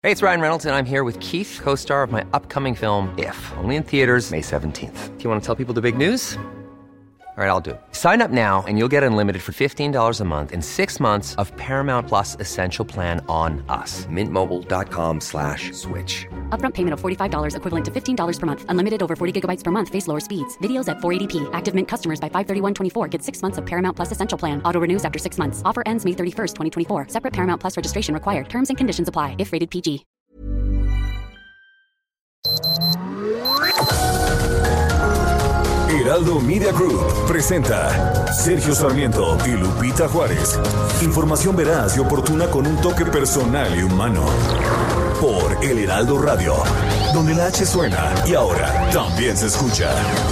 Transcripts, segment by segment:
Hey, it's Ryan Reynolds, and I'm here with Keith, co-star of my upcoming film, If, only in theaters May 17th. Do you want to tell people the big news? All right, I'll do it. Sign up now and you'll get unlimited for $15 a month and 6 months of Paramount Plus Essential Plan on us. MintMobile.com/switch. Upfront payment of $45 equivalent to $15 per month. Unlimited over 40 gigabytes per month. Face lower speeds. Videos at 480p. Active Mint customers by 531.24 get 6 months of Paramount Plus Essential Plan. Auto renews after 6 months. Offer ends May 31st, 2024. Separate Paramount Plus registration required. Terms and conditions apply if rated PG. Heraldo Media Group presenta Sergio Sarmiento y Lupita Juárez. Información veraz y oportuna con un toque personal y humano. Por El Heraldo Radio, donde la H suena y ahora también se escucha.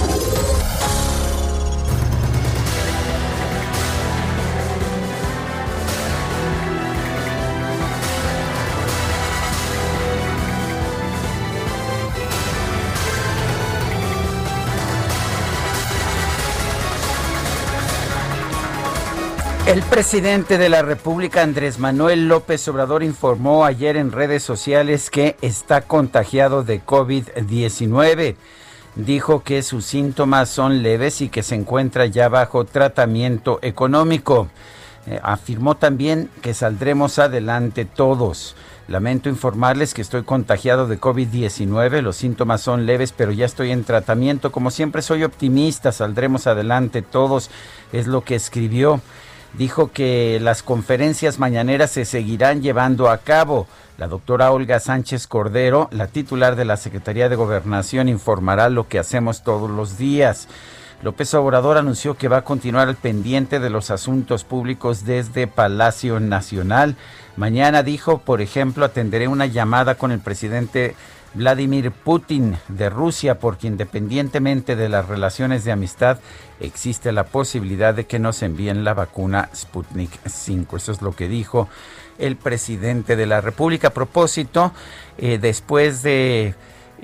El presidente de la República, Andrés Manuel López Obrador, informó ayer en redes sociales que está contagiado de COVID-19. Dijo que sus síntomas son leves y que se encuentra ya bajo tratamiento económico. Afirmó también que saldremos adelante todos. Lamento informarles que estoy contagiado de COVID-19, los síntomas son leves, pero ya estoy en tratamiento. Como siempre soy optimista, saldremos adelante todos, es lo que escribió. Dijo que las conferencias mañaneras se seguirán llevando a cabo. La doctora Olga Sánchez Cordero, la titular de la Secretaría de Gobernación, informará lo que hacemos todos los días. López Obrador anunció que va a continuar al pendiente de los asuntos públicos desde Palacio Nacional. Mañana dijo, por ejemplo, atenderé una llamada con el presidente Vladimir Putin de Rusia, porque independientemente de las relaciones de amistad, existe la posibilidad de que nos envíen la vacuna Sputnik 5. Eso es lo que dijo el presidente de la República. A propósito, después de...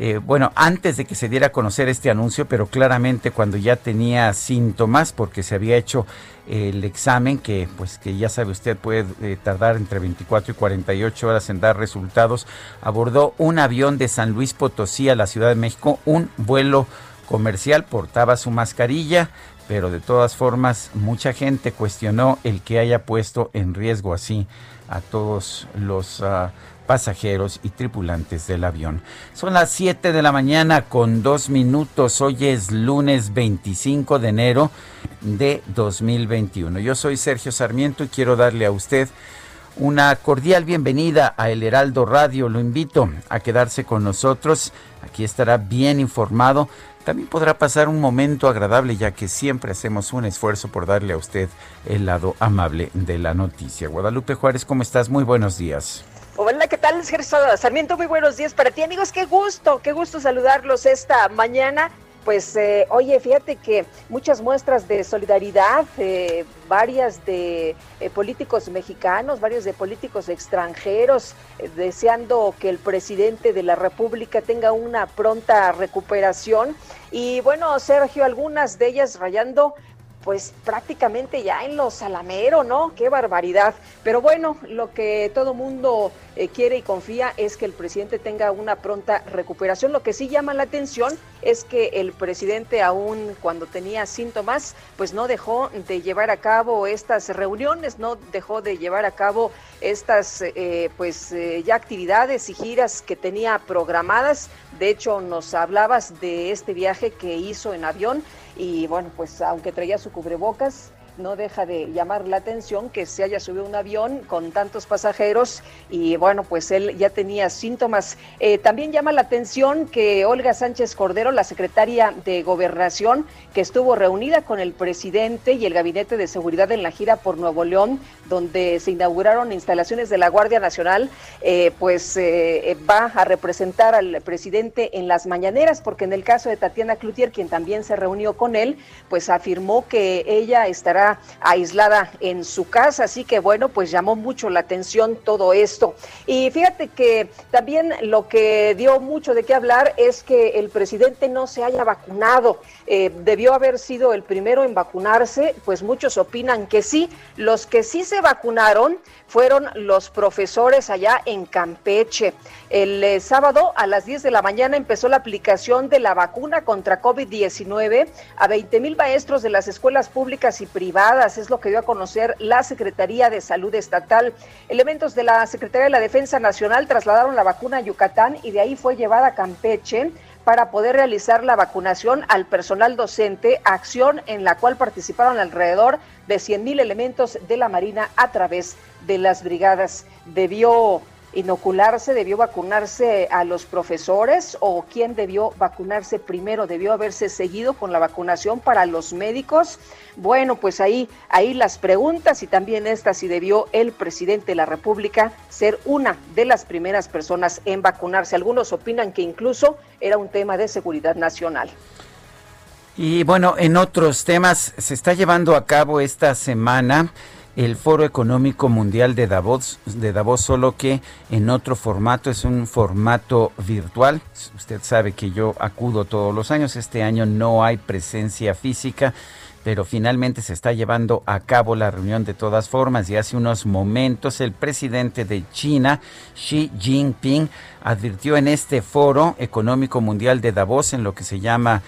antes de que se diera a conocer este anuncio, pero claramente cuando ya tenía síntomas, porque se había hecho el examen, que ya sabe usted puede tardar entre 24 y 48 horas en dar resultados, abordó un avión de San Luis Potosí a la Ciudad de México, un vuelo comercial, portaba su mascarilla, pero de todas formas mucha gente cuestionó el que haya puesto en riesgo así a todos los pasajeros y tripulantes del avión. Son las 7 de la mañana con 2 minutos. Hoy es lunes 25 de enero de 2021. Yo soy Sergio Sarmiento y quiero darle a usted una cordial bienvenida a El Heraldo Radio. Lo invito a quedarse con nosotros. Aquí estará bien informado. También podrá pasar un momento agradable, ya que siempre hacemos un esfuerzo por darle a usted el lado amable de la noticia. Guadalupe Juárez, ¿cómo estás? Muy buenos días. Hola, ¿qué tal, Sergio Sarmiento? Muy buenos días para ti, amigos. Qué gusto saludarlos esta mañana. Pues, oye, fíjate que muchas muestras de solidaridad, varias de políticos mexicanos, varios de políticos extranjeros, deseando que el presidente de la República tenga una pronta recuperación. Y bueno, Sergio, algunas de ellas rayando pues prácticamente ya en lo salamero, ¿no? ¡Qué barbaridad! Pero bueno, lo que todo mundo quiere y confía es que el presidente tenga una pronta recuperación. Lo que sí llama la atención es que el presidente, aún cuando tenía síntomas, pues no dejó de llevar a cabo estas reuniones, no dejó de llevar a cabo estas ya actividades y giras que tenía programadas. De hecho, nos hablabas de este viaje que hizo en avión y bueno, pues aunque traía su cubrebocas, no deja de llamar la atención que se haya subido un avión con tantos pasajeros y bueno, pues él ya tenía síntomas. También llama la atención que Olga Sánchez Cordero, la secretaria de Gobernación, que estuvo reunida con el presidente y el Gabinete de Seguridad en la gira por Nuevo León, donde se inauguraron instalaciones de la Guardia Nacional, va a representar al presidente en las mañaneras, porque en el caso de Tatiana Cloutier, quien también se reunió con él, pues afirmó que ella estará estará aislada en su casa, así que bueno, pues llamó mucho la atención todo esto. Y fíjate que también lo que dio mucho de qué hablar es que el presidente no se haya vacunado. Debió haber sido el primero en vacunarse, pues muchos opinan que sí. Los que sí se vacunaron fueron los profesores allá en Campeche. El sábado a las 10 de la mañana empezó la aplicación de la vacuna contra COVID-19 a 20,000 maestros de las escuelas públicas y privadas, es lo que dio a conocer la Secretaría de Salud Estatal. Elementos de la Secretaría de la Defensa Nacional trasladaron la vacuna a Yucatán y de ahí fue llevada a Campeche para poder realizar la vacunación al personal docente, acción en la cual participaron alrededor de 100,000 elementos de la Marina a través de las brigadas. ¿Debió vacunarse a los profesores o quién debió vacunarse primero? ¿Debió haberse seguido con la vacunación para los médicos? Bueno, pues ahí las preguntas, y también si debió el presidente de la República ser una de las primeras personas en vacunarse. Algunos opinan que incluso era un tema de seguridad nacional. Y bueno, en otros temas, se está llevando a cabo esta semana el Foro Económico Mundial de Davos, solo que en otro formato, es un formato virtual. Usted sabe que yo acudo todos los años, este año no hay presencia física, pero finalmente se está llevando a cabo la reunión de todas formas, y hace unos momentos el presidente de China, Xi Jinping, advirtió en este Foro Económico Mundial de Davos, en lo que se llama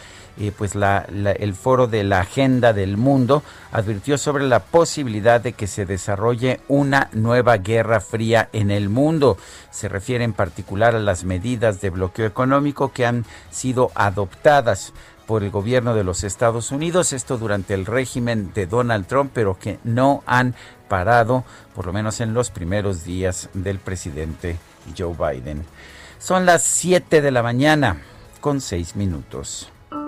el foro de la agenda del mundo, advirtió sobre la posibilidad de que se desarrolle una nueva guerra fría en el mundo. Se refiere en particular a las medidas de bloqueo económico que han sido adoptadas por el gobierno de los Estados Unidos, esto durante el régimen de Donald Trump, pero que no han parado, por lo menos en los primeros días del presidente Joe Biden. Son las 7 de la mañana, con 6 minutos.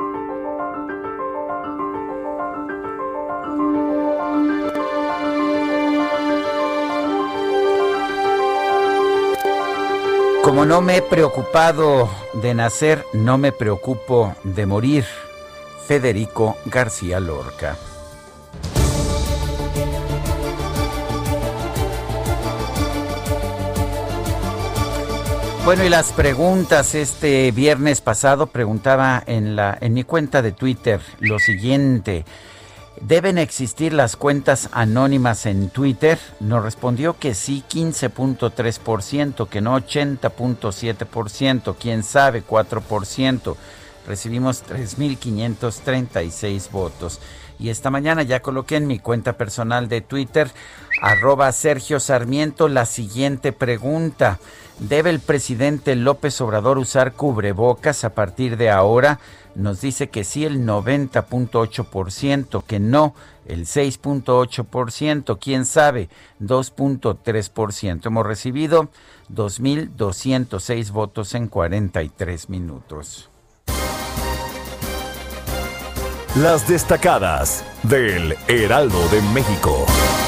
Como no me he preocupado de nacer, no me preocupo de morir. Federico García Lorca. Bueno, y las preguntas este viernes pasado preguntaba en mi cuenta de Twitter lo siguiente: ¿deben existir las cuentas anónimas en Twitter? Nos respondió que sí, 15.3%, que no 80.7%, quién sabe, 4%. Recibimos 3,536 votos. Y esta mañana ya coloqué en mi cuenta personal de Twitter, @Sergio Sarmiento, la siguiente pregunta: ¿debe el presidente López Obrador usar cubrebocas a partir de ahora? Nos dice que sí el 90.8%, que no el 6.8%, quién sabe, 2.3%. Hemos recibido 2,206 votos en 43 minutos. Las destacadas del Heraldo de México.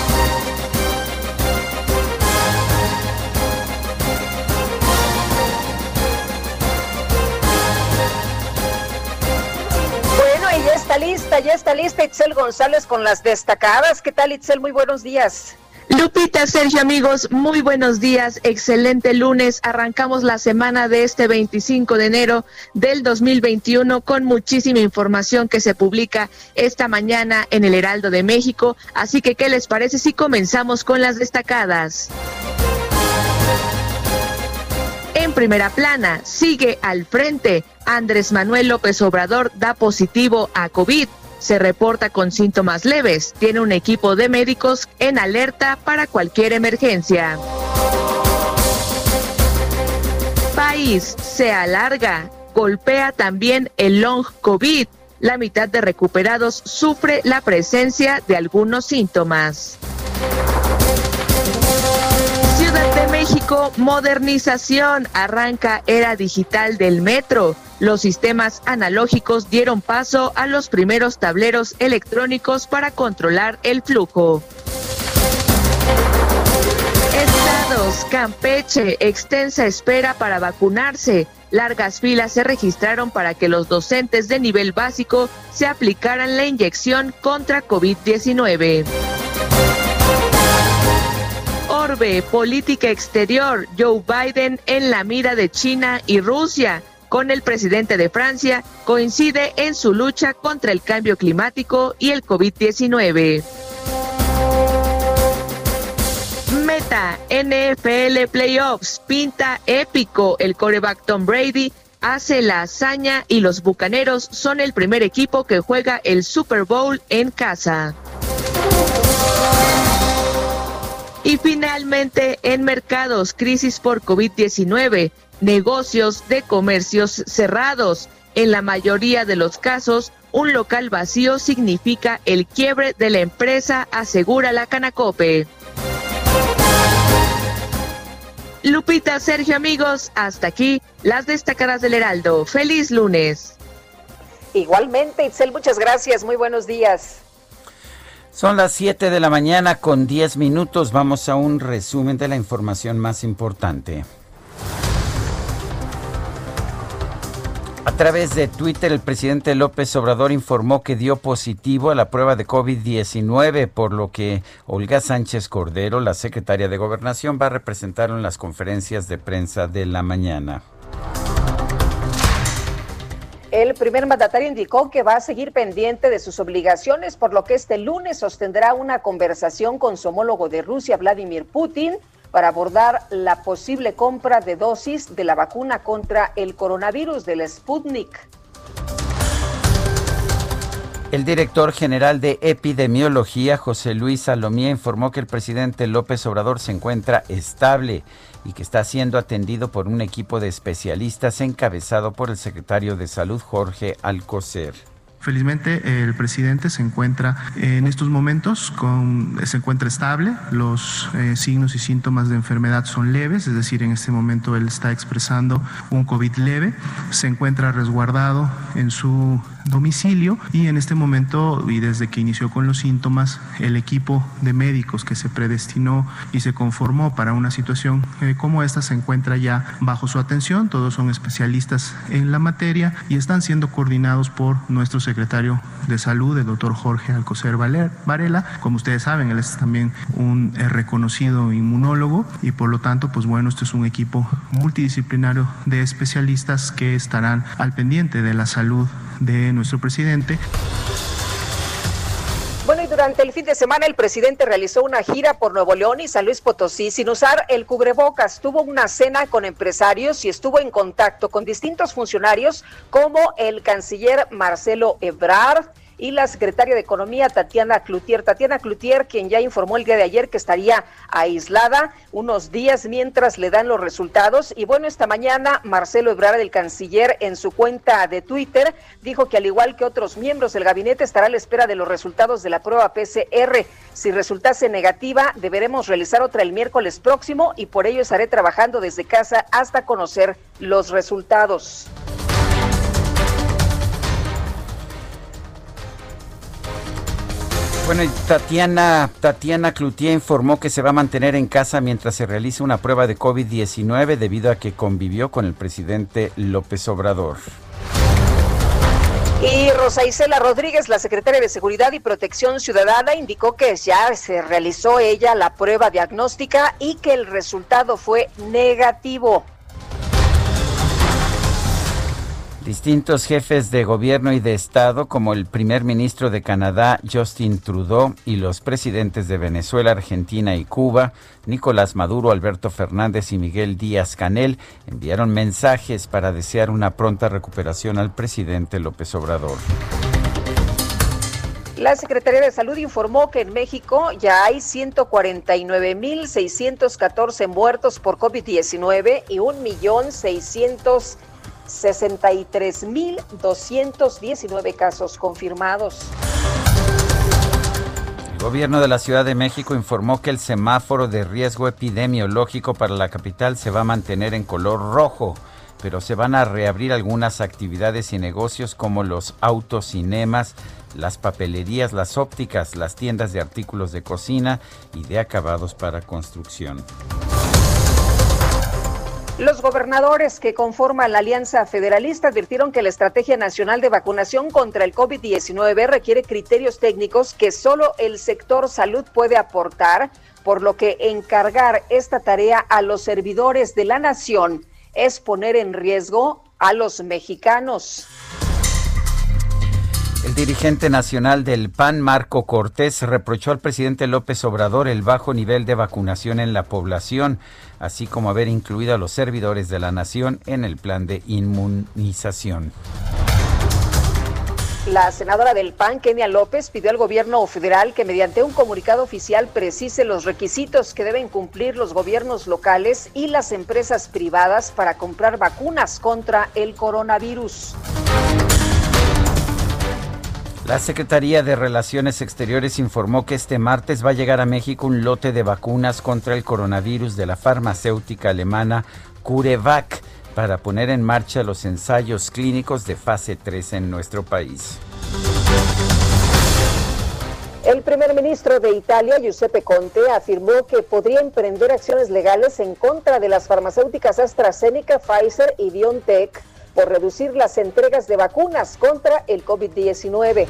Ya está lista Itzel González con las destacadas. ¿Qué tal, Itzel? Muy buenos días. Lupita, Sergio, amigos, muy buenos días. Excelente lunes. Arrancamos la semana de este 25 de enero del 2021 con muchísima información que se publica esta mañana en el Heraldo de México. Así que, ¿qué les parece si comenzamos con las destacadas? En primera plana, sigue al frente. Andrés Manuel López Obrador da positivo a COVID. Se reporta con síntomas leves. Tiene un equipo de médicos en alerta para cualquier emergencia. País se alarga. Golpea también el long COVID. La mitad de recuperados sufre la presencia de algunos síntomas. Ciudad de México, modernización, arranca era digital del metro. Los sistemas analógicos dieron paso a los primeros tableros electrónicos para controlar el flujo. Esta Venados, Campeche, extensa espera para vacunarse. Largas filas se registraron para que los docentes de nivel básico se aplicaran la inyección contra COVID-19. Orbe, política exterior, Joe Biden en la mira de China y Rusia. Con el presidente de Francia, coincide en su lucha contra el cambio climático y el COVID-19. Meta, NFL Playoffs, pinta épico. El quarterback Tom Brady hace la hazaña y los Bucaneros son el primer equipo que juega el Super Bowl en casa. Y finalmente, en mercados, crisis por COVID-19, negocios de comercios cerrados. En la mayoría de los casos, un local vacío significa el quiebre de la empresa, asegura la Canacope. Lupita, Sergio, amigos, hasta aquí las destacadas del Heraldo. ¡Feliz lunes! Igualmente, Itzel, muchas gracias. Muy buenos días. Son las 7 de la mañana con 10 minutos. Vamos a un resumen de la información más importante. A través de Twitter, el presidente López Obrador informó que dio positivo a la prueba de COVID-19, por lo que Olga Sánchez Cordero, la secretaria de Gobernación, va a representarlo en las conferencias de prensa de la mañana. El primer mandatario indicó que va a seguir pendiente de sus obligaciones, por lo que este lunes sostendrá una conversación con su homólogo de Rusia, Vladimir Putin, para abordar la posible compra de dosis de la vacuna contra el coronavirus del Sputnik. El director general de Epidemiología, José Luis Salomía, informó que el presidente López Obrador se encuentra estable y que está siendo atendido por un equipo de especialistas encabezado por el secretario de Salud, Jorge Alcocer. Felizmente el presidente se encuentra en estos momentos, se encuentra estable, los signos y síntomas de enfermedad son leves, es decir, en este momento él está expresando un COVID leve, se encuentra resguardado en su domicilio y en este momento y desde que inició con los síntomas, el equipo de médicos que se predestinó y se conformó para una situación como esta se encuentra ya bajo su atención, todos son especialistas en la materia y están siendo coordinados por nuestro secretario de Salud, el doctor Jorge Alcocer Varela. Como ustedes saben, él es también un reconocido inmunólogo y por lo tanto, pues bueno, este es un equipo multidisciplinario de especialistas que estarán al pendiente de la salud de nuestro presidente. Bueno, y durante el fin de semana el presidente realizó una gira por Nuevo León y San Luis Potosí sin usar el cubrebocas. Tuvo una cena con empresarios y estuvo en contacto con distintos funcionarios como el canciller Marcelo Ebrard y la secretaria de Economía, Tatiana Cloutier. Tatiana Cloutier, quien ya informó el día de ayer que estaría aislada unos días mientras le dan los resultados. Y bueno, esta mañana Marcelo Ebrard, el canciller, en su cuenta de Twitter, dijo que al igual que otros miembros del gabinete, estará a la espera de los resultados de la prueba PCR. Si resultase negativa, deberemos realizar otra el miércoles próximo y por ello estaré trabajando desde casa hasta conocer los resultados. Bueno, Tatiana Cloutier informó que se va a mantener en casa mientras se realiza una prueba de COVID-19 debido a que convivió con el presidente López Obrador. Y Rosa Isela Rodríguez, la secretaria de Seguridad y Protección Ciudadana, indicó que ya se realizó ella la prueba diagnóstica y que el resultado fue negativo. Distintos jefes de gobierno y de Estado, como el primer ministro de Canadá, Justin Trudeau, y los presidentes de Venezuela, Argentina y Cuba, Nicolás Maduro, Alberto Fernández y Miguel Díaz-Canel, enviaron mensajes para desear una pronta recuperación al presidente López Obrador. La Secretaría de Salud informó que en México ya hay 149,614 muertos por COVID-19 y 1,663,219 casos confirmados. El gobierno de la Ciudad de México informó que el semáforo de riesgo epidemiológico para la capital se va a mantener en color rojo, pero se van a reabrir algunas actividades y negocios como los autocinemas, las papelerías, las ópticas, las tiendas de artículos de cocina y de acabados para construcción. Los gobernadores que conforman la Alianza Federalista advirtieron que la Estrategia Nacional de Vacunación contra el COVID-19 requiere criterios técnicos que solo el sector salud puede aportar, por lo que encargar esta tarea a los servidores de la nación es poner en riesgo a los mexicanos. El dirigente nacional del PAN, Marco Cortés, reprochó al presidente López Obrador el bajo nivel de vacunación en la población, así como haber incluido a los servidores de la nación en el plan de inmunización. La senadora del PAN, Kenia López, pidió al gobierno federal que mediante un comunicado oficial precise los requisitos que deben cumplir los gobiernos locales y las empresas privadas para comprar vacunas contra el coronavirus. La Secretaría de Relaciones Exteriores informó que este martes va a llegar a México un lote de vacunas contra el coronavirus de la farmacéutica alemana CureVac para poner en marcha los ensayos clínicos de fase 3 en nuestro país. El primer ministro de Italia, Giuseppe Conte, afirmó que podría emprender acciones legales en contra de las farmacéuticas AstraZeneca, Pfizer y BioNTech por reducir las entregas de vacunas contra el COVID-19.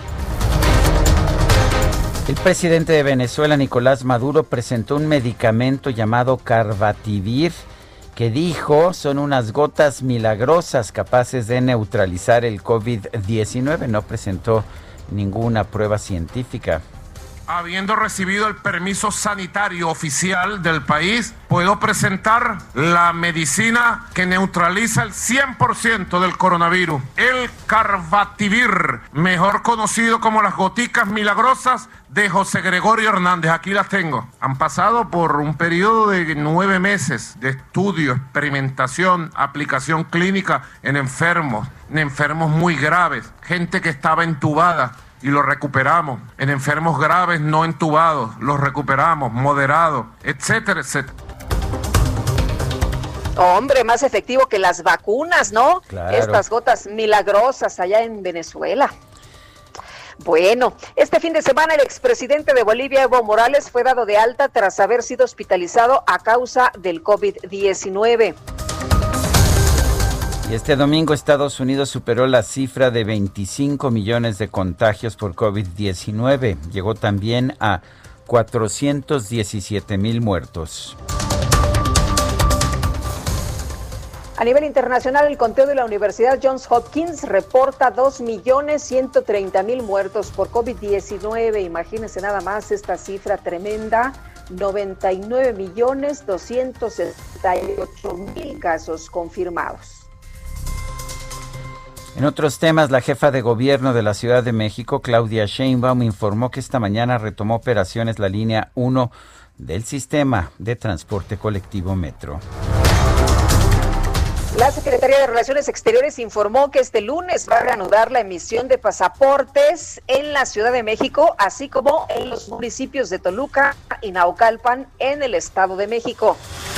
El presidente de Venezuela, Nicolás Maduro, presentó un medicamento llamado Carbativir, que dijo son unas gotas milagrosas capaces de neutralizar el COVID-19. No presentó ninguna prueba científica. Habiendo recibido el permiso sanitario oficial del país, puedo presentar la medicina que neutraliza el 100% del coronavirus. El Carbativir, mejor conocido como las goticas milagrosas de José Gregorio Hernández. Aquí las tengo. Han pasado por un periodo de 9 meses de estudio, experimentación, aplicación clínica en enfermos muy graves, gente que estaba entubada y lo recuperamos, en enfermos graves no entubados, los recuperamos, moderados, etcétera, etcétera. Hombre, más efectivo que las vacunas, ¿no? Claro. Estas gotas milagrosas allá en Venezuela. Bueno, este fin de semana el expresidente de Bolivia, Evo Morales, fue dado de alta tras haber sido hospitalizado a causa del COVID-19. Y este domingo Estados Unidos superó la cifra de 25 millones de contagios por COVID-19. Llegó también a 417,000 muertos. A nivel internacional, el conteo de la Universidad Johns Hopkins reporta 2,130,000 muertos por COVID-19. Imagínense nada más esta cifra tremenda. 99,268,000 casos confirmados. En otros temas, la jefa de gobierno de la Ciudad de México, Claudia Sheinbaum, informó que esta mañana retomó operaciones la línea 1 del sistema de transporte colectivo Metro. La Secretaría de Relaciones Exteriores informó que este lunes va a reanudar la emisión de pasaportes en la Ciudad de México, así como en los municipios de Toluca y Naucalpan, en el Estado de México.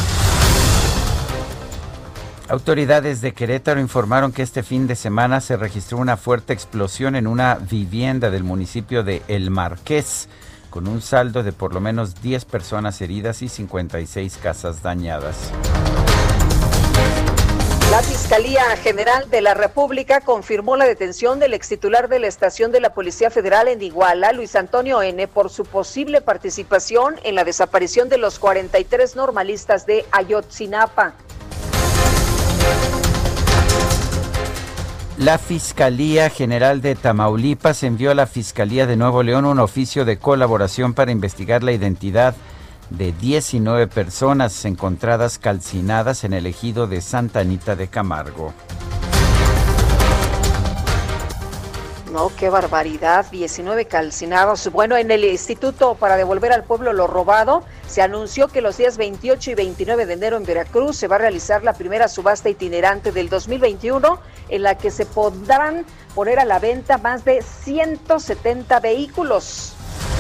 Autoridades de Querétaro informaron que este fin de semana se registró una fuerte explosión en una vivienda del municipio de El Marqués, con un saldo de por lo menos 10 personas heridas y 56 casas dañadas. La Fiscalía General de la República confirmó la detención del extitular de la estación de la Policía Federal en Iguala, Luis Antonio N., por su posible participación en la desaparición de los 43 normalistas de Ayotzinapa. La Fiscalía General de Tamaulipas envió a la Fiscalía de Nuevo León un oficio de colaboración para investigar la identidad de 19 personas encontradas calcinadas en el ejido de Santa Anita de Camargo. No, qué barbaridad, 19 calcinados. Bueno, en el Instituto para Devolver al Pueblo lo Robado se anunció que los días 28 y 29 de enero en Veracruz se va a realizar la primera subasta itinerante del 2021, en la que se podrán poner a la venta más de 170 vehículos.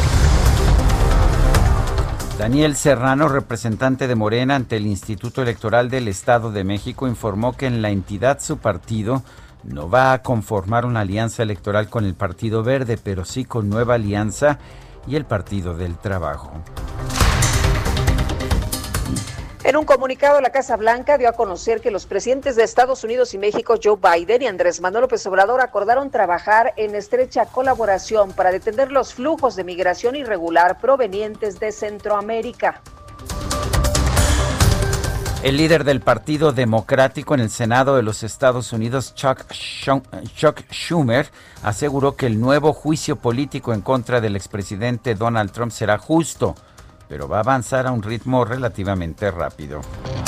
Daniel Serrano, representante de Morena ante el Instituto Electoral del Estado de México, informó que en la entidad su partido no va a conformar una alianza electoral con el Partido Verde, pero sí con Nueva Alianza y el Partido del Trabajo. En un comunicado, la Casa Blanca dio a conocer que los presidentes de Estados Unidos y México, Joe Biden y Andrés Manuel López Obrador, acordaron trabajar en estrecha colaboración para detener los flujos de migración irregular provenientes de Centroamérica. El líder del Partido Democrático en el Senado de los Estados Unidos, Chuck Schumer, aseguró que el nuevo juicio político en contra del expresidente Donald Trump será justo, pero va a avanzar a un ritmo relativamente rápido.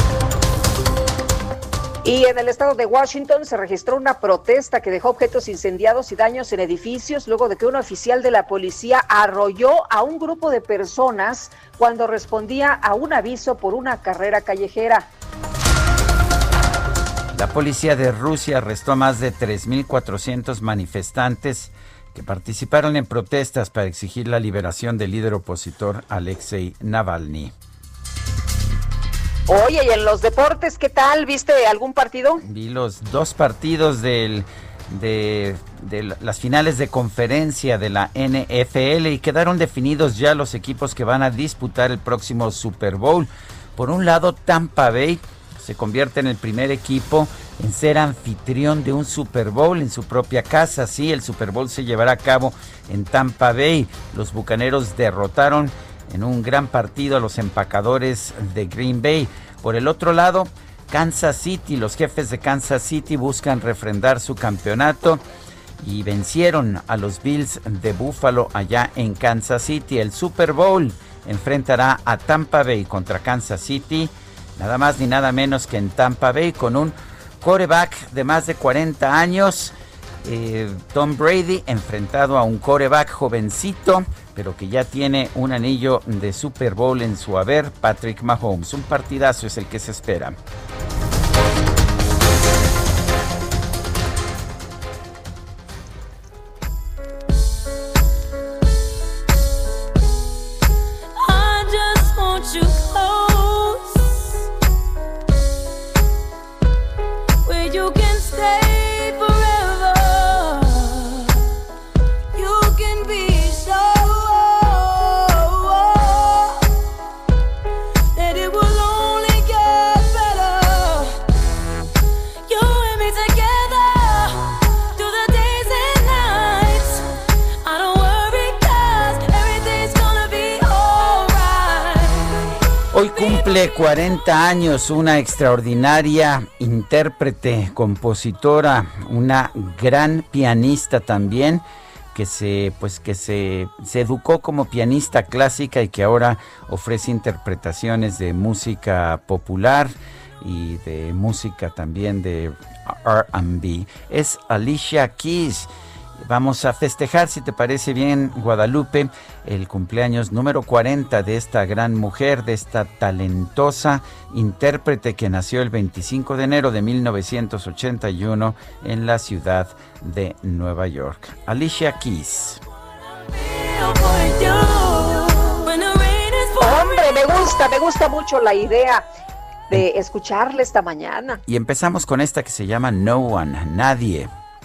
Y en el estado de Washington se registró una protesta que dejó objetos incendiados y daños en edificios luego de que un oficial de la policía arrolló a un grupo de personas cuando respondía a un aviso por una carrera callejera. La policía de Rusia arrestó a más de 3,400 manifestantes que participaron en protestas para exigir la liberación del líder opositor Alexei Navalny. Oye, y en los deportes, ¿qué tal? ¿Viste algún partido? Vi los dos partidos de las finales de conferencia de la NFL y quedaron definidos ya los equipos que van a disputar el próximo Super Bowl. Por un lado, Tampa Bay se convierte en el primer equipo en ser anfitrión de un Super Bowl en su propia casa. Sí, el Super Bowl se llevará a cabo en Tampa Bay. Los Bucaneros derrotaron en un gran partido a los empacadores de Green Bay. Por el otro lado, Kansas City, los jefes de Kansas City buscan refrendar su campeonato y vencieron a los Bills de Buffalo allá en Kansas City. El Super Bowl enfrentará a Tampa Bay contra Kansas City, nada más ni nada menos que en Tampa Bay, con un quarterback de más de 40 años, Tom Brady, enfrentado a un quarterback jovencito, pero que ya tiene un anillo de Super Bowl en su haber, Patrick Mahomes. Un partidazo es el que se espera. Hoy cumple 40 años una extraordinaria intérprete, compositora, una gran pianista también, que se educó como pianista clásica y que ahora ofrece interpretaciones de música popular y de música también de R&B. Es Alicia Keys. Vamos a festejar, si te parece bien, Guadalupe, el cumpleaños número 40 de esta gran mujer, de esta talentosa intérprete que nació el 25 de enero de 1981 en la ciudad de Nueva York. Alicia Keys. Hombre, me gusta mucho la idea de escucharle esta mañana. Y empezamos con esta que se llama No One, Nadie.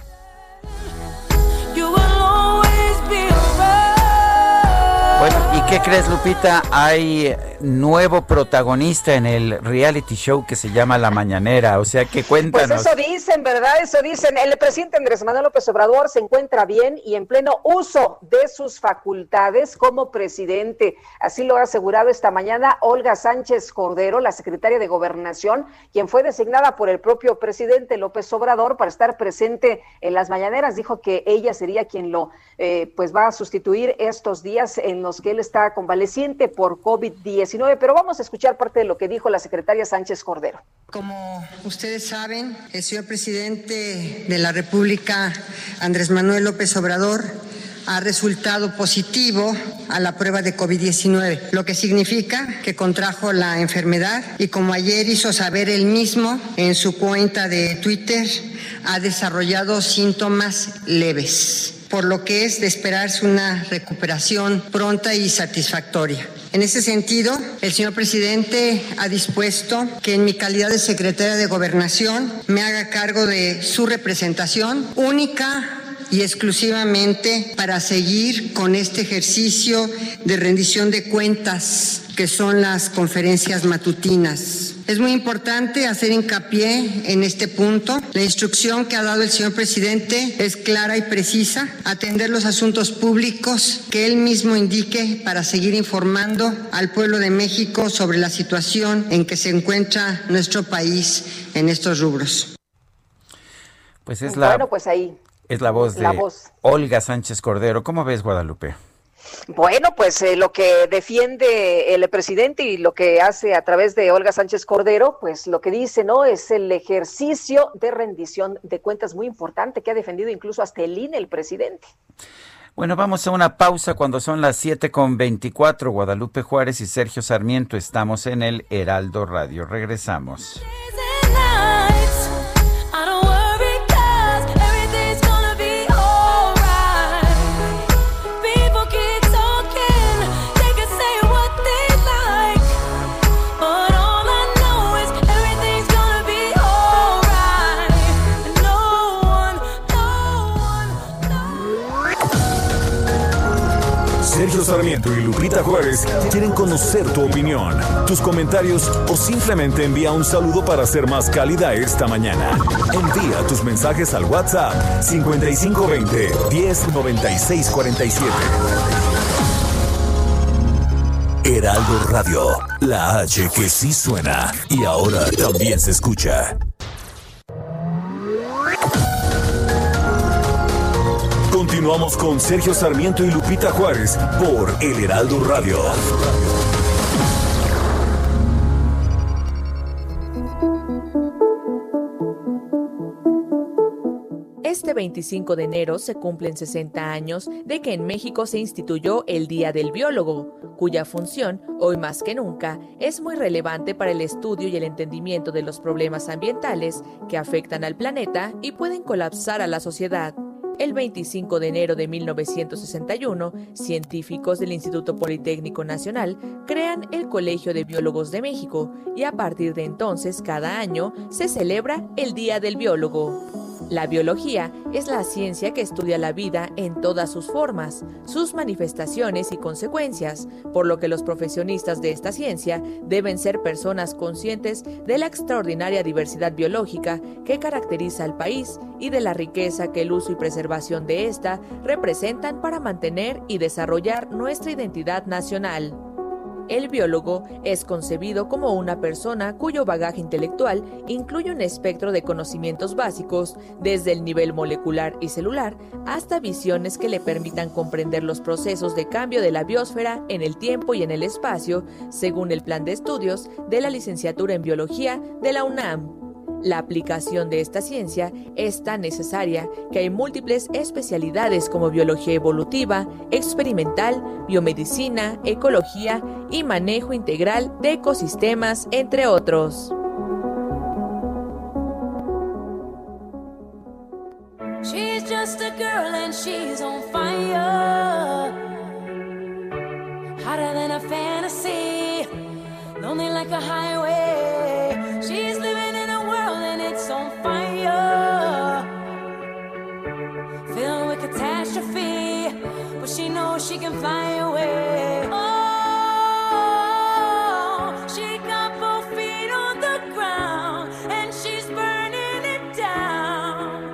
Bueno, ¿y qué crees, Lupita? Hay nuevo protagonista en el reality show que se llama La Mañanera, o sea que cuéntanos. Pues eso dicen, ¿verdad? Eso dicen. El presidente Andrés Manuel López Obrador se encuentra bien y en pleno uso de sus facultades como presidente. Así lo ha asegurado esta mañana Olga Sánchez Cordero, la secretaria de Gobernación, quien fue designada por el propio presidente López Obrador para estar presente en las mañaneras. Dijo que ella sería quien lo va a sustituir estos días en los que él está convaleciente por COVID-19, pero vamos a escuchar parte de lo que dijo la secretaria Sánchez Cordero. Como ustedes saben, el señor presidente de la República, Andrés Manuel López Obrador, ha resultado positivo a la prueba de COVID-19, lo que significa que contrajo la enfermedad y, como ayer hizo saber él mismo en su cuenta de Twitter, ha desarrollado síntomas leves, por lo que es de esperarse una recuperación pronta y satisfactoria. En ese sentido, el señor presidente ha dispuesto que en mi calidad de secretaria de Gobernación me haga cargo de su representación única y exclusivamente para seguir con este ejercicio de rendición de cuentas que son las conferencias matutinas. Es muy importante hacer hincapié en este punto. La instrucción que ha dado el señor presidente es clara y precisa: atender los asuntos públicos que él mismo indique para seguir informando al pueblo de México sobre la situación en que se encuentra nuestro país en estos rubros. Pues es ahí es la voz de Olga Sánchez Cordero. ¿Cómo ves, Guadalupe? Bueno, pues lo que defiende el presidente y lo que hace a través de Olga Sánchez Cordero, pues lo que dice, ¿no? Es el ejercicio de rendición de cuentas muy importante que ha defendido incluso hasta el INE, el presidente. Bueno, vamos a una pausa cuando son las 7:24. Guadalupe Juárez y Sergio Sarmiento estamos en el Heraldo Radio. Regresamos. Sergio Sarmiento y Lupita Juárez quieren conocer tu opinión, tus comentarios o simplemente envía un saludo para hacer más cálida esta mañana. Envía tus mensajes al WhatsApp 5520 109647. Heraldo Radio, la H que sí suena y ahora también se escucha. Continuamos con Sergio Sarmiento y Lupita Juárez por El Heraldo Radio. Este 25 de enero se cumplen 60 años de que en México se instituyó el Día del Biólogo, cuya función, hoy más que nunca, es muy relevante para el estudio y el entendimiento de los problemas ambientales que afectan al planeta y pueden colapsar a la sociedad. El 25 de enero de 1961, científicos del Instituto Politécnico Nacional crean el Colegio de Biólogos de México y a partir de entonces, cada año, se celebra el Día del Biólogo. La biología es la ciencia que estudia la vida en todas sus formas, sus manifestaciones y consecuencias, por lo que los profesionistas de esta ciencia deben ser personas conscientes de la extraordinaria diversidad biológica que caracteriza al país y de la riqueza que el uso y preservación de esta representan para mantener y desarrollar nuestra identidad nacional. El biólogo es concebido como una persona cuyo bagaje intelectual incluye un espectro de conocimientos básicos, desde el nivel molecular y celular hasta visiones que le permitan comprender los procesos de cambio de la biosfera en el tiempo y en el espacio, según el plan de estudios de la licenciatura en biología de la UNAM. La aplicación de esta ciencia es tan necesaria que hay múltiples especialidades como biología evolutiva, experimental, biomedicina, ecología y manejo integral de ecosistemas, entre otros. She's just a girl and she's on fire. Hotter than a fantasy, lonely like a highway. She's living in a world and it's on fire, filled with catastrophe, but she knows she can fly away. Oh, she got both feet on the ground and she's burning it down.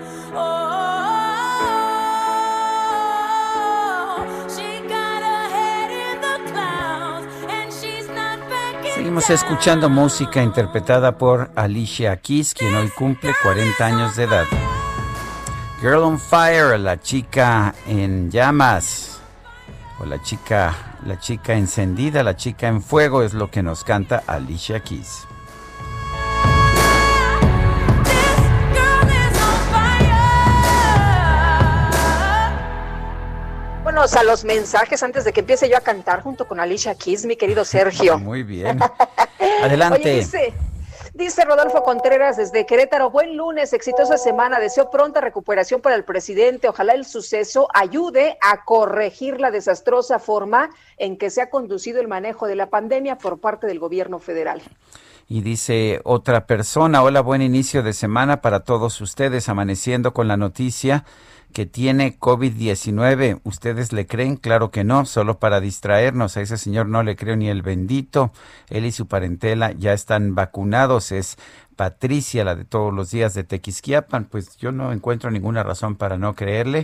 Oh, she got her head in the clouds and she's not backing down. Seguimos escuchando música interpretada por Alicia Keys, quien hoy cumple 40 años de edad. Girl on Fire, la chica en llamas, o la chica encendida, la chica en fuego, es lo que nos canta Alicia Keys. Vámonos a los mensajes antes de que empiece yo a cantar junto con Alicia Keys, mi querido Sergio. Muy bien. Adelante. Oye, dice Rodolfo Contreras desde Querétaro: buen lunes, exitosa semana, deseo pronta recuperación para el presidente, ojalá el suceso ayude a corregir la desastrosa forma en que se ha conducido el manejo de la pandemia por parte del gobierno federal. Y dice otra persona, hola, buen inicio de semana para todos ustedes, amaneciendo con la noticia que tiene COVID-19. ¿Ustedes le creen? Claro que no, solo para distraernos. A ese señor no le creo ni el bendito. Él y su parentela ya están vacunados. Es Patricia, la de todos los días de Tequisquiapan. Pues yo no encuentro ninguna razón para no creerle.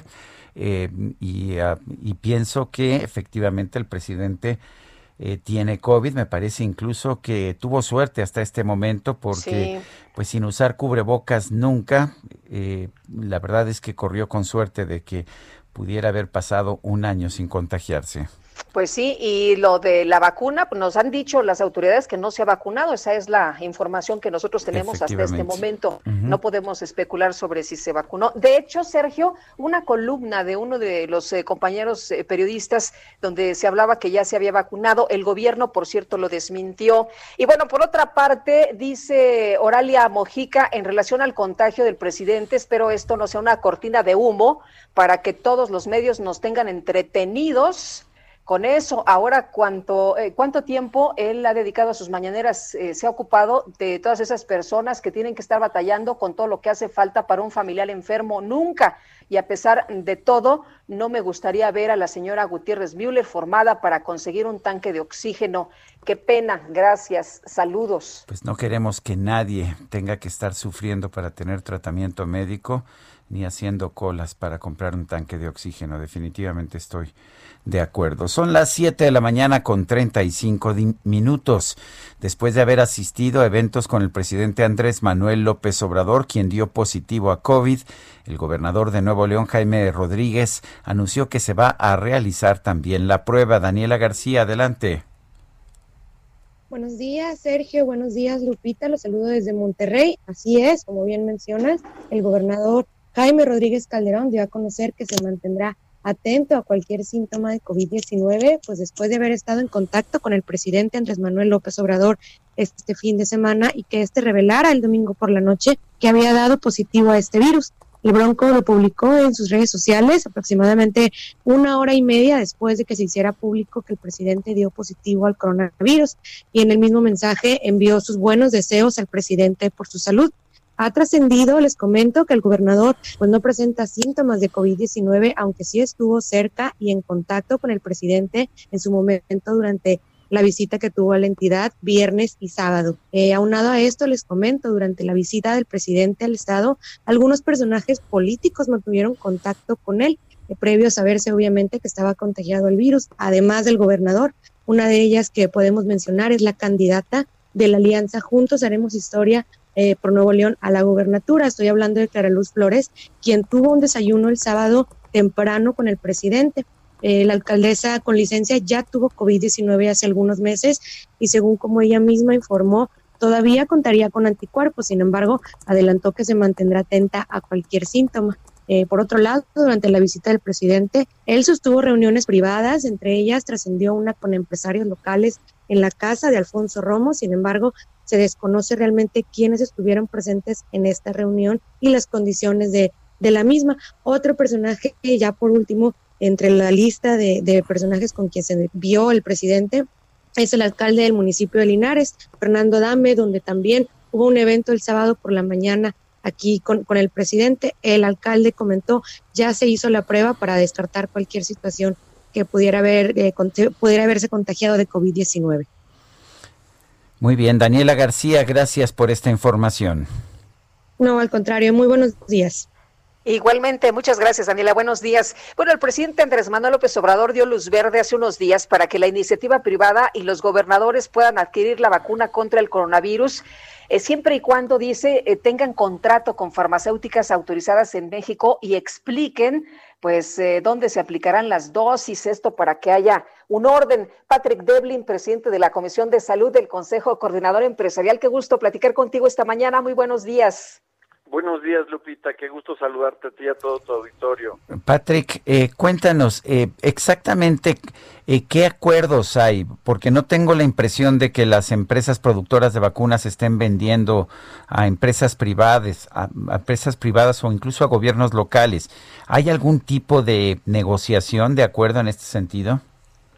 Y pienso que efectivamente el presidente tiene COVID. Me parece incluso que tuvo suerte hasta este momento porque pues sin usar cubrebocas nunca, la verdad es que corrió con suerte de que pudiera haber pasado un año sin contagiarse. Pues sí, y lo de la vacuna, pues nos han dicho las autoridades que no se ha vacunado, esa es la información que nosotros tenemos hasta este momento. No podemos especular sobre si se vacunó. De hecho, Sergio, una columna de uno de los compañeros periodistas donde se hablaba que ya se había vacunado, el gobierno, por cierto, lo desmintió. Y bueno, por otra parte, dice Oralia Mojica, en relación al contagio del presidente, espero esto no sea una cortina de humo para que todos los medios nos tengan entretenidos con eso. Ahora, ¿cuánto tiempo él ha dedicado a sus mañaneras? Se ha ocupado de todas esas personas que tienen que estar batallando con todo lo que hace falta para un familiar enfermo. Nunca, y a pesar de todo, no me gustaría ver a la señora Gutiérrez Müller formada para conseguir un tanque de oxígeno. Qué pena, gracias, saludos. Pues no queremos que nadie tenga que estar sufriendo para tener tratamiento médico, ni haciendo colas para comprar un tanque de oxígeno. Definitivamente estoy de acuerdo. Son las 7 de la mañana con 35 minutos. Después de haber asistido a eventos con el presidente Andrés Manuel López Obrador, quien dio positivo a COVID, el gobernador de Nuevo León, Jaime Rodríguez, anunció que se va a realizar también la prueba. Daniela García, adelante. Buenos días, Sergio. Buenos días, Lupita. Los saludo desde Monterrey. Así es, como bien mencionas, el gobernador Jaime Rodríguez Calderón dio a conocer que se mantendrá atento a cualquier síntoma de COVID-19, pues después de haber estado en contacto con el presidente Andrés Manuel López Obrador este fin de semana y que revelara el domingo por la noche que había dado positivo a este virus. El Bronco lo publicó en sus redes sociales aproximadamente 1 hora y media después de que se hiciera público que el presidente dio positivo al coronavirus, y en el mismo mensaje envió sus buenos deseos al presidente por su salud. Ha trascendido, les comento, que el gobernador pues no presenta síntomas de COVID-19, aunque sí estuvo cerca y en contacto con el presidente en su momento durante la visita que tuvo a la entidad viernes y sábado. Aunado a esto, les comento, durante la visita del presidente al estado, algunos personajes políticos mantuvieron contacto con él, previo a saberse obviamente que estaba contagiado el virus, además del gobernador. Una de ellas que podemos mencionar es la candidata de la alianza Juntos Haremos Historia por Nuevo León a la gubernatura. Estoy hablando de Clara Luz Flores, quien tuvo un desayuno el sábado temprano con el presidente. La alcaldesa con licencia ya tuvo COVID-19 hace algunos meses y según como ella misma informó, todavía contaría con anticuerpos. Sin embargo, adelantó que se mantendrá atenta a cualquier síntoma. Por otro lado, durante la visita del presidente, él sostuvo reuniones privadas, entre ellas trascendió una con empresarios locales en la casa de Alfonso Romo. Sin embargo, se desconoce realmente quiénes estuvieron presentes en esta reunión y las condiciones de la misma. Otro personaje que ya por último, entre la lista de personajes con quien se vio el presidente, es el alcalde del municipio de Linares, Fernando Adame, donde también hubo un evento el sábado por la mañana aquí con el presidente. El alcalde comentó, ya se hizo la prueba para descartar cualquier situación que pudiera haberse contagiado de COVID-19. Muy bien, Daniela García, gracias por esta información. No, al contrario, muy buenos días. Igualmente, muchas gracias, Daniela. Buenos días. Bueno, el presidente Andrés Manuel López Obrador dio luz verde hace unos días para que la iniciativa privada y los gobernadores puedan adquirir la vacuna contra el coronavirus, siempre y cuando, dice, tengan contrato con farmacéuticas autorizadas en México y expliquen, pues, dónde se aplicarán las dosis, esto para que haya un orden. Patrick Devlin, presidente de la Comisión de Salud del Consejo Coordinador Empresarial, qué gusto platicar contigo esta mañana. Muy buenos días. Buenos días, Lupita, qué gusto saludarte a ti y a todo tu auditorio. Patrick, cuéntanos exactamente qué acuerdos hay, porque no tengo la impresión de que las empresas productoras de vacunas estén vendiendo a empresas privadas, o incluso a gobiernos locales. ¿Hay algún tipo de negociación, de acuerdo en este sentido?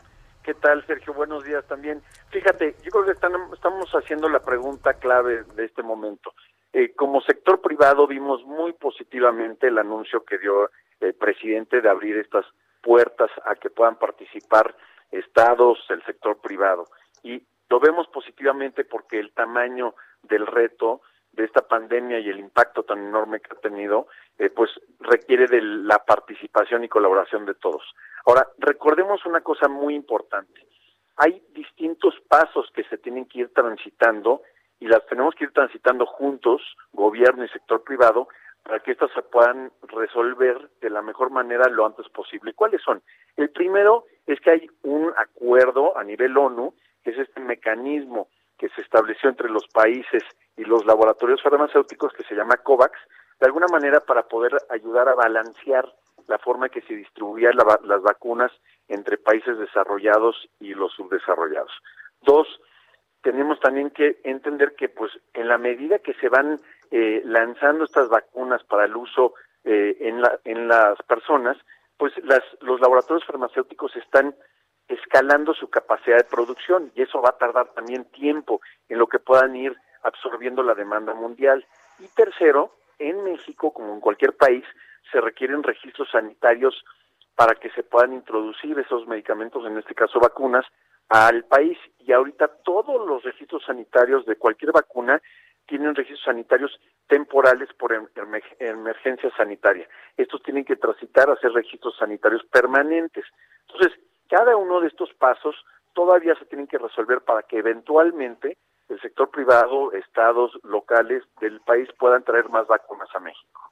¿Qué tal, Sergio? Buenos días también. Fíjate, yo creo que estamos haciendo la pregunta clave de este momento. Como sector privado vimos muy positivamente el anuncio que dio el presidente de abrir estas puertas a que puedan participar estados, el sector privado. Y lo vemos positivamente porque el tamaño del reto de esta pandemia y el impacto tan enorme que ha tenido, pues requiere de la participación y colaboración de todos. Ahora, recordemos una cosa muy importante. Hay distintos pasos que se tienen que ir transitando y las tenemos que ir transitando juntos, gobierno y sector privado, para que estas se puedan resolver de la mejor manera lo antes posible. ¿Cuáles son? El primero es que hay un acuerdo a nivel ONU, que es este mecanismo que se estableció entre los países y los laboratorios farmacéuticos, que se llama COVAX, de alguna manera para poder ayudar a balancear la forma que se distribuían las vacunas entre países desarrollados y los subdesarrollados. Dos, tenemos también que entender que pues en la medida que se van lanzando estas vacunas para el uso en las personas, pues los laboratorios farmacéuticos están escalando su capacidad de producción y eso va a tardar también tiempo en lo que puedan ir absorbiendo la demanda mundial. Y tercero, en México, como en cualquier país, se requieren registros sanitarios para que se puedan introducir esos medicamentos, en este caso vacunas, al país. Y ahorita todos los registros sanitarios de cualquier vacuna tienen registros sanitarios temporales por emergencia sanitaria. Estos tienen que transitar a ser registros sanitarios permanentes. Entonces, cada uno de estos pasos todavía se tienen que resolver para que eventualmente el sector privado, estados, locales del país puedan traer más vacunas a México.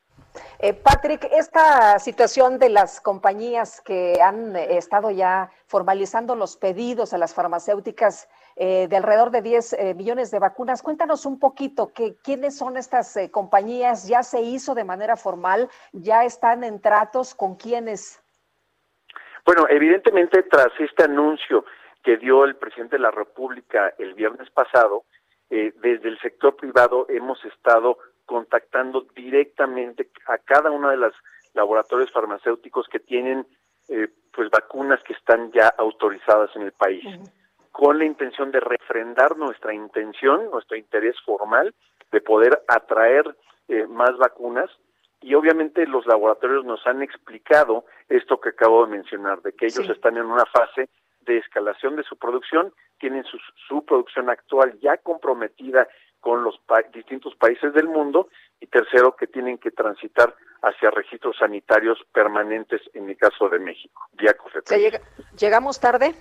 Patrick, esta situación de las compañías que han estado ya formalizando los pedidos a las farmacéuticas de alrededor de 10 millones de vacunas, cuéntanos un poquito quiénes son estas compañías, ya se hizo de manera formal, ya están en tratos, ¿con quiénes? Bueno, evidentemente tras este anuncio que dio el presidente de la República el viernes pasado, desde el sector privado hemos estado contactando directamente a cada uno de los laboratorios farmacéuticos que tienen pues vacunas que están ya autorizadas en el país, con la intención de refrendar nuestra intención, nuestro interés formal de poder atraer más vacunas. Y obviamente los laboratorios nos han explicado esto que acabo de mencionar, de que ellos están en una fase de escalación de su producción, tienen su producción actual ya comprometida con los distintos países del mundo, y tercero, que tienen que transitar hacia registros sanitarios permanentes en el caso de México, vía COFEPRIS. ¿Llegamos tarde?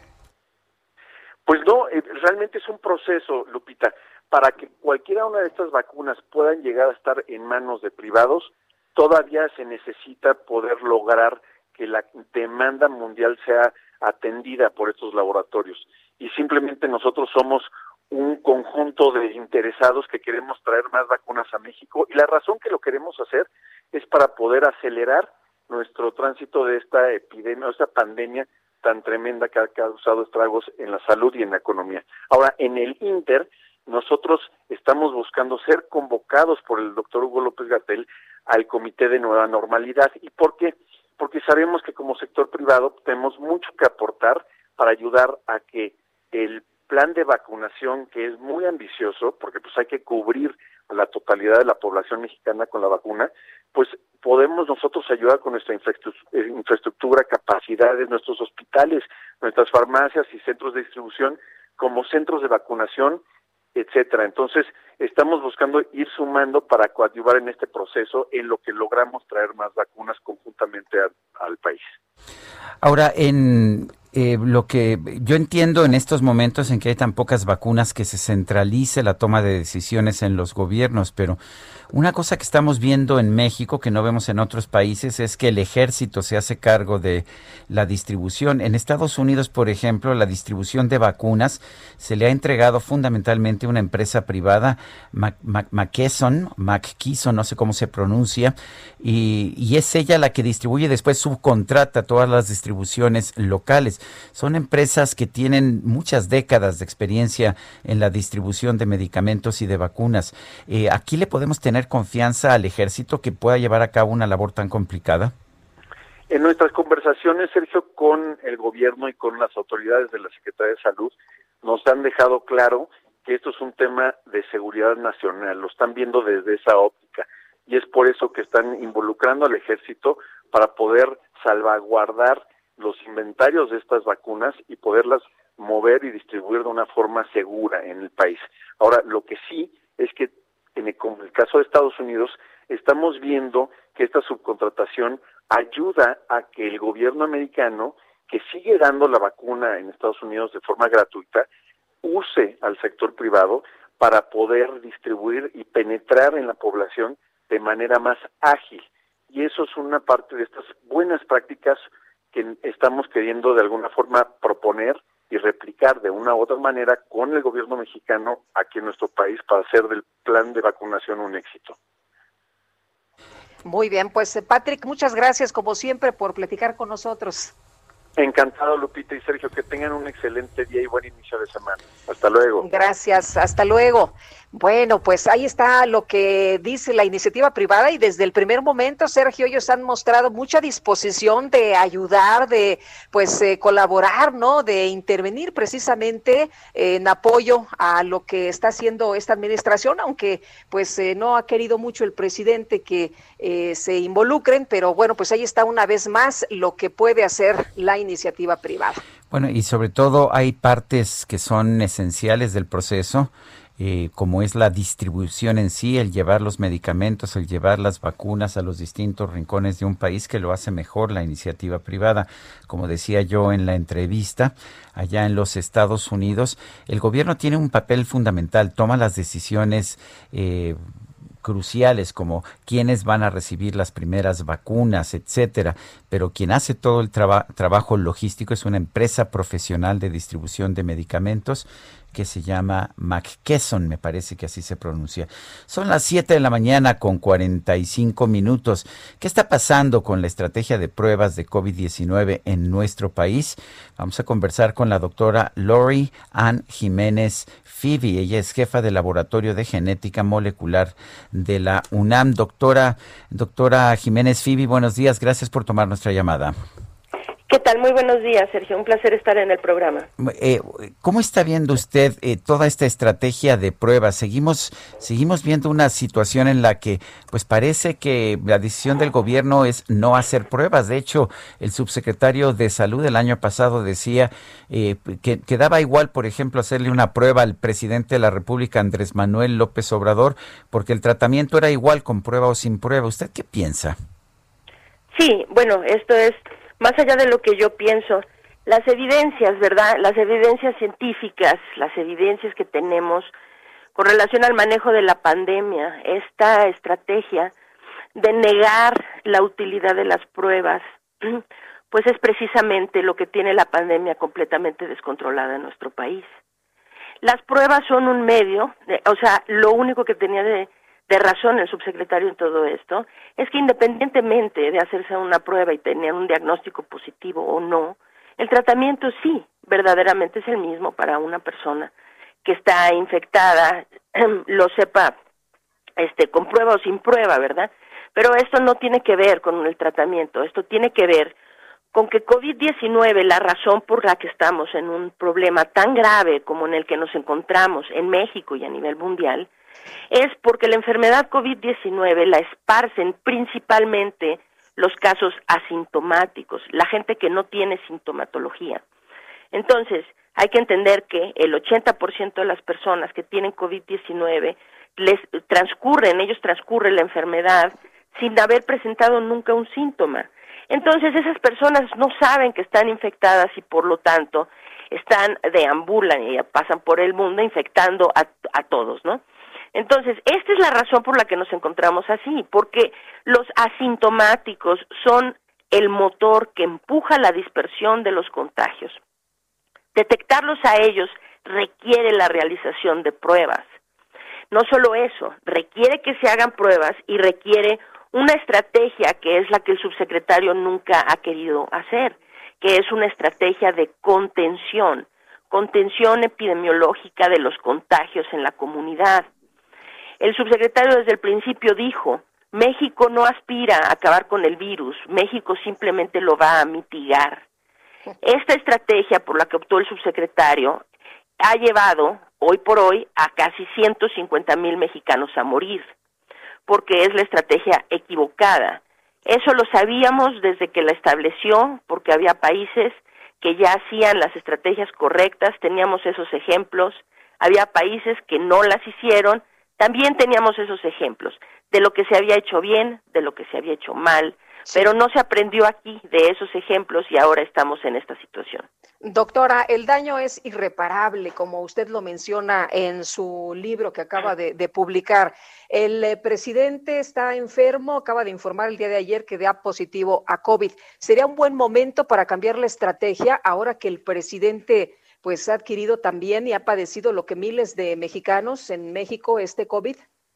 Pues no, realmente es un proceso, Lupita, para que cualquiera una de estas vacunas puedan llegar a estar en manos de privados. Todavía se necesita poder lograr que la demanda mundial sea atendida por estos laboratorios. Y simplemente nosotros somos un conjunto de interesados que queremos traer más vacunas a México. Y la razón que lo queremos hacer es para poder acelerar nuestro tránsito de esta epidemia, esta pandemia tan tremenda que ha causado estragos en la salud y en la economía. Ahora, en el Inter, nosotros estamos buscando ser convocados por el doctor Hugo López-Gatell al Comité de Nueva Normalidad. ¿Y por qué? Porque sabemos que como sector privado tenemos mucho que aportar para ayudar a que el plan de vacunación, que es muy ambicioso, porque pues hay que cubrir a la totalidad de la población mexicana con la vacuna, pues podemos nosotros ayudar con nuestra infraestructura, capacidades, nuestros hospitales, nuestras farmacias y centros de distribución como centros de vacunación, etcétera. Entonces, estamos buscando ir sumando para coadyuvar en este proceso en lo que logramos traer más vacunas conjuntamente al país. Ahora, en lo que yo entiendo en estos momentos en que hay tan pocas vacunas, que se centralice la toma de decisiones en los gobiernos, pero una cosa que estamos viendo en México que no vemos en otros países es que el ejército se hace cargo de la distribución. En Estados Unidos, por ejemplo, la distribución de vacunas se le ha entregado fundamentalmente a una empresa privada, McKesson, no sé cómo se pronuncia, y es ella la que distribuye, después subcontrata todas las distribuciones locales. Son empresas que tienen muchas décadas de experiencia en la distribución de medicamentos y de vacunas. ¿Aquí le podemos tener confianza al ejército que pueda llevar a cabo una labor tan complicada? En nuestras conversaciones, Sergio, con el gobierno y con las autoridades de la Secretaría de Salud, nos han dejado claro que esto es un tema de seguridad nacional, lo están viendo desde esa óptica, y es por eso que están involucrando al ejército para poder salvaguardar los inventarios de estas vacunas y poderlas mover y distribuir de una forma segura en el país. Ahora, lo que sí es que como en el caso de Estados Unidos, estamos viendo que esta subcontratación ayuda a que el gobierno americano, que sigue dando la vacuna en Estados Unidos de forma gratuita, use al sector privado para poder distribuir y penetrar en la población de manera más ágil. Y eso es una parte de estas buenas prácticas que estamos queriendo de alguna forma proponer y replicar de una u otra manera con el gobierno mexicano aquí en nuestro país para hacer del plan de vacunación un éxito. Muy bien, pues Patrick, muchas gracias como siempre por platicar con nosotros. Encantado, Lupita y Sergio, que tengan un excelente día y buen inicio de semana. Hasta luego. Gracias, hasta luego. Bueno, pues ahí está lo que dice la iniciativa privada y desde el primer momento, Sergio, ellos han mostrado mucha disposición de ayudar, de colaborar, ¿no? De intervenir precisamente en apoyo a lo que está haciendo esta administración, aunque no ha querido mucho el presidente que se involucren, pero bueno, pues ahí está una vez más lo que puede hacer la iniciativa privada. Bueno, y sobre todo hay partes que son esenciales del proceso, como es la distribución en sí, el llevar los medicamentos, el llevar las vacunas a los distintos rincones de un país, que lo hace mejor la iniciativa privada. Como decía yo en la entrevista, allá en los Estados Unidos, el gobierno tiene un papel fundamental, toma las decisiones cruciales como quiénes van a recibir las primeras vacunas, etcétera, pero quien hace todo el trabajo logístico es una empresa profesional de distribución de medicamentos que se llama McKesson, me parece que así se pronuncia. Son las 7 de la mañana con 45 minutos. ¿Qué está pasando con la estrategia de pruebas de COVID-19 en nuestro país? Vamos a conversar con la doctora Lori Ann Jiménez Fivi. Ella es jefa del Laboratorio de Genética Molecular de la UNAM. Doctora Jiménez Fivi, buenos días. Gracias por tomar nuestra llamada. ¿Qué tal? Muy buenos días, Sergio. Un placer estar en el programa. ¿Cómo está viendo usted toda esta estrategia de pruebas? Seguimos viendo una situación en la que pues parece que la decisión del gobierno es no hacer pruebas. De hecho, el subsecretario de Salud el año pasado decía que daba igual, por ejemplo, hacerle una prueba al presidente de la República, Andrés Manuel López Obrador, porque el tratamiento era igual con prueba o sin prueba. ¿Usted qué piensa? Sí, bueno, esto es más allá de lo que yo pienso, las evidencias, ¿verdad? Las evidencias científicas, las evidencias que tenemos con relación al manejo de la pandemia, esta estrategia de negar la utilidad de las pruebas, pues es precisamente lo que tiene la pandemia completamente descontrolada en nuestro país. Las pruebas son un medio, lo único que tenía de razón el subsecretario en todo esto, es que independientemente de hacerse una prueba y tener un diagnóstico positivo o no, el tratamiento sí, verdaderamente es el mismo para una persona que está infectada, lo sepa con prueba o sin prueba, ¿verdad? Pero esto no tiene que ver con el tratamiento, esto tiene que ver con que COVID-19, la razón por la que estamos en un problema tan grave como en el que nos encontramos en México y a nivel mundial, es porque la enfermedad COVID-19 la esparcen principalmente los casos asintomáticos, la gente que no tiene sintomatología. Entonces, hay que entender que el 80% de las personas que tienen COVID-19 ellos transcurren la enfermedad sin haber presentado nunca un síntoma. Entonces, esas personas no saben que están infectadas y por lo tanto deambulan y pasan por el mundo infectando a todos, ¿no? Entonces, esta es la razón por la que nos encontramos así, porque los asintomáticos son el motor que empuja la dispersión de los contagios. Detectarlos a ellos requiere la realización de pruebas. No solo eso, requiere que se hagan pruebas y requiere una estrategia que es la que el subsecretario nunca ha querido hacer, que es una estrategia de contención epidemiológica de los contagios en la comunidad. El subsecretario desde el principio dijo, México no aspira a acabar con el virus, México simplemente lo va a mitigar. Esta estrategia por la que optó el subsecretario ha llevado, hoy por hoy, a casi 150,000 mexicanos a morir, porque es la estrategia equivocada. Eso lo sabíamos desde que la estableció, porque había países que ya hacían las estrategias correctas, teníamos esos ejemplos, había países que no las hicieron, también teníamos esos ejemplos, de lo que se había hecho bien, de lo que se había hecho mal, pero no se aprendió aquí de esos ejemplos y ahora estamos en esta situación. Doctora, el daño es irreparable, como usted lo menciona en su libro que acaba de publicar. El presidente está enfermo, acaba de informar el día de ayer que da positivo a COVID. ¿Sería un buen momento para cambiar la estrategia ahora que el presidente pues ha adquirido también y ha padecido lo que miles de mexicanos en México, este COVID?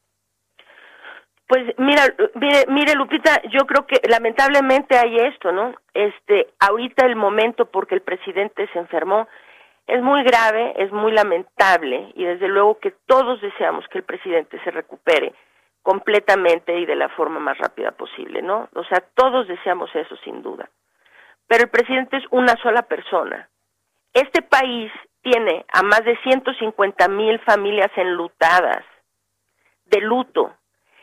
Pues mire Lupita, yo creo que lamentablemente hay esto, ¿no? Ahorita el momento porque el presidente se enfermó es muy grave, es muy lamentable y desde luego que todos deseamos que el presidente se recupere completamente y de la forma más rápida posible, ¿no? O sea, todos deseamos eso sin duda. Pero el presidente es una sola persona. Este país tiene a más de 150,000 familias enlutadas, de luto.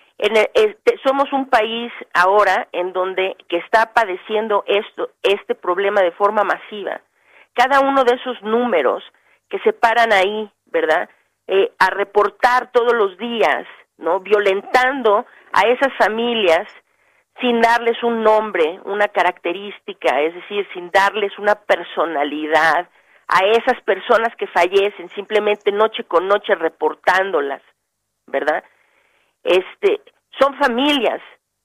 Somos un país ahora en donde que está padeciendo este problema de forma masiva. Cada uno de esos números que se paran ahí, ¿verdad? A reportar todos los días, ¿no? Violentando a esas familias sin darles un nombre, una característica, es decir, sin darles una personalidad a esas personas que fallecen, simplemente noche con noche reportándolas, ¿verdad? Son familias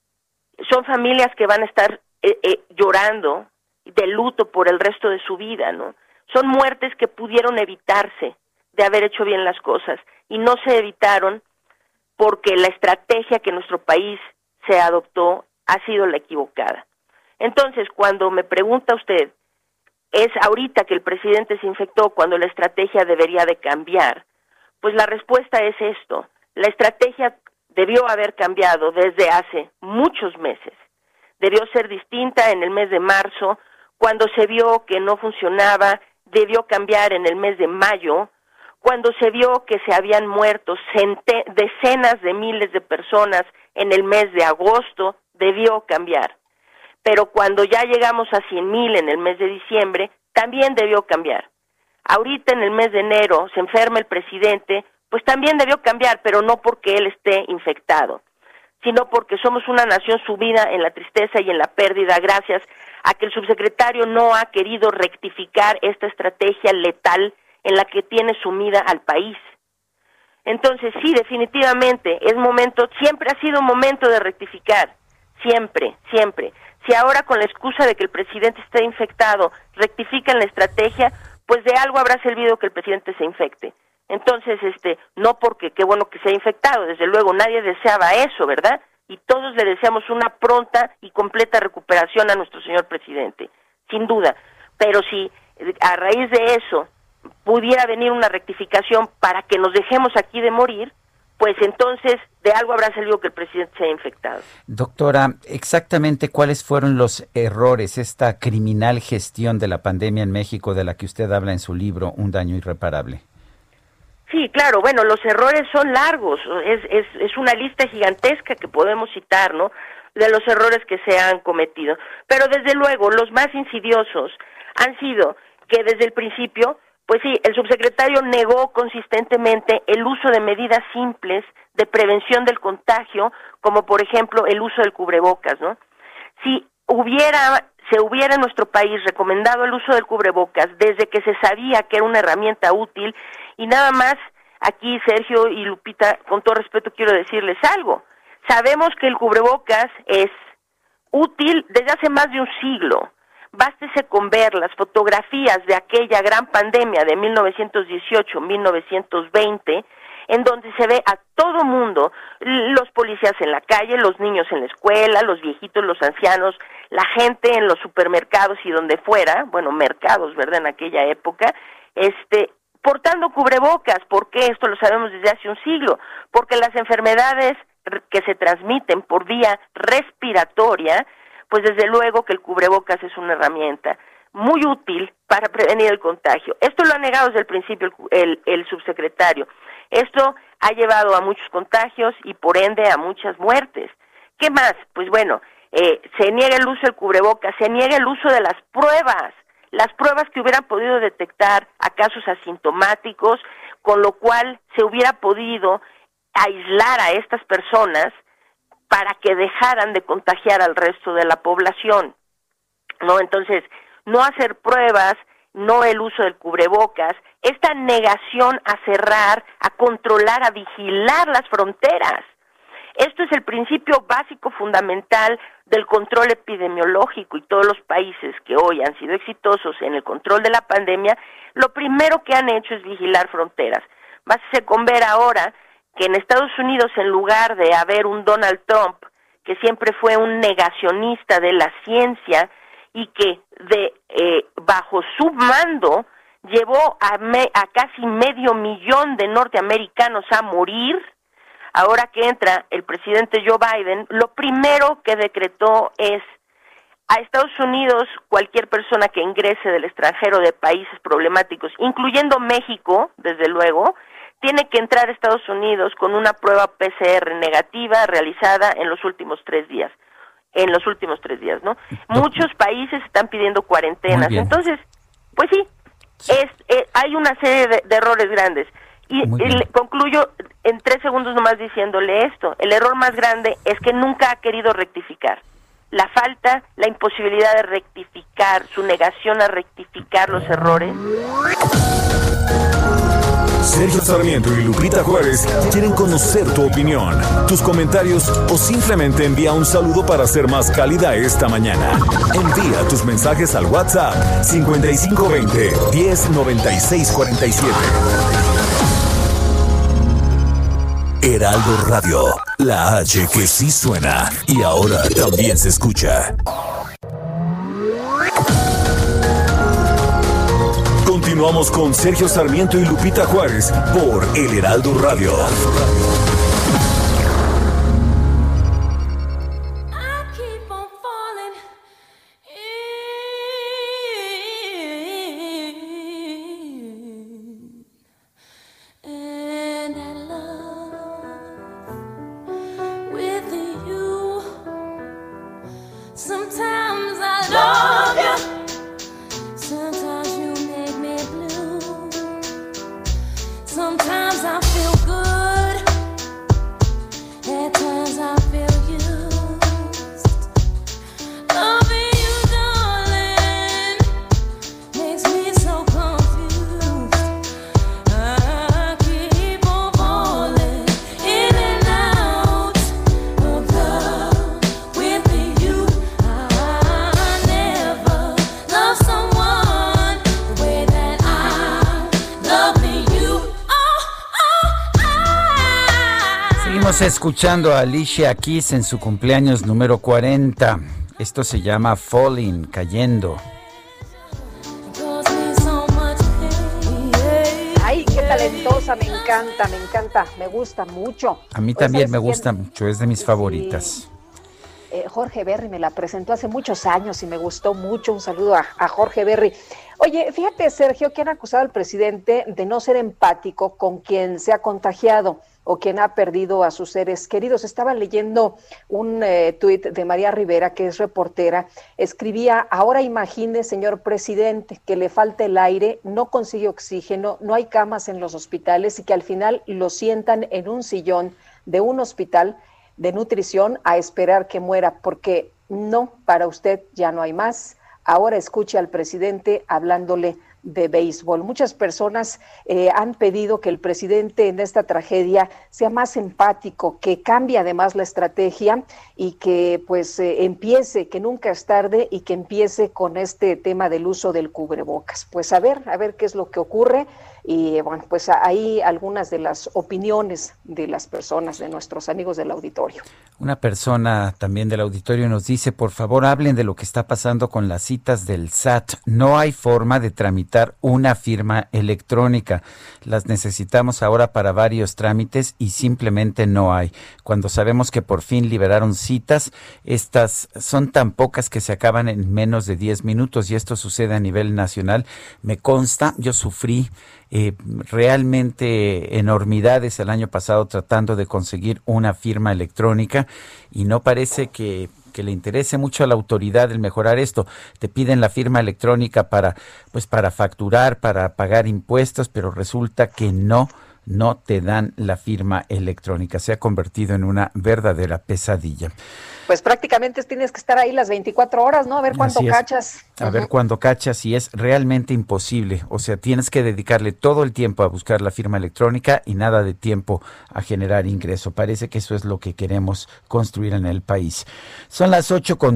que van a estar llorando de luto por el resto de su vida, ¿no? Son muertes que pudieron evitarse de haber hecho bien las cosas y no se evitaron porque la estrategia que nuestro país se adoptó ha sido la equivocada. Entonces, cuando me pregunta usted, ¿es ahorita que el presidente se infectó cuando la estrategia debería de cambiar? Pues la respuesta es esto. La estrategia debió haber cambiado desde hace muchos meses. Debió ser distinta en el mes de marzo, cuando se vio que no funcionaba, debió cambiar en el mes de mayo, cuando se vio que se habían muerto decenas de miles de personas en el mes de agosto, debió cambiar. Pero cuando ya llegamos a 100,000 en el mes de diciembre, también debió cambiar. Ahorita en el mes de enero se enferma el presidente, pues también debió cambiar, pero no porque él esté infectado, sino porque somos una nación sumida en la tristeza y en la pérdida gracias a que el subsecretario no ha querido rectificar esta estrategia letal en la que tiene sumida al país. Entonces, sí, definitivamente, siempre ha sido momento de rectificar, siempre. Si ahora con la excusa de que el presidente esté infectado rectifican la estrategia, pues de algo habrá servido que el presidente se infecte. Entonces, no porque qué bueno que se ha infectado, desde luego nadie deseaba eso, ¿verdad? Y todos le deseamos una pronta y completa recuperación a nuestro señor presidente, sin duda. Pero si a raíz de eso pudiera venir una rectificación para que nos dejemos aquí de morir, pues entonces de algo habrá salido que el presidente se haya infectado. Doctora, exactamente cuáles fueron los errores, esta criminal gestión de la pandemia en México de la que usted habla en su libro, Un daño irreparable. Sí, claro, bueno, los errores son largos, es una lista gigantesca que podemos citar, ¿no?, de los errores que se han cometido. Pero desde luego, los más insidiosos han sido que desde el principio, pues sí, el subsecretario negó consistentemente el uso de medidas simples de prevención del contagio, como por ejemplo el uso del cubrebocas, ¿no? Si se hubiera en nuestro país recomendado el uso del cubrebocas desde que se sabía que era una herramienta útil, y nada más, aquí Sergio y Lupita, con todo respeto quiero decirles algo, sabemos que el cubrebocas es útil desde hace más de un siglo. Bástese con ver las fotografías de aquella gran pandemia de 1918-1920, en donde se ve a todo mundo, los policías en la calle, los niños en la escuela, los viejitos, los ancianos, la gente en los supermercados y donde fuera, bueno, mercados, ¿verdad?, en aquella época, portando cubrebocas. ¿Por qué? Esto lo sabemos desde hace un siglo, porque las enfermedades que se transmiten por vía respiratoria, pues desde luego que el cubrebocas es una herramienta muy útil para prevenir el contagio. Esto lo ha negado desde el principio el subsecretario. Esto ha llevado a muchos contagios y por ende a muchas muertes. ¿Qué más? Pues bueno, se niega el uso del cubrebocas, se niega el uso de las pruebas que hubieran podido detectar a casos asintomáticos, con lo cual se hubiera podido aislar a estas personas para que dejaran de contagiar al resto de la población, ¿no? Entonces, no hacer pruebas, no el uso del cubrebocas, esta negación a cerrar, a controlar, a vigilar las fronteras. Esto es el principio básico fundamental del control epidemiológico, y todos los países que hoy han sido exitosos en el control de la pandemia, lo primero que han hecho es vigilar fronteras. Bástese con ver ahora que en Estados Unidos, en lugar de haber un Donald Trump, que siempre fue un negacionista de la ciencia y que bajo su mando llevó a casi 500,000 de norteamericanos a morir, ahora que entra el presidente Joe Biden, lo primero que decretó es: a Estados Unidos, cualquier persona que ingrese del extranjero de países problemáticos, incluyendo México, desde luego, tiene que entrar a Estados Unidos con una prueba PCR negativa realizada en los últimos 3 días. ¿No? Muchos países están pidiendo cuarentenas. Entonces, pues sí, hay una serie de errores grandes. Y concluyo en 3 segundos nomás diciéndole esto: el error más grande es que nunca ha querido rectificar. La imposibilidad de rectificar, su negación a rectificar los errores. Sergio Sarmiento y Lupita Juárez quieren conocer tu opinión, tus comentarios o simplemente envía un saludo para ser más cálida esta mañana. Envía tus mensajes al WhatsApp 5520 109647. Heraldo Radio, la H que sí suena y ahora también se escucha. Continuamos con Sergio Sarmiento y Lupita Juárez por El Heraldo Radio. Escuchando a Alicia Keys en su cumpleaños número 40. Esto se llama Falling, cayendo. Ay, qué talentosa, me encanta, me gusta mucho. A mí también me gusta mucho, es de mis favoritas. Jorge Berry me la presentó hace muchos años y me gustó mucho. Un saludo a Jorge Berry. Oye, fíjate, Sergio, que han acusado al presidente de no ser empático con quien se ha contagiado o quien ha perdido a sus seres queridos. Estaba leyendo un tuit de María Rivera, que es reportera. Escribía: ahora imagine, señor presidente, que le falta el aire, no consigue oxígeno, no hay camas en los hospitales y que al final lo sientan en un sillón de un hospital de nutrición a esperar que muera, porque no, para usted ya no hay más. Ahora escuche al presidente hablándole de béisbol. Muchas personas han pedido que el presidente en esta tragedia sea más empático, que cambie además la estrategia y que pues empiece, que nunca es tarde, y que empiece con este tema del uso del cubrebocas. Pues a ver qué es lo que ocurre. Y bueno, pues ahí algunas de las opiniones de las personas, de nuestros amigos del auditorio. Una persona también del auditorio nos dice, por favor, hablen de lo que está pasando con las citas del SAT. No hay forma de tramitar una firma electrónica. Las necesitamos ahora para varios trámites y simplemente no hay. Cuando sabemos que por fin liberaron citas, estas son tan pocas que se acaban en menos de 10 minutos y esto sucede a nivel nacional. Me consta, yo sufrí realmente enormidades el año pasado tratando de conseguir una firma electrónica y no parece que le interese mucho a la autoridad el mejorar esto. Te piden la firma electrónica para facturar, para pagar impuestos, pero resulta que no te dan la firma electrónica. Se ha convertido en una verdadera pesadilla. Pues prácticamente tienes que estar ahí las 24 horas, ¿no? A ver cuándo cachas. A ver cuándo cachas y es realmente imposible. O sea, tienes que dedicarle todo el tiempo a buscar la firma electrónica y nada de tiempo a generar ingreso. Parece que eso es lo que queremos construir en el país. Son las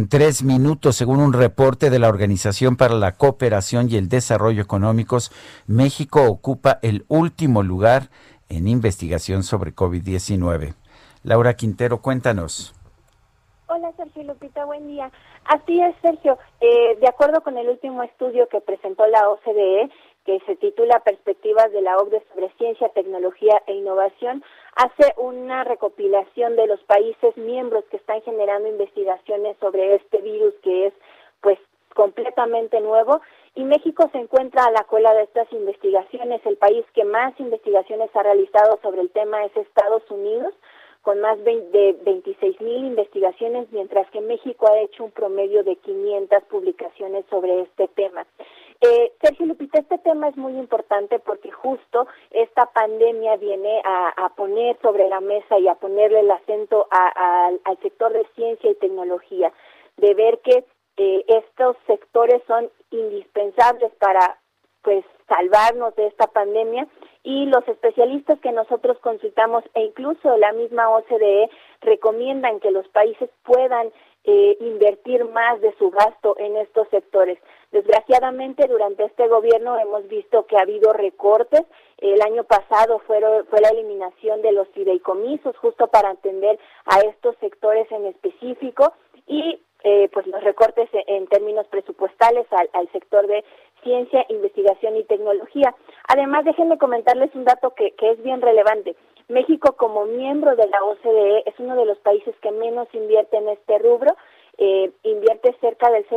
8:03, según un reporte de la Organización para la Cooperación y el Desarrollo Económicos. México ocupa el último lugar en investigación sobre COVID-19. Laura Quintero, cuéntanos. Hola Sergio Lupita, buen día. Así es, Sergio. De acuerdo con el último estudio que presentó la OCDE, que se titula Perspectivas de la OCDE sobre Ciencia, Tecnología e Innovación, hace una recopilación de los países miembros que están generando investigaciones sobre este virus que es pues completamente nuevo, y México se encuentra a la cola de estas investigaciones. El país que más investigaciones ha realizado sobre el tema es Estados Unidos, con más de 26,000 investigaciones, mientras que México ha hecho un promedio de 500 publicaciones sobre este tema. Sergio Lupita, este tema es muy importante porque justo esta pandemia viene a poner sobre la mesa y a ponerle el acento al sector de ciencia y tecnología, de ver que estos sectores son indispensables para pues salvarnos de esta pandemia, y los especialistas que nosotros consultamos e incluso la misma OCDE recomiendan que los países puedan invertir más de su gasto en estos sectores. Desgraciadamente, durante este gobierno hemos visto que ha habido recortes. El año pasado fue la eliminación de los fideicomisos justo para atender a estos sectores en específico, y pues los recortes en términos presupuestales al sector de ciencia, investigación y tecnología. Además, déjenme comentarles un dato que es bien relevante. México, como miembro de la OCDE, es uno de los países que menos invierte en este rubro. Invierte cerca del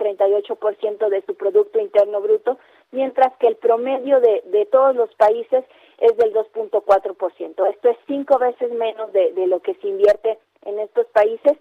0.38% de su Producto Interno Bruto, mientras que el promedio de todos los países es del 2.4%. Esto es 5 veces menos de lo que se invierte en estos países.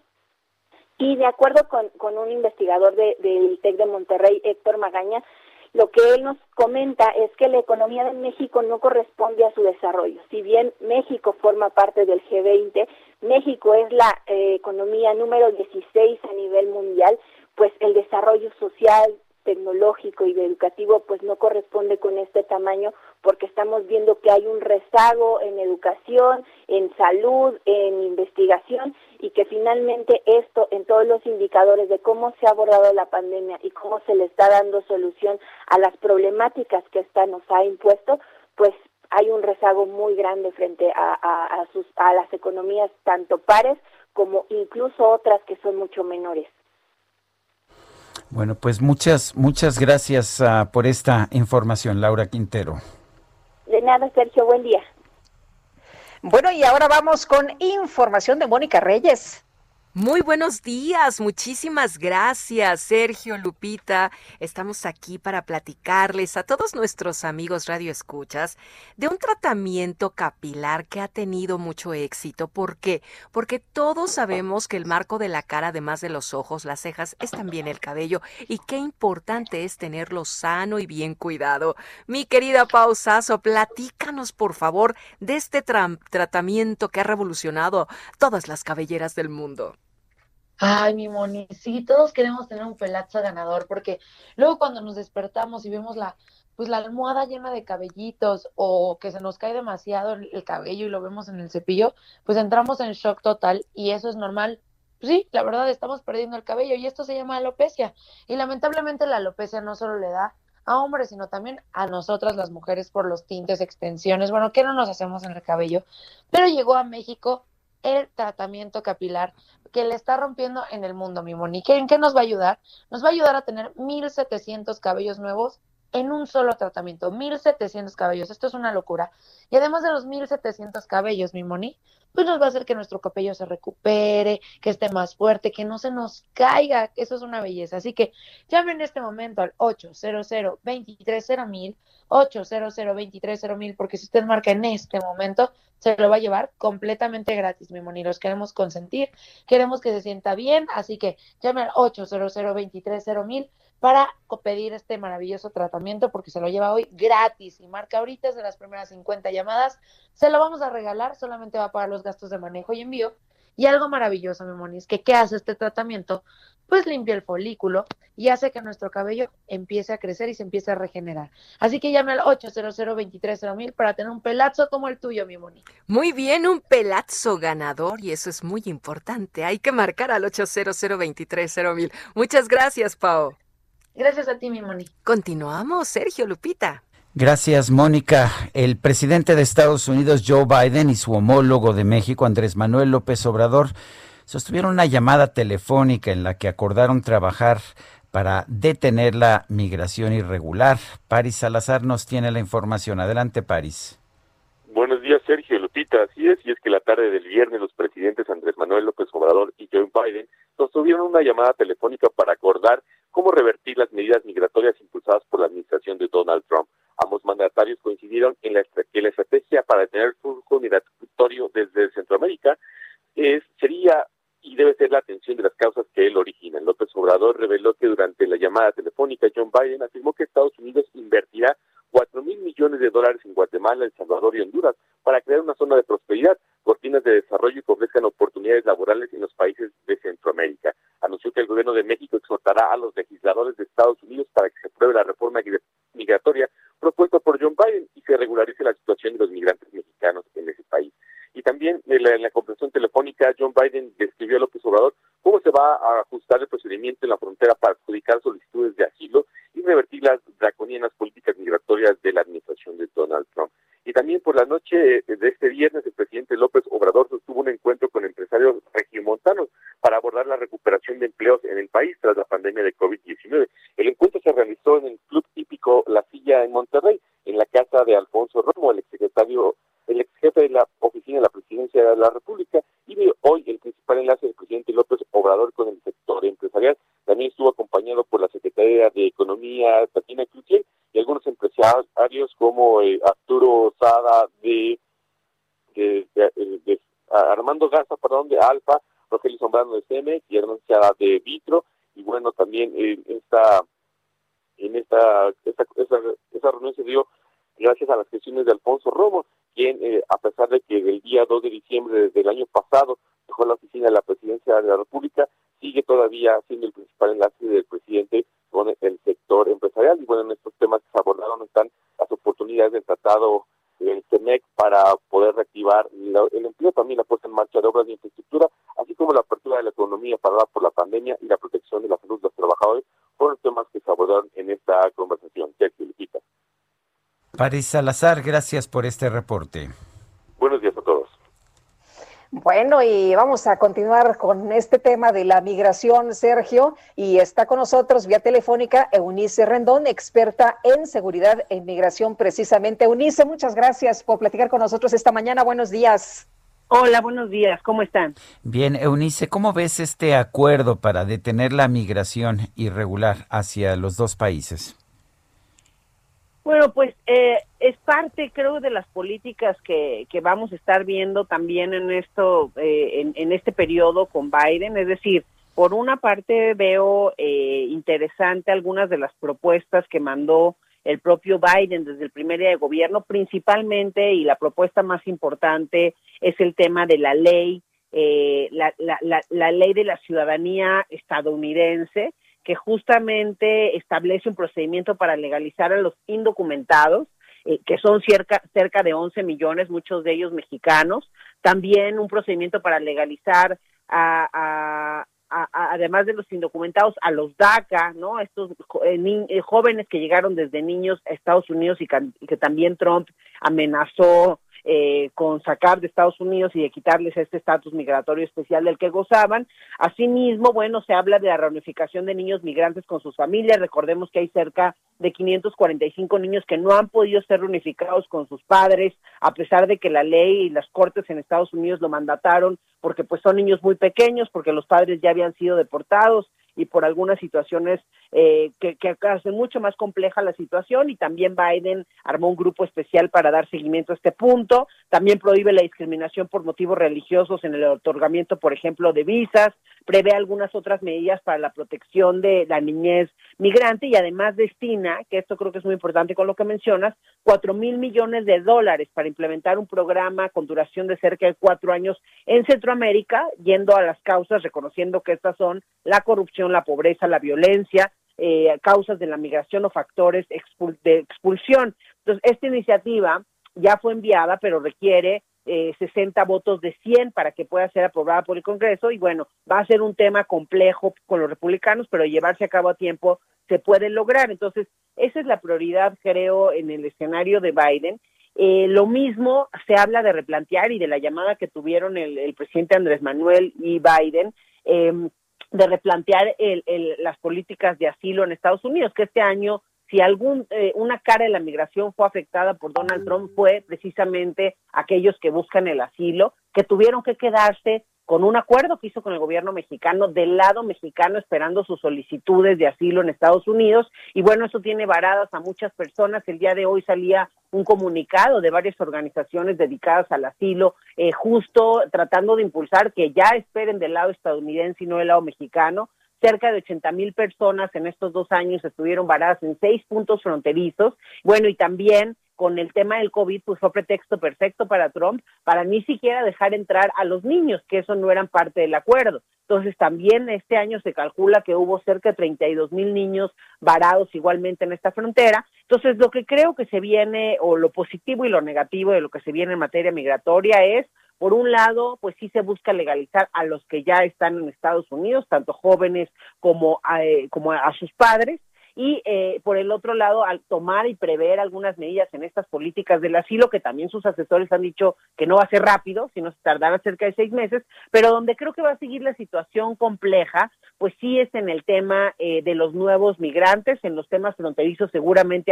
Y de acuerdo con un investigador del TEC de Monterrey, Héctor Magaña, lo que él nos comenta es que la economía de México no corresponde a su desarrollo. Si bien México forma parte del G20, México es la economía número 16 a nivel mundial, pues el desarrollo social, tecnológico y educativo pues no corresponde con este tamaño, porque estamos viendo que hay un rezago en educación, en salud, en investigación, y que finalmente esto en todos los indicadores de cómo se ha abordado la pandemia y cómo se le está dando solución a las problemáticas que esta nos ha impuesto, pues hay un rezago muy grande frente a las economías tanto pares como incluso otras que son mucho menores. Bueno, pues muchas gracias por esta información, Laura Quintero. De nada, Sergio, buen día. Bueno, y ahora vamos con información de Mónica Reyes. Muy buenos días, muchísimas gracias, Sergio, Lupita. Estamos aquí para platicarles a todos nuestros amigos radioescuchas de un tratamiento capilar que ha tenido mucho éxito. ¿Por qué? Porque todos sabemos que el marco de la cara, además de los ojos, las cejas, es también el cabello, y qué importante es tenerlo sano y bien cuidado. Mi querida Pau Sasso, platícanos por favor de este tratamiento que ha revolucionado todas las cabelleras del mundo. Ay, mi Moni, sí, todos queremos tener un pelazo ganador, porque luego cuando nos despertamos y vemos la almohada llena de cabellitos, o que se nos cae demasiado el cabello y lo vemos en el cepillo, pues entramos en shock total, y eso es normal. Pues sí, la verdad, estamos perdiendo el cabello, y esto se llama alopecia, y lamentablemente la alopecia no solo le da a hombres, sino también a nosotras las mujeres por los tintes, extensiones, bueno, ¿qué no nos hacemos en el cabello? Pero llegó a México el tratamiento capilar que le está rompiendo en el mundo, mi Moni. ¿En qué nos va a ayudar? Nos va a ayudar a tener 1,700 cabellos nuevos en un solo tratamiento, 1,700 cabellos, esto es una locura. Y además de los 1,700 cabellos, mi Moni, pues nos va a hacer que nuestro cabello se recupere, que esté más fuerte, que no se nos caiga, eso es una belleza. Así que llame en este momento al 800-230-1000, 800-230-1000, porque si usted marca en este momento, se lo va a llevar completamente gratis, mi Moni. Los queremos consentir, queremos que se sienta bien, así que llame al 800-230-1000 para pedir este maravilloso tratamiento, porque se lo lleva hoy gratis, y marca ahorita, es de las primeras 50 llamadas, se lo vamos a regalar, solamente va a pagar los gastos de manejo y envío. Y algo maravilloso, mi Moni, es que ¿qué hace este tratamiento? Pues limpia el folículo y hace que nuestro cabello empiece a crecer y se empiece a regenerar. Así que llame al 800-230-1000 para tener un pelazo como el tuyo, mi Moni. Muy bien, un pelazo ganador, y eso es muy importante. Hay que marcar al 800-230-1000. Muchas gracias, Pao. Gracias a ti, mi Moni. Continuamos, Sergio, Lupita. Gracias, Mónica. El presidente de Estados Unidos, Joe Biden, y su homólogo de México, Andrés Manuel López Obrador, sostuvieron una llamada telefónica en la que acordaron trabajar para detener la migración irregular. Paris Salazar nos tiene la información. Adelante, Paris. Buenos días, Sergio, Lupita. Así es, y es que la tarde del viernes los presidentes Andrés Manuel López Obrador y Joe Biden sostuvieron una llamada telefónica para acordar cómo revertir las medidas migratorias impulsadas por la administración de Donald Trump. Ambos mandatarios coincidieron en que la estrategia para detener el flujo migratorio desde Centroamérica sería y debe ser la atención de las causas que él origina. López Obrador reveló que durante la llamada telefónica, Joe Biden afirmó que Estados Unidos invertirá $4,000 millones en Guatemala, El Salvador y Honduras para crear una zona de prosperidad, cortinas de desarrollo y que ofrezcan oportunidades laborales en los países de Centroamérica. Anunció que el gobierno de México exhortará a los legisladores de Estados Unidos para que se apruebe la reforma migratoria propuesta por Joe Biden y se regularice la situación de los migrantes mexicanos en ese país. Y también en la conversación telefónica, Joe Biden describió a López Obrador cómo se va a ajustar el procedimiento en la frontera para adjudicar solicitudes de asilo y revertir las draconianas políticas migratorias de la administración de Donald Trump. Y también por la noche de este viernes, el presidente López Obrador sostuvo un encuentro con empresarios regiomontanos para abordar la recuperación de empleos en el país tras la pandemia de COVID-19. El encuentro se realizó en el Club Hípico La Silla en Monterrey, en la casa de Alfonso Romo, el ex jefe de la oficina de la Presidencia de la República, y hoy el principal enlace del presidente López Obrador con el sector empresarial. También estuvo acompañado por la secretaria de Economía, Tatiana Cloutier, y algunos empresarios como Arturo Sada de Armando Garza, de Alfa, Rogelio Zambrano de CEMEX y Hernán Seada de Vitro. Y bueno, también esa reunión se dio gracias a las gestiones de Alfonso Romo, quien, a pesar de que el día 2 de diciembre del año pasado dejó la oficina de la Presidencia de la República, sigue todavía siendo el principal enlace del presidente con el sector empresarial. Y bueno, en estos temas que se abordaron están las oportunidades del tratado del CEMEX para poder reactivar el empleo, también la puesta en marcha de obras de infraestructura, así como la apertura de la economía parada por la pandemia y la protección de la salud de los trabajadores, fueron los temas que se abordaron en esta conversación. Paris Salazar, gracias por este reporte. Buenos días a todos. Bueno, y vamos a continuar con este tema de la migración, Sergio, y está con nosotros vía telefónica Eunice Rendón, experta en seguridad e inmigración precisamente. Eunice, muchas gracias por platicar con nosotros esta mañana. Buenos días. Hola, buenos días. ¿Cómo están? Bien, Eunice, ¿cómo ves este acuerdo para detener la migración irregular hacia los dos países? Bueno, pues es parte, creo, de las políticas que vamos a estar viendo también en en este periodo con Biden. Es decir, por una parte veo interesante algunas de las propuestas que mandó el propio Biden desde el primer día de gobierno, principalmente, y la propuesta más importante es el tema de la ley, la ley de la ciudadanía estadounidense, que justamente establece un procedimiento para legalizar a los indocumentados, que son cerca de 11 millones, muchos de ellos mexicanos. También un procedimiento para legalizar a además de los indocumentados, a los DACA, ¿no? Estos jóvenes que llegaron desde niños a Estados Unidos y que también Trump amenazó con sacar de Estados Unidos y de quitarles este estatus migratorio especial del que gozaban. Asimismo, bueno, se habla de la reunificación de niños migrantes con sus familias. Recordemos que hay cerca de 545 niños que no han podido ser reunificados con sus padres, a pesar de que la ley y las cortes en Estados Unidos lo mandataron, porque pues son niños muy pequeños, porque los padres ya habían sido deportados y por algunas situaciones que hacen mucho más compleja la situación. Y también Biden armó un grupo especial para dar seguimiento a este punto. También prohíbe la discriminación por motivos religiosos en el otorgamiento, por ejemplo, de visas, prevé algunas otras medidas para la protección de la niñez migrante y además destina, que esto creo que es muy importante con lo que mencionas, $4,000 millones para implementar un programa con duración de cerca de 4 años en Centroamérica, yendo a las causas, reconociendo que estas son la corrupción, la pobreza, la violencia, causas de la migración o factores de expulsión. Entonces, esta iniciativa ya fue enviada, pero requiere 60 votos de 100 para que pueda ser aprobada por el Congreso, y bueno, va a ser un tema complejo con los republicanos, pero llevarse a cabo a tiempo se puede lograr. Entonces, esa es la prioridad, creo, en el escenario de Biden. Lo mismo se habla de replantear y de la llamada que tuvieron el presidente Andrés Manuel y Biden, de replantear las políticas de asilo en Estados Unidos, que este año, si una cara de la migración fue afectada por Donald Trump, fue precisamente aquellos que buscan el asilo, que tuvieron que quedarse con un acuerdo que hizo con el gobierno mexicano, del lado mexicano, esperando sus solicitudes de asilo en Estados Unidos, y bueno, eso tiene varadas a muchas personas. El día de hoy salía un comunicado de varias organizaciones dedicadas al asilo, justo tratando de impulsar que ya esperen del lado estadounidense y no del lado mexicano. Cerca de 80,000 personas en estos 2 años estuvieron varadas en 6 puntos fronterizos. Bueno, y también con el tema del COVID, pues fue pretexto perfecto para Trump para ni siquiera dejar entrar a los niños, que eso no eran parte del acuerdo. Entonces, también este año se calcula que hubo cerca de 32,000 niños varados igualmente en esta frontera. Entonces, lo que creo que se viene, o lo positivo y lo negativo de lo que se viene en materia migratoria es, por un lado, pues sí se busca legalizar a los que ya están en Estados Unidos, tanto jóvenes como a sus padres, y por el otro lado, al tomar y prever algunas medidas en estas políticas del asilo, que también sus asesores han dicho que no va a ser rápido, sino se tardará cerca de 6 meses, pero donde creo que va a seguir la situación compleja, pues sí es en el tema de los nuevos migrantes. En los temas fronterizos seguramente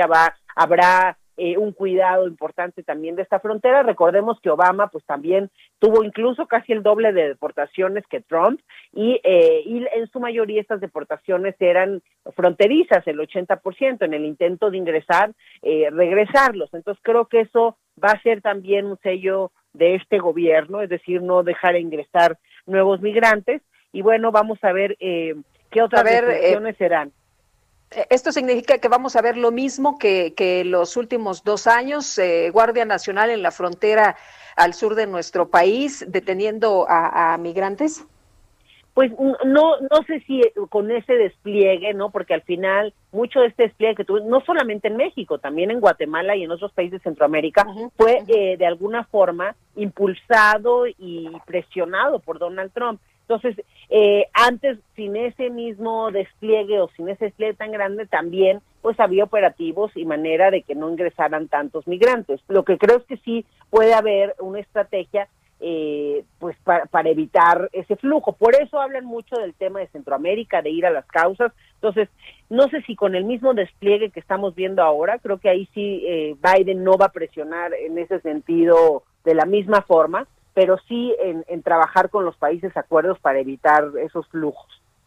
habrá un cuidado importante también de esta frontera. Recordemos que Obama pues también tuvo incluso casi el doble de deportaciones que Trump, y en su mayoría estas deportaciones eran fronterizas, el 80%, en el intento de ingresar, regresarlos. Entonces creo que eso va a ser también un sello de este gobierno, es decir, no dejar ingresar nuevos migrantes. Y bueno, vamos a ver qué otras restricciones serán. Esto significa que vamos a ver lo mismo que los últimos 2 años, Guardia Nacional en la frontera al sur de nuestro país, deteniendo a migrantes. Pues no sé si con ese despliegue, ¿no? Porque al final mucho de este despliegue que tuve, no solamente en México, también en Guatemala y en otros países de Centroamérica, fue de alguna forma impulsado y presionado por Donald Trump. Entonces, antes, sin ese mismo despliegue o sin ese despliegue tan grande, también pues había operativos y manera de que no ingresaran tantos migrantes. Lo que creo es que sí puede haber una estrategia pues para evitar ese flujo. Por eso hablan mucho del tema de Centroamérica, de ir a las causas. Entonces, no sé si con el mismo despliegue que estamos viendo ahora, creo que ahí sí Biden no va a presionar en ese sentido de la misma forma, pero sí en trabajar con los países acuerdos para evitar esos flujos.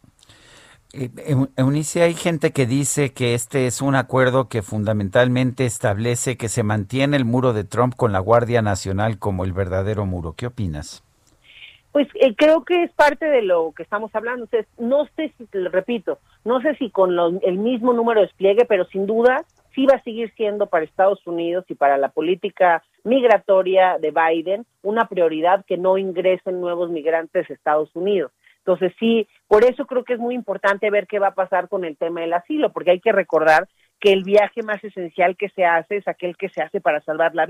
Eunice, hay gente que dice que este es un acuerdo que fundamentalmente establece que se mantiene el muro de Trump con la Guardia Nacional como el verdadero muro. ¿Qué opinas? Pues creo que es parte de lo que estamos hablando. Entonces, no sé si, repito, no sé si con el mismo número de despliegue, pero sin duda sí va a seguir siendo para Estados Unidos y para la política migratoria de Biden una prioridad que no ingresen nuevos migrantes a Estados Unidos. Entonces sí, por eso creo que es muy importante ver qué va a pasar con el tema del asilo, porque hay que recordar que el viaje más esencial que se hace es aquel que se hace para salvar la vida.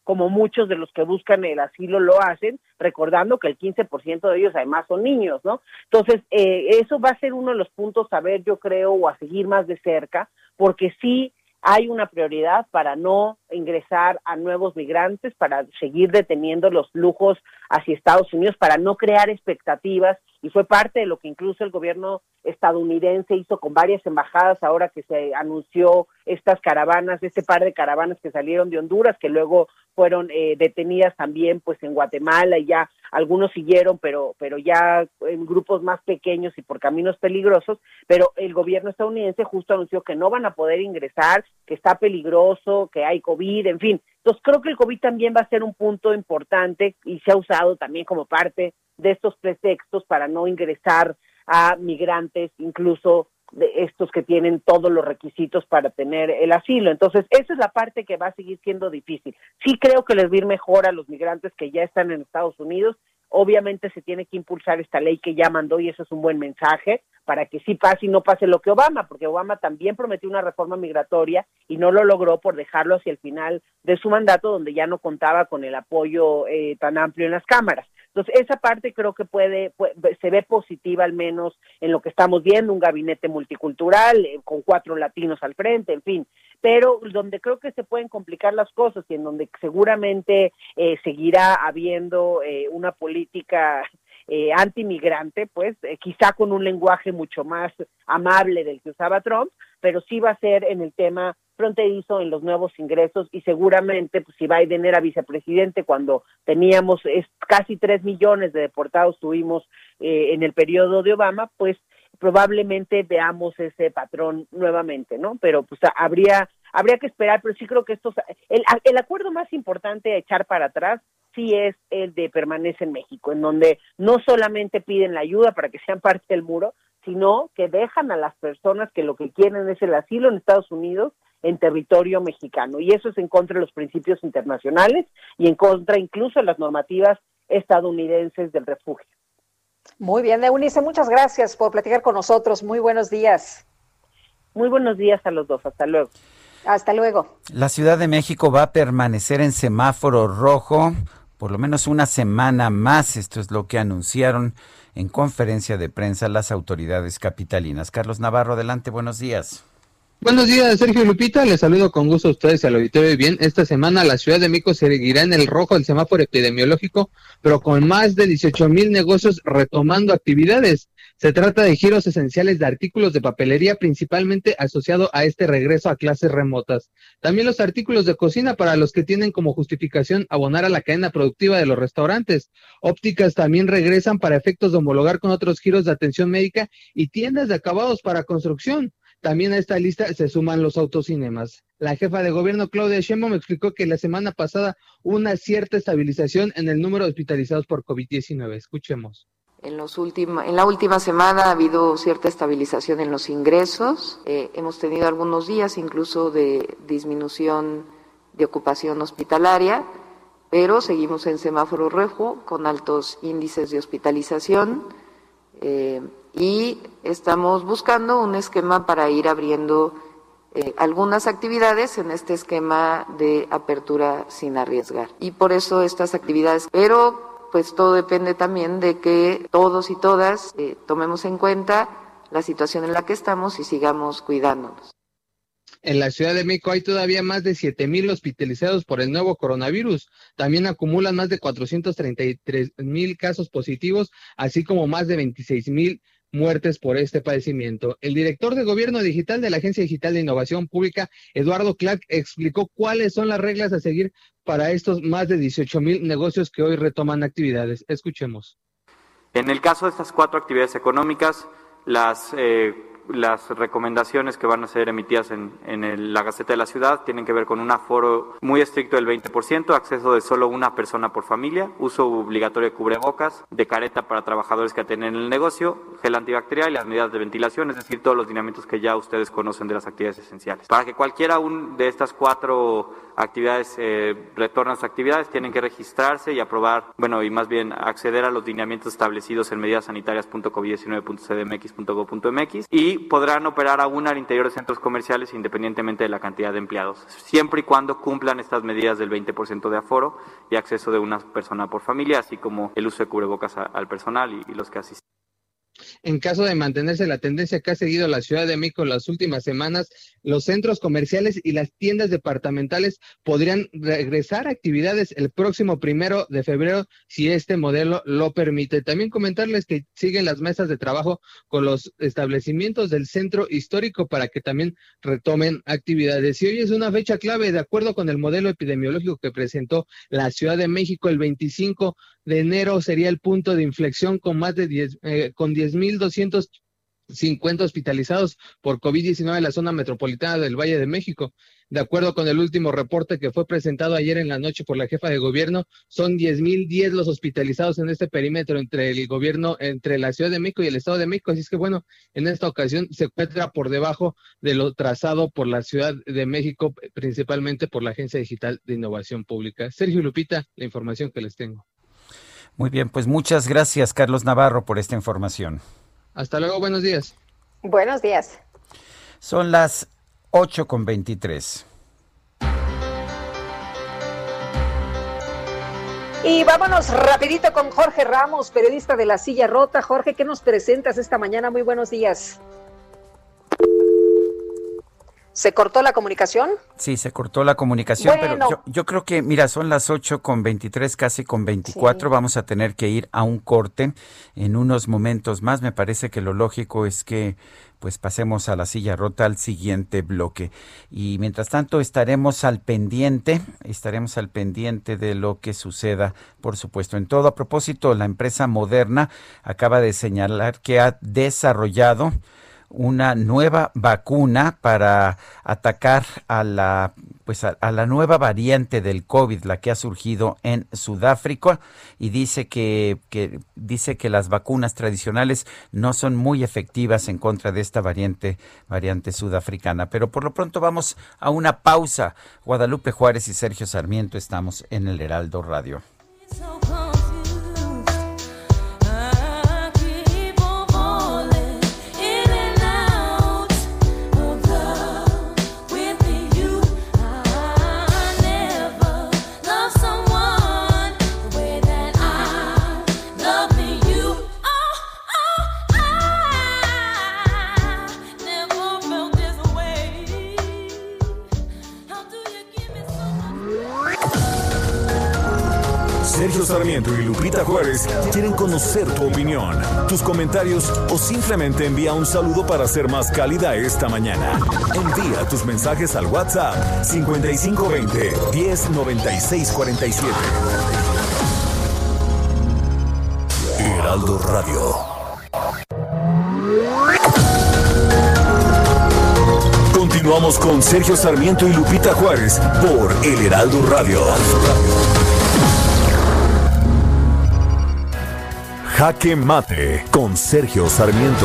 como muchos de los que buscan el asilo lo hacen, recordando que el 15% de ellos además son niños, ¿no? Entonces, eso va a ser uno de los puntos a ver, yo creo, o a seguir más de cerca, porque sí hay una prioridad para no ingresar a nuevos migrantes, para seguir deteniendo los flujos hacia Estados Unidos, para no crear expectativas, y fue parte de lo que incluso el gobierno estadounidense hizo con varias embajadas ahora que se anunció estas caravanas, este par de caravanas que salieron de Honduras, que luego fueron detenidas también pues en Guatemala, y ya algunos siguieron, pero ya en grupos más pequeños y por caminos peligrosos, pero el gobierno estadounidense justo anunció que no van a poder ingresar, que está peligroso, que hay COVID, en fin. Entonces creo que el COVID también va a ser un punto importante y se ha usado también como parte de estos pretextos para no ingresar a migrantes, incluso de estos que tienen todos los requisitos para tener el asilo. Entonces, esa es la parte que va a seguir siendo difícil. Sí creo que les va a ir mejor a los migrantes que ya están en Estados Unidos. Obviamente se tiene que impulsar esta ley que ya mandó, y eso es un buen mensaje para que sí pase y no pase lo que Obama, porque Obama también prometió una reforma migratoria y no lo logró por dejarlo hacia el final de su mandato, donde ya no contaba con el apoyo tan amplio en las cámaras. Entonces, esa parte creo que se ve positiva, al menos en lo que estamos viendo, un gabinete multicultural, con 4 latinos al frente, en fin. Pero donde creo que se pueden complicar las cosas y en donde seguramente seguirá habiendo una política antimigrante, pues quizá con un lenguaje mucho más amable del que usaba Trump, pero sí va a ser en el tema fronterizo, en los nuevos ingresos, y seguramente pues si Biden era vicepresidente cuando teníamos casi 3 millones de deportados tuvimos en el periodo de Obama, pues probablemente veamos ese patrón nuevamente, ¿no? Pero pues habría que esperar, pero sí creo que el acuerdo más importante a echar para atrás sí es el de Permanece en México, en donde no solamente piden la ayuda para que sean parte del muro, sino que dejan a las personas que lo que quieren es el asilo en Estados Unidos en territorio mexicano, y eso es en contra de los principios internacionales y en contra incluso de las normativas estadounidenses del refugio. Muy bien, Eunice, muchas gracias por platicar con nosotros. Muy buenos días. Muy buenos días a los dos. Hasta luego. Hasta luego. La Ciudad de México va a permanecer en semáforo rojo por lo menos una semana más. Esto es lo que anunciaron en conferencia de prensa las autoridades capitalinas. Carlos Navarro, adelante, buenos días. Buenos días, Sergio y Lupita, les saludo con gusto a ustedes y al auditorio. Bien, esta semana la Ciudad de México seguirá en el rojo del semáforo epidemiológico, pero con más de 18,000 negocios retomando actividades. Se trata de giros esenciales de artículos de papelería, principalmente asociado a este regreso a clases remotas. También los artículos de cocina para los que tienen como justificación abonar a la cadena productiva de los restaurantes. Ópticas también regresan para efectos de homologar con otros giros de atención médica y tiendas de acabados para construcción. También a esta lista se suman los autocinemas. La jefa de gobierno, Claudia Sheinbaum, explicó que la semana pasada hubo una cierta estabilización en el número de hospitalizados por COVID-19. Escuchemos. En la última semana ha habido cierta estabilización en los ingresos. Hemos tenido algunos días incluso de disminución de ocupación hospitalaria, pero seguimos en semáforo rojo con altos índices de hospitalización. Y estamos buscando un esquema para ir abriendo algunas actividades en este esquema de apertura sin arriesgar. Y por eso estas actividades, pero pues todo depende también de que todos y todas tomemos en cuenta la situación en la que estamos y sigamos cuidándonos. En la Ciudad de México hay todavía más de 7,000 hospitalizados por el nuevo coronavirus. También acumulan más de 433,000 casos positivos, así como más de 26,000 muertes por este padecimiento. El director de Gobierno Digital de la Agencia Digital de Innovación Pública, Eduardo Clark, explicó cuáles son las reglas a seguir para estos más de 18,000 negocios que hoy retoman actividades. Escuchemos. En el caso de estas 4 actividades económicas, las recomendaciones que van a ser emitidas en la Gaceta de la Ciudad tienen que ver con un aforo muy estricto del 20%, acceso de solo una persona por familia, uso obligatorio de cubrebocas, de careta para trabajadores que atienden el negocio, gel antibacterial y las medidas de ventilación, es decir, todos los lineamientos que ya ustedes conocen de las actividades esenciales. Para que cualquiera de estas 4 actividades retorne a sus actividades, tienen que registrarse y aprobar, y más bien acceder a los lineamientos establecidos en medidasanitarias.covid19.cdmx.gov.mx y podrán operar aún al interior de centros comerciales independientemente de la cantidad de empleados, siempre y cuando cumplan estas medidas del 20% de aforo y acceso de una persona por familia, así como el uso de cubrebocas al personal y los que asisten. En caso de mantenerse la tendencia que ha seguido la Ciudad de México las últimas semanas, los centros comerciales y las tiendas departamentales podrían regresar a actividades el próximo 1 de febrero si este modelo lo permite. También comentarles que siguen las mesas de trabajo con los establecimientos del centro histórico para que también retomen actividades. Y hoy es una fecha clave, de acuerdo con el modelo epidemiológico que presentó la Ciudad de México, el 25 de enero sería el punto de inflexión con más de 10,250 hospitalizados por COVID-19 en la zona metropolitana del Valle de México. De acuerdo con el último reporte que fue presentado ayer en la noche por la jefa de gobierno, son 10,010 los hospitalizados en este perímetro entre el gobierno, entre la Ciudad de México y el Estado de México. Así es que bueno, en esta ocasión se encuentra por debajo de lo trazado por la Ciudad de México, principalmente por la Agencia Digital de Innovación Pública. Sergio y Lupita, la información que les tengo. Muy bien, pues muchas gracias, Carlos Navarro, por esta información. Hasta luego, buenos días. Buenos días. Son las 8:23. Y vámonos rapidito con Jorge Ramos, periodista de La Silla Rota. Jorge, ¿qué nos presentas esta mañana? Muy buenos días. ¿Se cortó la comunicación? Sí, se cortó la comunicación, bueno, pero yo creo que, mira, son las 8:23, casi con 24, sí. Vamos a tener que ir a un corte en unos momentos más. Me parece que lo lógico es que pues pasemos a La Silla Rota al siguiente bloque. Y mientras tanto estaremos al pendiente de lo que suceda, por supuesto. En todo, a propósito, la empresa Moderna acaba de señalar que ha desarrollado una nueva vacuna para atacar a la nueva variante del COVID, la que ha surgido en Sudáfrica, y dice que las vacunas tradicionales no son muy efectivas en contra de esta variante sudafricana. Pero por lo pronto vamos a una pausa. Guadalupe Juárez y Sergio Sarmiento estamos en el Heraldo Radio. Sergio Sarmiento y Lupita Juárez quieren conocer tu opinión, tus comentarios o simplemente envía un saludo para ser más cálida esta mañana. Envía tus mensajes al WhatsApp 5520 109647. Heraldo Radio. Continuamos con Sergio Sarmiento y Lupita Juárez por El Heraldo Radio. Jaque Mate con Sergio Sarmiento.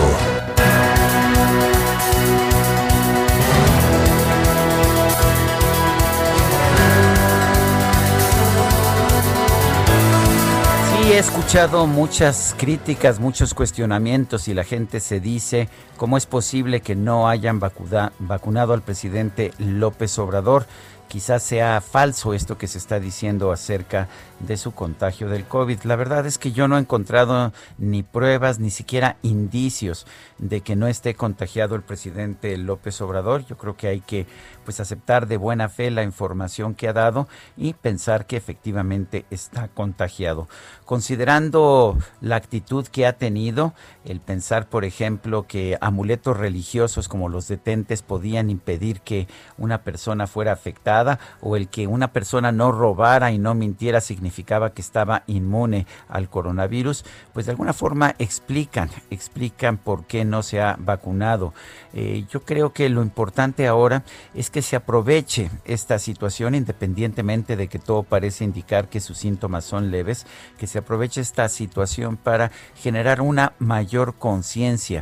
Sí, he escuchado muchas críticas, muchos cuestionamientos y la gente se dice cómo es posible que no hayan vacunado al presidente López Obrador. Quizás sea falso esto que se está diciendo acerca de su contagio del COVID. La verdad es que yo no he encontrado ni pruebas, ni siquiera indicios de que no esté contagiado el presidente López Obrador. Yo creo que hay que aceptar de buena fe la información que ha dado y pensar que efectivamente está contagiado. Considerando la actitud que ha tenido, el pensar, por ejemplo, que amuletos religiosos como los detentes podían impedir que una persona fuera afectada, o el que una persona no robara y no mintiera significaba que estaba inmune al coronavirus, pues de alguna forma explican por qué no se ha vacunado. Yo creo que lo importante ahora es que se aproveche esta situación, independientemente de que todo parece indicar que sus síntomas son leves, que se aproveche esta situación para generar una mayor conciencia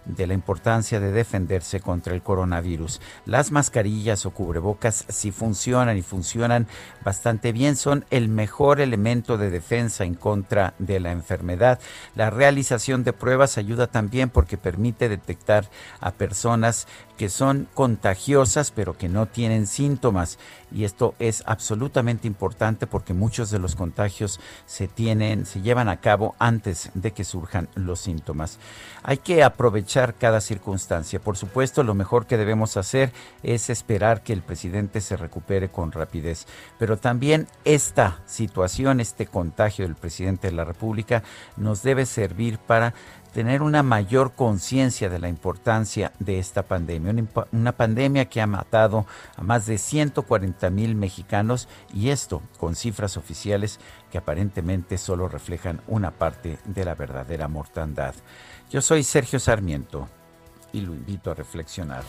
de la importancia de defenderse contra el coronavirus. Las mascarillas o cubrebocas sí funcionan y funcionan bastante bien, son el mejor elemento de defensa en contra de la enfermedad. La realización de pruebas ayuda también porque permite detectar a personas que son contagiosas pero que no tienen síntomas, y esto es absolutamente importante porque muchos de los contagios se llevan a cabo antes de que surjan los síntomas. Hay que aprovechar cada circunstancia. Por supuesto, lo mejor que debemos hacer es esperar que el presidente se recupere con rapidez, pero también esta situación, este contagio del presidente de la República nos debe servir para tener una mayor conciencia de la importancia de esta pandemia, una pandemia que ha matado a más de 140,000 mexicanos, y esto con cifras oficiales que aparentemente solo reflejan una parte de la verdadera mortandad. Yo soy Sergio Sarmiento y lo invito a reflexionar.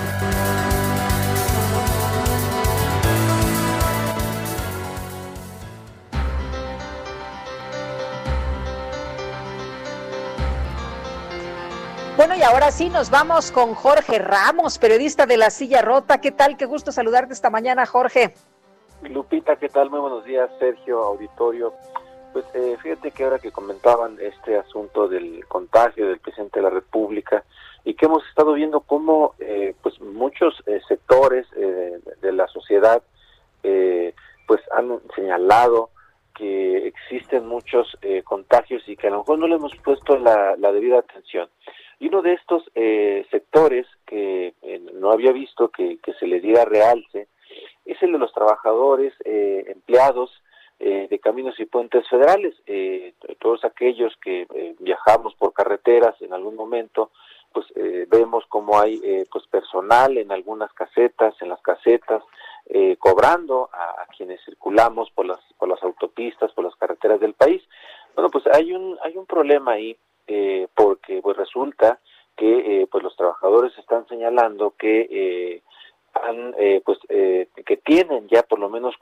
Bueno, y ahora sí nos vamos con Jorge Ramos, periodista de La Silla Rota. ¿Qué tal? Qué gusto saludarte esta mañana, Jorge. Lupita, ¿qué tal? Muy buenos días, Sergio, auditorio. Pues fíjate que ahora que comentaban este asunto del contagio del presidente de la República y que hemos estado viendo cómo pues muchos sectores de la sociedad pues han señalado que existen muchos contagios y que a lo mejor no le hemos puesto la debida atención. Y uno de estos sectores que no había visto que se le diera realce es el de los trabajadores empleados de caminos y puentes federales. Todos aquellos que viajamos por carreteras en algún momento, pues vemos cómo hay pues personal en algunas casetas, en las casetas, cobrando a quienes circulamos por las autopistas, por las carreteras del país. Bueno, pues hay un problema ahí. Porque pues resulta que pues los trabajadores están señalando que que tienen ya por lo menos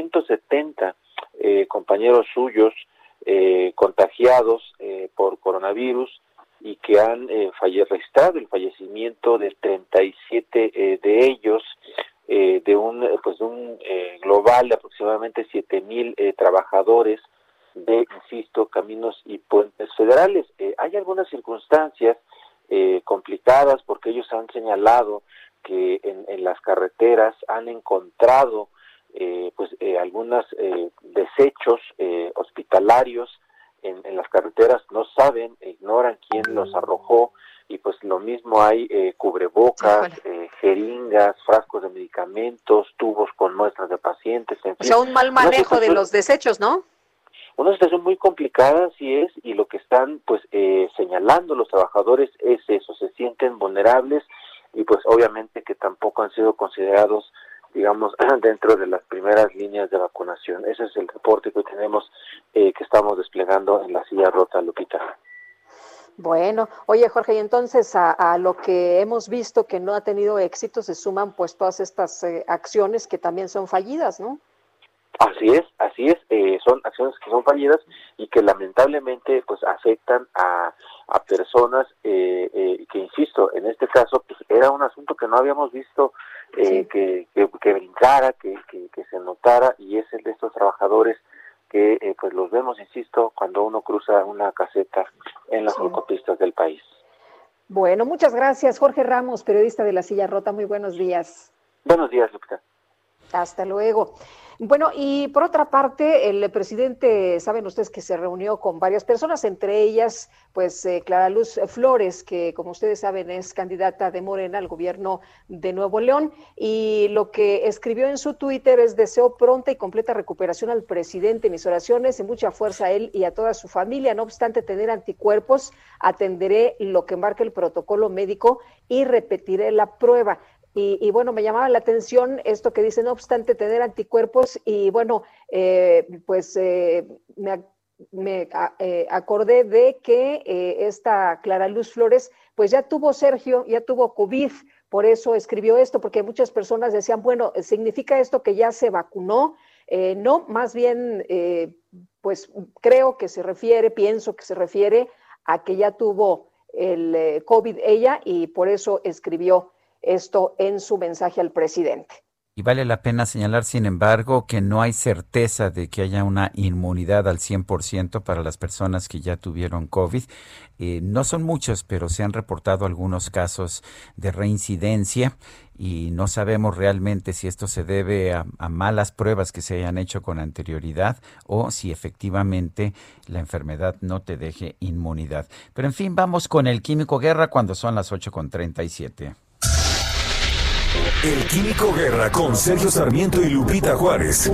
470 compañeros suyos contagiados por coronavirus y que han registrado el fallecimiento de 37 de ellos, de un global de aproximadamente 7,000 trabajadores de, insisto, caminos y puentes federales. Hay algunas circunstancias complicadas porque ellos han señalado que en las carreteras han encontrado algunos desechos hospitalarios en las carreteras, no saben, ignoran quién los arrojó, y pues lo mismo hay cubrebocas, jeringas, frascos de medicamentos, tubos con muestras de pacientes, en fin. O sea, un mal manejo de los desechos, ¿no? Una situación muy complicada, así es, y lo que están señalando los trabajadores es eso, se sienten vulnerables y pues obviamente que tampoco han sido considerados, digamos, dentro de las primeras líneas de vacunación. Ese es el reporte que tenemos, que estamos desplegando en La Silla Rota, Lupita. Bueno, oye Jorge, y entonces a lo que hemos visto que no ha tenido éxito se suman pues todas estas acciones que también son fallidas, ¿no? Así es, son acciones que son fallidas y que lamentablemente pues afectan a personas que, insisto, en este caso pues era un asunto que no habíamos visto que brincara, que se notara, y es el de estos trabajadores que pues los vemos, insisto, cuando uno cruza una caseta en las autopistas del país. Bueno, muchas gracias, Jorge Ramos, periodista de La Silla Rota. Muy buenos días. Buenos días, Lupita. Hasta luego. Bueno, y por otra parte, el presidente, saben ustedes que se reunió con varias personas, entre ellas, pues, Clara Luz Flores, que como ustedes saben es candidata de Morena al gobierno de Nuevo León, y lo que escribió en su Twitter es: deseo pronta y completa recuperación al presidente, mis oraciones y mucha fuerza a él y a toda su familia. No obstante tener anticuerpos, atenderé lo que marque el protocolo médico y repetiré la prueba. Y bueno, me llamaba la atención esto que dice, no obstante tener anticuerpos, y bueno, me acordé de que esta Clara Luz Flores, pues ya tuvo COVID, por eso escribió esto, porque muchas personas decían, bueno, ¿significa esto que ya se vacunó? No, más bien, pues pienso que se refiere a que ya tuvo el COVID ella, y por eso escribió esto en su mensaje al presidente. Y vale la pena señalar, sin embargo, que no hay certeza de que haya una inmunidad al 100% para las personas que ya tuvieron COVID. No son muchos, pero se han reportado algunos casos de reincidencia y no sabemos realmente si esto se debe a malas pruebas que se hayan hecho con anterioridad o si efectivamente la enfermedad no te deje inmunidad. Pero en fin, vamos con el Químico Guerra cuando son las 8:37. El Químico Guerra con Sergio Sarmiento y Lupita Juárez.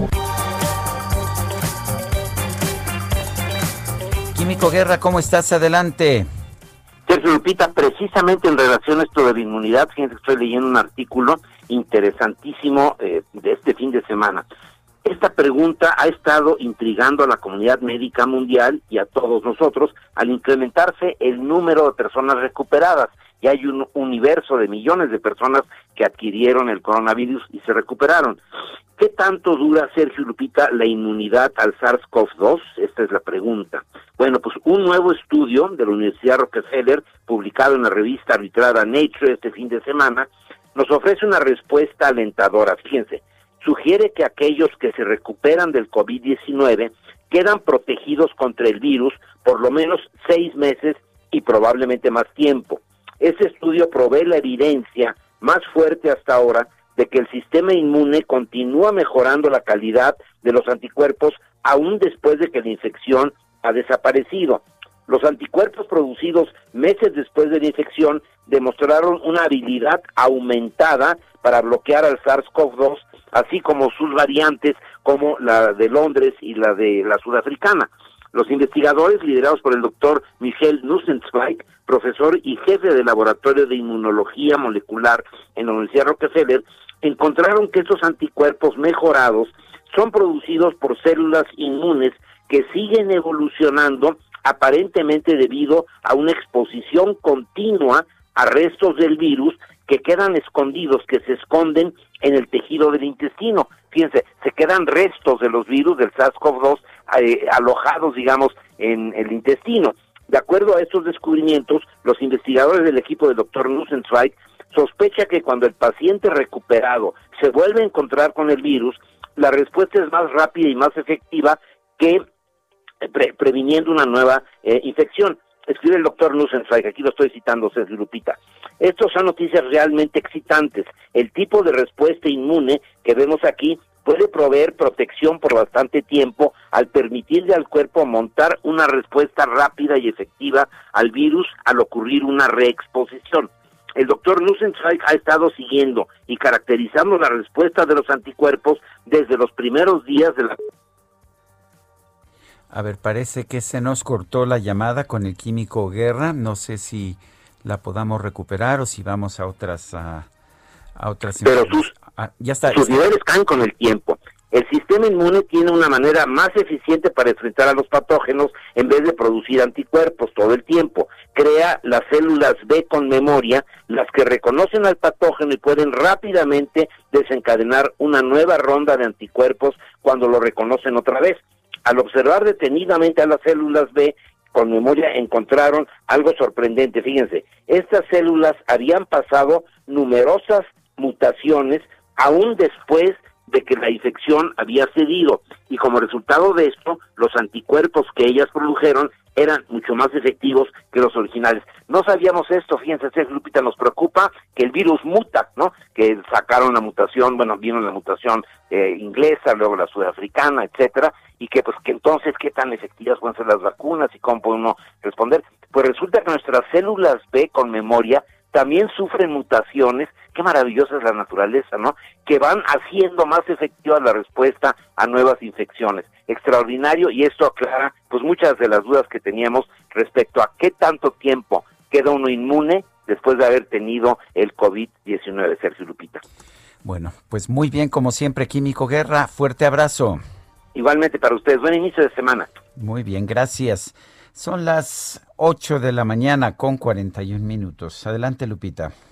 Químico Guerra, ¿cómo estás? Adelante. Sergio, Lupita, precisamente en relación a esto de la inmunidad, fíjense que estoy leyendo un artículo interesantísimo de este fin de semana. Esta pregunta ha estado intrigando a la comunidad médica mundial y a todos nosotros al incrementarse el número de personas recuperadas. Y hay un universo de millones de personas que adquirieron el coronavirus y se recuperaron. ¿Qué tanto dura, Sergio, Lupita, la inmunidad al SARS-CoV-2? Esta es la pregunta. Bueno, pues un nuevo estudio de la Universidad Rockefeller, publicado en la revista arbitrada Nature este fin de semana, nos ofrece una respuesta alentadora. Fíjense, sugiere que aquellos que se recuperan del COVID-19 quedan protegidos contra el virus por lo menos 6 meses y probablemente más tiempo. Ese estudio provee la evidencia más fuerte hasta ahora de que el sistema inmune continúa mejorando la calidad de los anticuerpos aún después de que la infección ha desaparecido. Los anticuerpos producidos meses después de la infección demostraron una habilidad aumentada para bloquear al SARS-CoV-2, así como sus variantes como la de Londres y la de la sudafricana. Los investigadores, liderados por el doctor Michael Nussenzweig, profesor y jefe del Laboratorio de Inmunología Molecular en la Universidad Rockefeller, encontraron que estos anticuerpos mejorados son producidos por células inmunes que siguen evolucionando aparentemente debido a una exposición continua a restos del virus que quedan escondidos, que se esconden en el tejido del intestino. Fíjense, se quedan restos de los virus del SARS-CoV-2 alojados, digamos, en el intestino. De acuerdo a estos descubrimientos, los investigadores del equipo del Dr. Nussenzweig sospecha que cuando el paciente recuperado se vuelve a encontrar con el virus, la respuesta es más rápida y más efectiva que previniendo una nueva infección. Escribe el doctor Nussenzweig, aquí lo estoy citando, Sergio, Lupita. Estos son noticias realmente excitantes. El tipo de respuesta inmune que vemos aquí puede proveer protección por bastante tiempo al permitirle al cuerpo montar una respuesta rápida y efectiva al virus al ocurrir una reexposición. El doctor Nussenzweig ha estado siguiendo y caracterizando la respuesta de los anticuerpos desde los primeros días de la... A ver, parece que se nos cortó la llamada con el Químico Guerra. No sé si la podamos recuperar o si vamos a otras... Pero sus niveles caen con el tiempo. El sistema inmune tiene una manera más eficiente para enfrentar a los patógenos en vez de producir anticuerpos todo el tiempo. Crea las células B con memoria, las que reconocen al patógeno y pueden rápidamente desencadenar una nueva ronda de anticuerpos cuando lo reconocen otra vez. Al observar detenidamente a las células B con memoria encontraron algo sorprendente. Fíjense, estas células habían pasado numerosas mutaciones aún después de que la infección había cedido, y como resultado de esto, los anticuerpos que ellas produjeron eran mucho más efectivos que los originales. No sabíamos esto, fíjense, Sergio, Lupita, nos preocupa que el virus muta, ¿no? Que sacaron la mutación, bueno, vino la mutación inglesa, luego la sudafricana, etcétera, y que pues que entonces qué tan efectivas pueden ser las vacunas y cómo puede uno responder. Pues resulta que nuestras células B con memoria también sufren mutaciones. Qué maravillosa es la naturaleza, ¿no? Que van haciendo más efectiva la respuesta a nuevas infecciones. Extraordinario, y esto aclara pues muchas de las dudas que teníamos respecto a qué tanto tiempo queda uno inmune después de haber tenido el COVID-19, Sergio, Lupita. Bueno, pues muy bien, como siempre, Químico Guerra, fuerte abrazo. Igualmente para ustedes, buen inicio de semana. Muy bien, gracias. Son las 8 de la mañana con 41 minutos. Adelante, Lupita.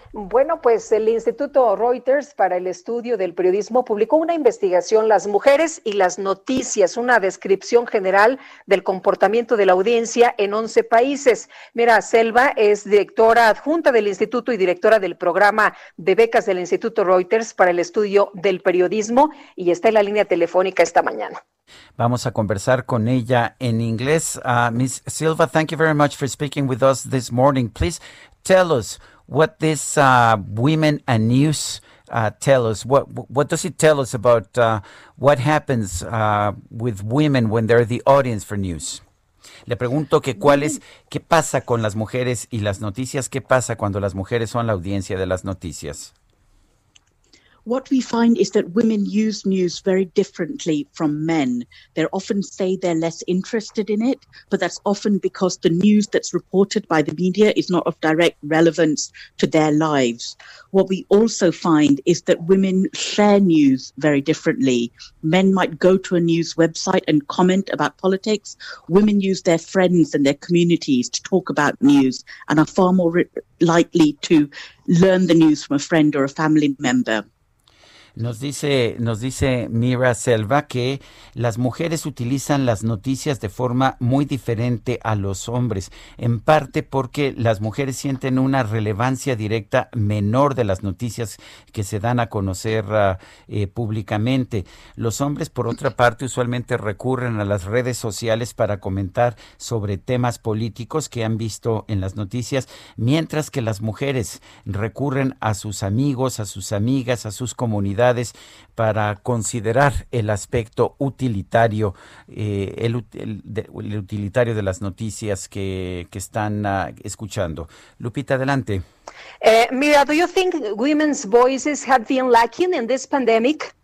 Bueno, pues el Instituto Reuters para el Estudio del Periodismo publicó una investigación, Las mujeres y las noticias, una descripción general del comportamiento de la audiencia en 11 países. Mira, Selva es directora adjunta del instituto y directora del programa de becas del Instituto Reuters para el Estudio del Periodismo y está en la línea telefónica esta mañana. Vamos a conversar con ella en inglés. Ms. Silva, thank you very much for speaking with us this morning. Please tell us what this Women and News tell us. What does it tell us about what happens with women when they're the audience for news? Le pregunto que qué pasa con las mujeres y las noticias, qué pasa cuando las mujeres son la audiencia de las noticias. What we find is that women use news very differently from men. They often say they're less interested in it, but that's often because the news that's reported by the media is not of direct relevance to their lives. What we also find is that women share news very differently. Men might go to a news website and comment about politics. Women use their friends and their communities to talk about news and are far more likely to learn the news from a friend or a family member. Nos dice Mira Selva que las mujeres utilizan las noticias de forma muy diferente a los hombres, en parte porque las mujeres sienten una relevancia directa menor de las noticias que se dan a conocer públicamente. Los hombres, por otra parte, usualmente recurren a las redes sociales para comentar sobre temas políticos que han visto en las noticias, mientras que las mujeres recurren a sus amigos, a sus amigas, a sus comunidades para considerar el aspecto utilitario, el utilitario de las noticias que están escuchando. Lupita, adelante. Mira, do you think women's voices have been lacking in this pandemic?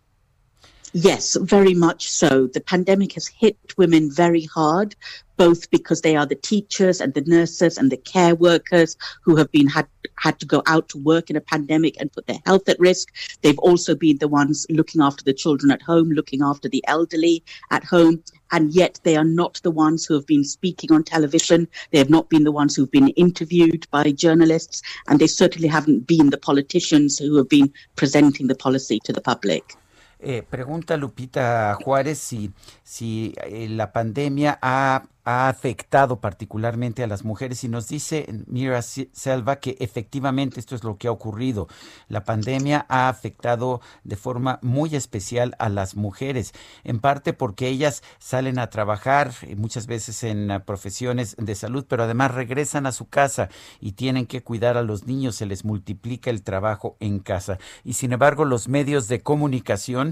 Yes, very much so. The pandemic has hit women very hard, both because they are the teachers and the nurses and the care workers who have been had to go out to work in a pandemic and put their health at risk. They've also been the ones looking after the children at home, looking after the elderly at home, and yet they are not the ones who have been speaking on television. They have not been the ones who've been interviewed by journalists, and they certainly haven't been the politicians who have been presenting the policy to the public. Pregunta Lupita Juárez si la pandemia ha afectado particularmente a las mujeres y nos dice Mira Selva que efectivamente esto es lo que ha ocurrido. La pandemia ha afectado de forma muy especial a las mujeres, en parte porque ellas salen a trabajar muchas veces en profesiones de salud, pero además regresan a su casa y tienen que cuidar a los niños, se les multiplica el trabajo en casa. Y sin embargo los medios de comunicación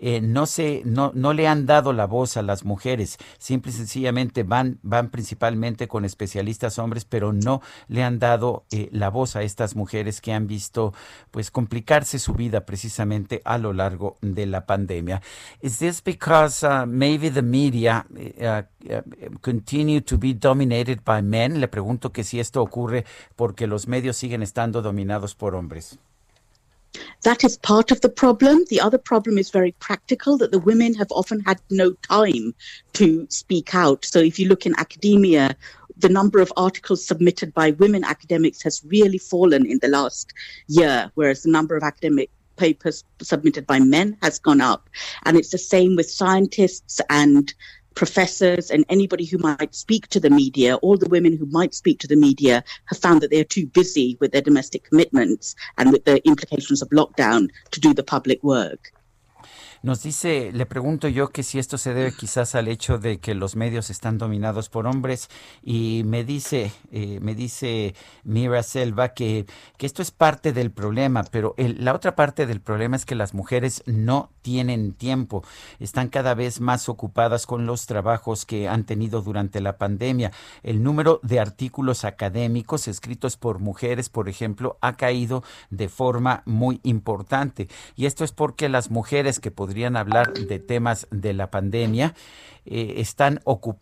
no le han dado la voz a las mujeres, simple y sencillamente van principalmente con especialistas hombres, pero no le han dado la voz a estas mujeres que han visto pues complicarse su vida precisamente a lo largo de la pandemia. Is this because maybe the media continue to be dominated by men? Le pregunto que si esto ocurre porque los medios siguen estando dominados por hombres. That is part of the problem. The other problem is very practical, that the women have often had no time to speak out. So if you look in academia, the number of articles submitted by women academics has really fallen in the last year, whereas the number of academic papers submitted by men has gone up. And it's the same with scientists and professors and anybody who might speak to the media. All the women who might speak to the media have found that they're too busy with their domestic commitments and with the implications of lockdown to do the public work. Nos dice, le pregunto yo que si esto se debe quizás al hecho de que los medios están dominados por hombres y me dice Mira Selva que esto es parte del problema, pero la otra parte del problema es que las mujeres no tienen tiempo, están cada vez más ocupadas con los trabajos que han tenido durante la pandemia. El número de artículos académicos escritos por mujeres, por ejemplo, ha caído de forma muy importante y esto es porque las mujeres que podrían hablar de temas de la pandemia están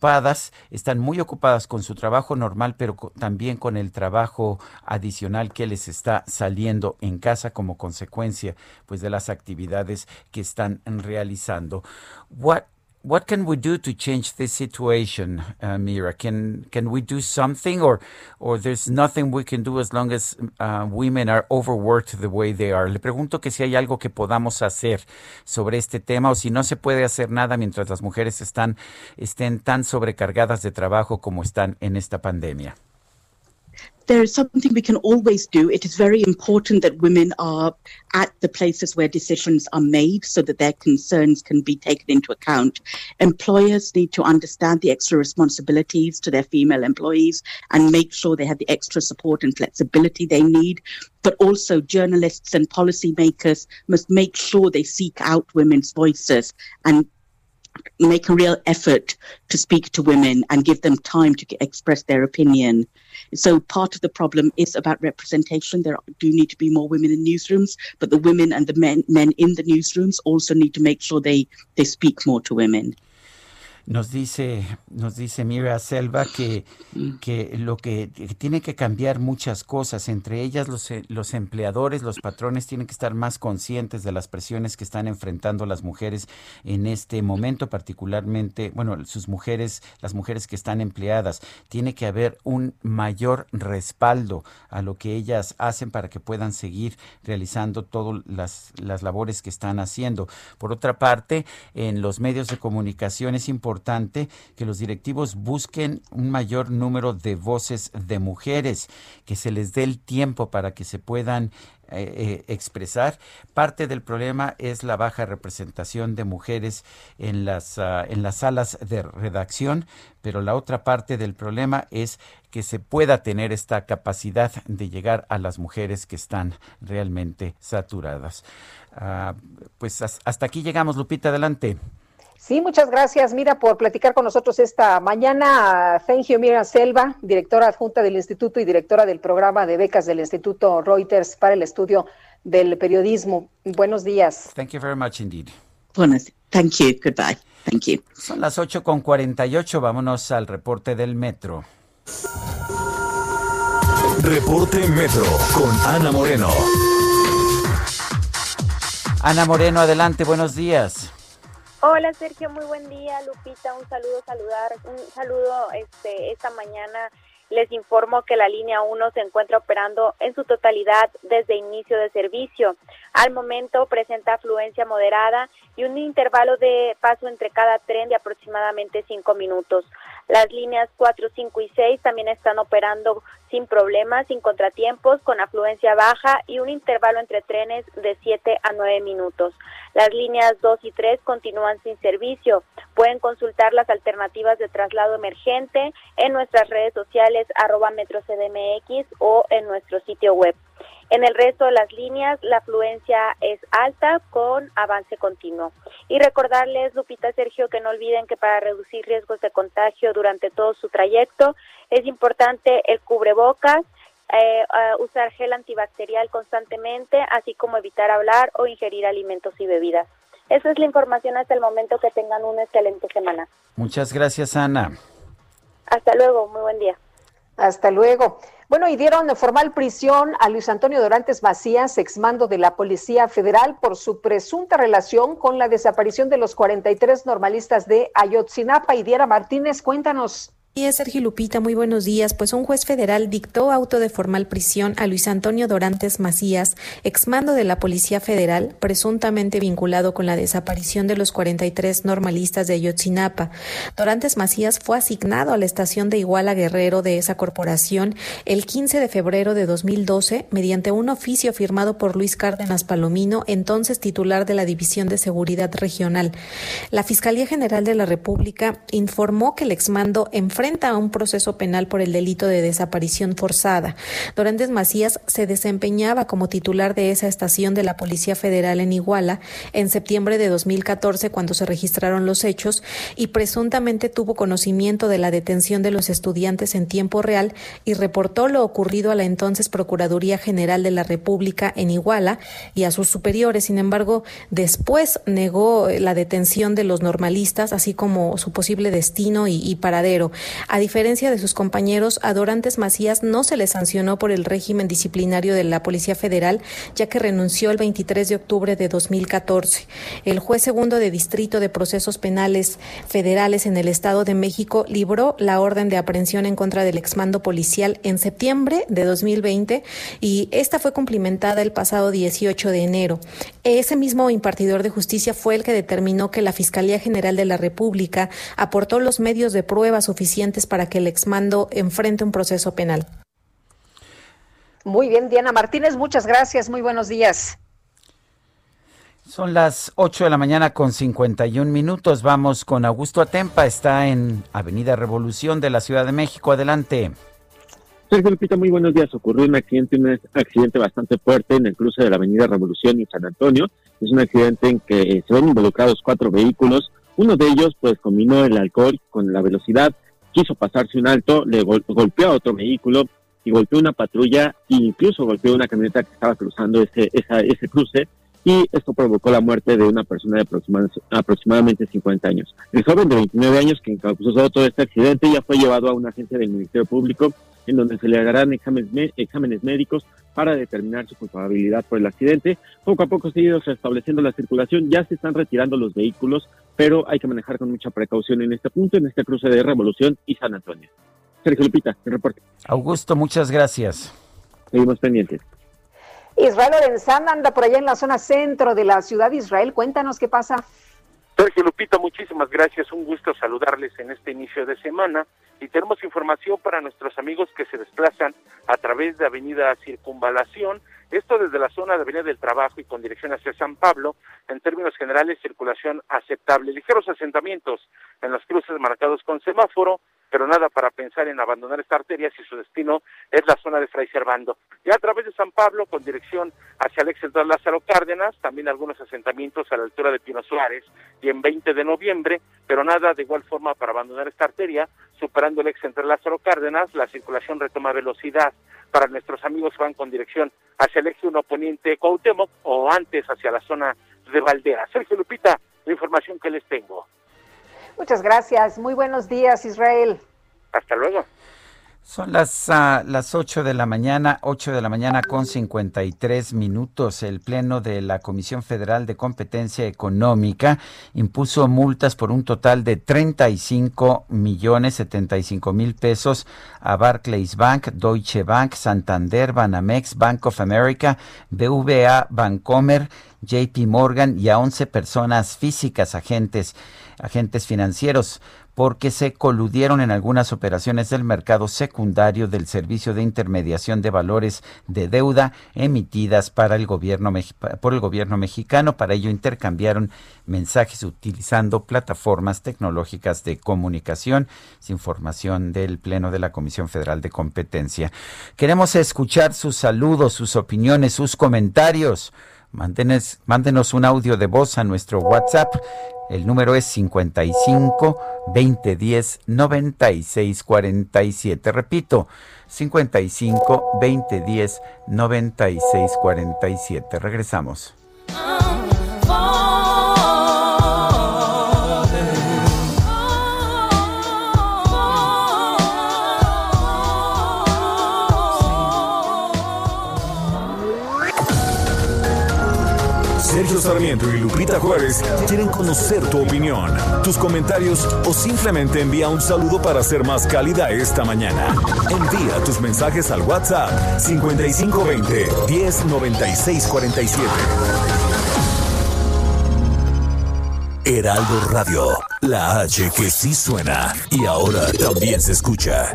muy ocupadas con su trabajo normal, pero también con el trabajo adicional que les está saliendo en casa como consecuencia pues de las actividades que están realizando. what can we do to change this situation, Mira? Can we do something, or there's nothing we can do as long as women are overworked the way they are? Le pregunto que si hay algo que podamos hacer sobre este tema, o si no se puede hacer nada mientras las mujeres estén tan sobrecargadas de trabajo como están en esta pandemia. There is something we can always do. It is very important that women are at the places where decisions are made so that their concerns can be taken into account. Employers need to understand the extra responsibilities to their female employees and make sure they have the extra support and flexibility they need. But also journalists and policymakers must make sure they seek out women's voices and make a real effort to speak to women and give them time to express their opinion. So part of the problem is about representation. There do need to be more women in newsrooms, but the women and the men in the newsrooms also need to make sure they speak more to women. Nos dice Mira Selva que lo que tiene que cambiar muchas cosas, entre ellas los empleadores, los patrones tienen que estar más conscientes de las presiones que están enfrentando las mujeres en este momento, particularmente, las mujeres que están empleadas. Tiene que haber un mayor respaldo a lo que ellas hacen para que puedan seguir realizando todas las labores que están haciendo. Por otra parte, en los medios de comunicación es importante que los directivos busquen un mayor número de voces de mujeres, que se les dé el tiempo para que se puedan expresar. Parte del problema es la baja representación de mujeres en las salas de redacción, pero la otra parte del problema es que se pueda tener esta capacidad de llegar a las mujeres que están realmente saturadas. Pues hasta aquí llegamos, Lupita, adelante. Sí, muchas gracias, Mira, por platicar con nosotros esta mañana. Thank you, Mira Selva, directora adjunta del Instituto y directora del programa de becas del Instituto Reuters para el estudio del periodismo. Buenos días. Thank you very much indeed. Buenos. Thank you. Goodbye. Thank you. Son las 8:48. Vámonos al reporte del Metro. Reporte Metro con Ana Moreno. Ana Moreno, adelante. Buenos días. Hola Sergio, muy buen día. Lupita, un saludo esta mañana. Les informo que la línea 1 se encuentra operando en su totalidad desde inicio de servicio. Al momento presenta afluencia moderada y un intervalo de paso entre cada tren de aproximadamente 5 minutos. Las líneas 4, 5 y 6 también están operando sin problemas, sin contratiempos, con afluencia baja y un intervalo entre trenes de 7 a 9 minutos. Las líneas 2 y 3 continúan sin servicio. Pueden consultar las alternativas de traslado emergente en nuestras redes sociales @MetroCDMX o en nuestro sitio web. En el resto de las líneas, la afluencia es alta con avance continuo. Y recordarles, Lupita, Sergio, que no olviden que para reducir riesgos de contagio durante todo su trayecto, es importante el cubrebocas, usar gel antibacterial constantemente, así como evitar hablar o ingerir alimentos y bebidas. Esa es la información hasta el momento. Que tengan una excelente semana. Muchas gracias, Ana. Hasta luego, muy buen día. Hasta luego. Bueno, y dieron formal prisión a Luis Antonio Dorantes Macías, exmando de la Policía Federal, por su presunta relación con la desaparición de los 43 normalistas de Ayotzinapa. Y Diana Martínez, cuéntanos. Sergio, Lupita, muy buenos días. Pues un juez federal dictó auto de formal prisión a Luis Antonio Dorantes Macías, exmando de la Policía Federal, presuntamente vinculado con la desaparición de los 43 normalistas de Ayotzinapa. Dorantes Macías fue asignado a la estación de Iguala Guerrero de esa corporación el 15 de febrero de 2012 mediante un oficio firmado por Luis Cárdenas Palomino, entonces titular de la División de Seguridad Regional. La Fiscalía General de la República informó que el exmando enfrenta a un proceso penal por el delito de desaparición forzada. Dorantes Macías se desempeñaba como titular de esa estación de la Policía Federal en Iguala en septiembre de 2014, cuando se registraron los hechos, y presuntamente tuvo conocimiento de la detención de los estudiantes en tiempo real y reportó lo ocurrido a la entonces Procuraduría General de la República en Iguala y a sus superiores. Sin embargo, después negó la detención de los normalistas, así como su posible destino y paradero. A diferencia de sus compañeros, a Dorantes Macías no se le sancionó por el régimen disciplinario de la Policía Federal, ya que renunció el 23 de octubre de 2014. El juez segundo de Distrito de Procesos Penales Federales en el Estado de México libró la orden de aprehensión en contra del exmando policial en septiembre de 2020 y esta fue cumplimentada el pasado 18 de enero. Ese mismo impartidor de justicia fue el que determinó que la Fiscalía General de la República aportó los medios de prueba suficientes para que el exmando enfrente un proceso penal. Muy bien, Diana Martínez, muchas gracias, muy buenos días. Son las 8 de la mañana con 51 minutos. Vamos con Augusto Atempa, está en Avenida Revolución de la Ciudad de México. Adelante. Sergio Lupita, muy buenos días. Ocurrió un accidente bastante fuerte en el cruce de la Avenida Revolución y San Antonio. Es un accidente en que se ven involucrados 4 vehículos. Uno de ellos, pues, combinó el alcohol con la velocidad, quiso pasarse un alto, le golpeó a otro vehículo y golpeó una patrulla e incluso golpeó una camioneta que estaba cruzando ese cruce. Y esto provocó la muerte de una persona de aproximadamente 50 años. El joven de 29 años que causó todo este accidente ya fue llevado a una agencia del Ministerio Público en donde se le harán exámenes médicos para determinar su culpabilidad por el accidente. Poco a poco se ha ido restableciendo la circulación, ya se están retirando los vehículos, pero hay que manejar con mucha precaución en este punto, en este cruce de Revolución y San Antonio. Sergio Lupita, el reporte. Augusto, muchas gracias. Seguimos pendientes. Israel Lorenzana anda por allá en la zona centro de la ciudad de Israel. Cuéntanos qué pasa. Sergio Lupita, muchísimas gracias. Un gusto saludarles en este inicio de semana. Y tenemos información para nuestros amigos que se desplazan a través de Avenida Circunvalación. Esto desde la zona de Avenida del Trabajo y con dirección hacia San Pablo. En términos generales, circulación aceptable. Ligeros asentamientos en los cruces marcados con semáforo, pero nada para pensar en abandonar esta arteria si su destino es la zona de Fray Servando. Ya a través de San Pablo, con dirección hacia el ex central Lázaro Cárdenas, también algunos asentamientos a la altura de Pino Suárez y en 20 de noviembre, pero nada de igual forma para abandonar esta arteria. Superando el ex central Lázaro Cárdenas, la circulación retoma velocidad para nuestros amigos que van con dirección hacia el ex 1 poniente Cuauhtémoc o antes hacia la zona de Valderas. Sergio Lupita, la información que les tengo. Muchas gracias. Muy buenos días, Israel. Hasta luego. Son las 8 de la mañana con 53 minutos. El Pleno de la Comisión Federal de Competencia Económica impuso multas por un total de 35,75,000 pesos a Barclays Bank, Deutsche Bank, Santander, Banamex, Bank of America, BVA, Bancomer, JP Morgan y a 11 personas físicas, agentes financieros, porque se coludieron en algunas operaciones del mercado secundario del servicio de intermediación de valores de deuda emitidas por el gobierno mexicano. Para ello intercambiaron mensajes utilizando plataformas tecnológicas de comunicación. Es información del Pleno de la Comisión Federal de Competencia. Queremos escuchar sus saludos, sus opiniones, sus comentarios. Mándenos un audio de voz a nuestro WhatsApp. El número es 55-2010-9647. Repito, 55-2010-9647. Regresamos. Sergio Sarmiento y Lupita Juárez quieren conocer tu opinión, tus comentarios o simplemente envía un saludo para hacer más cálida esta mañana. Envía tus mensajes al WhatsApp 5520-109647. Heraldo Radio, la H que sí suena y ahora también se escucha.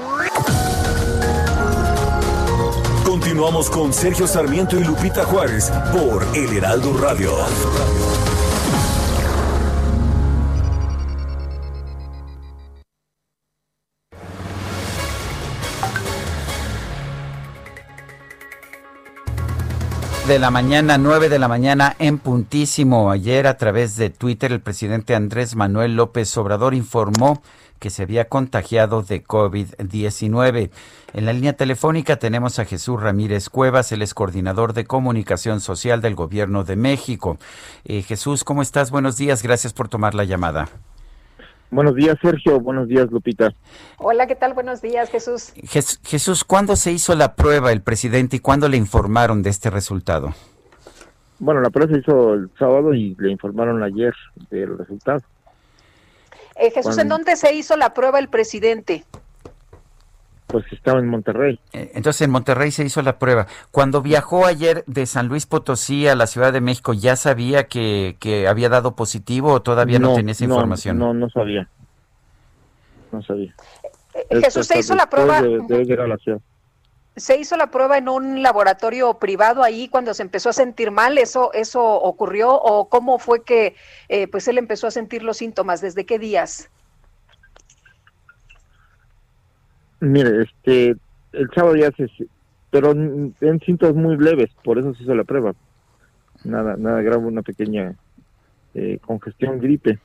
Continuamos con Sergio Sarmiento y Lupita Juárez por El Heraldo Radio. De la mañana, 9 de la mañana en puntísimo. Ayer a través de Twitter el presidente Andrés Manuel López Obrador informó que se había contagiado de COVID-19. En la línea telefónica tenemos a Jesús Ramírez Cuevas, él es coordinador de comunicación social del Gobierno de México. Jesús, ¿cómo estás? Buenos días, gracias por tomar la llamada. Buenos días, Sergio. Buenos días, Lupita. Hola, ¿qué tal? Buenos días, Jesús. Jesús, ¿cuándo se hizo la prueba el presidente y cuándo le informaron de este resultado? Bueno, la prueba se hizo el sábado y le informaron ayer del resultado. Jesús, ¿en dónde se hizo la prueba el presidente? Pues estaba en Monterrey. Entonces en Monterrey se hizo la prueba. Cuando viajó ayer de San Luis Potosí a la Ciudad de México, ¿ya sabía que había dado positivo o todavía no tenía esa información? No sabía. No sabía. Jesús, se hizo la prueba. De llegar a la ciudad. ¿Se hizo la prueba en un laboratorio privado ahí cuando se empezó a sentir mal? ¿Eso ocurrió? ¿O cómo fue que pues él empezó a sentir los síntomas? ¿Desde qué días? Mire, el sábado ya pero en síntomas muy leves, por eso se hizo la prueba. Nada grave, una pequeña congestión, gripe.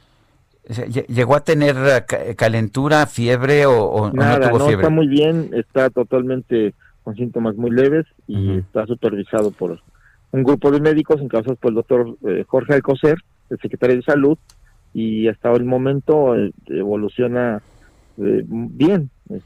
¿Llegó a tener calentura, fiebre o nada, no tuvo fiebre? Está muy bien, está totalmente con síntomas muy leves y está supervisado por un grupo de médicos encabezados por el doctor Jorge Alcocer, el secretario de Salud, y hasta el momento evoluciona bien,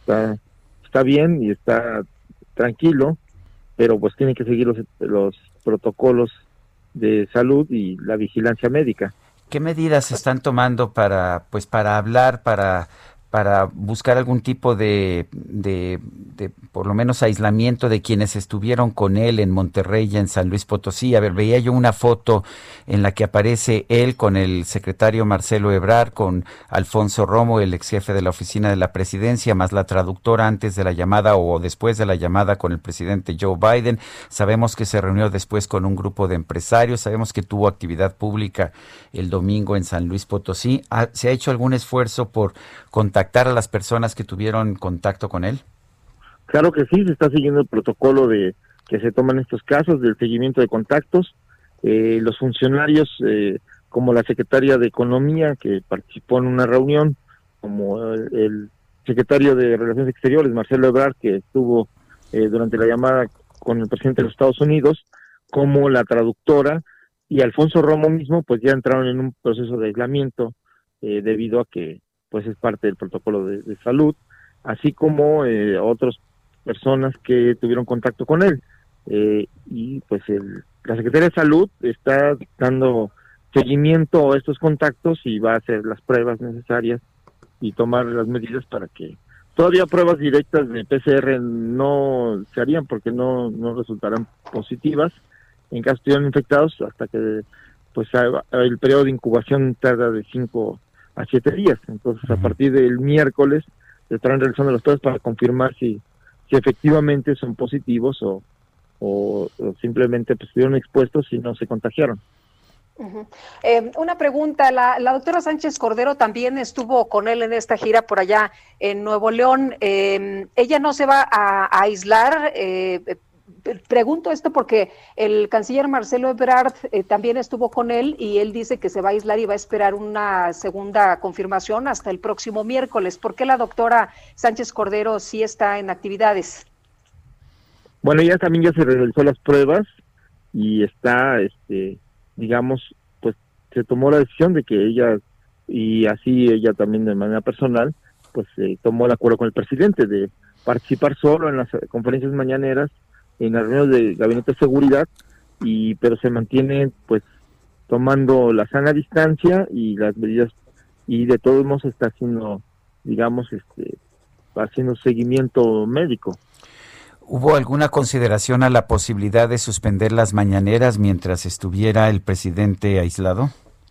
está bien y está tranquilo, pero pues tiene que seguir los protocolos de salud y la vigilancia médica. ¿Qué medidas se están tomando para hablar, para buscar algún tipo de por lo menos aislamiento de quienes estuvieron con él en Monterrey y en San Luis Potosí? A ver, veía yo una foto en la que aparece él con el secretario Marcelo Ebrard, con Alfonso Romo, el ex jefe de la oficina de la presidencia, más la traductora antes de la llamada o después de la llamada con el presidente Joe Biden. Sabemos que se reunió después con un grupo de empresarios, sabemos que tuvo actividad pública el domingo en San Luis Potosí. ¿Se ha hecho algún esfuerzo por contactar a las personas que tuvieron contacto con él? Claro que sí, se está siguiendo el protocolo que se toman estos casos del seguimiento de contactos. Los funcionarios, como la secretaria de Economía, que participó en una reunión, como el secretario de Relaciones Exteriores, Marcelo Ebrard, que estuvo durante la llamada con el presidente de los Estados Unidos, como la traductora, y Alfonso Romo mismo, pues ya entraron en un proceso de aislamiento debido a que pues es parte del protocolo de salud, así como otras personas que tuvieron contacto con él. Y pues la Secretaría de Salud está dando seguimiento a estos contactos y va a hacer las pruebas necesarias y tomar las medidas para que todavía pruebas directas de PCR no se harían porque no resultarán positivas en caso de estuvieran infectados, hasta que pues el periodo de incubación tarda de 5 a 7 días. Entonces, a partir del miércoles se estarán realizando las pruebas para confirmar si efectivamente son positivos o simplemente pues estuvieron expuestos y no se contagiaron. Uh-huh. Una pregunta, la doctora Sánchez Cordero también estuvo con él en esta gira por allá en Nuevo León. ¿Ella no se va a aislar? Pregunto esto porque el canciller Marcelo Ebrard también estuvo con él y él dice que se va a aislar y va a esperar una segunda confirmación hasta el próximo miércoles. ¿Por qué la doctora Sánchez Cordero sí está en actividades? Bueno, ella también ya se realizó las pruebas y está, digamos, pues se tomó la decisión de que ella, y así ella también de manera personal, pues tomó el acuerdo con el presidente de participar solo en las conferencias mañaneras, en las reuniones de gabinete de seguridad, pero se mantiene pues tomando la sana distancia y las medidas, y de todos modos está haciendo, digamos, haciendo seguimiento médico. ¿Hubo alguna consideración a la posibilidad de suspender las mañaneras mientras estuviera el presidente aislado?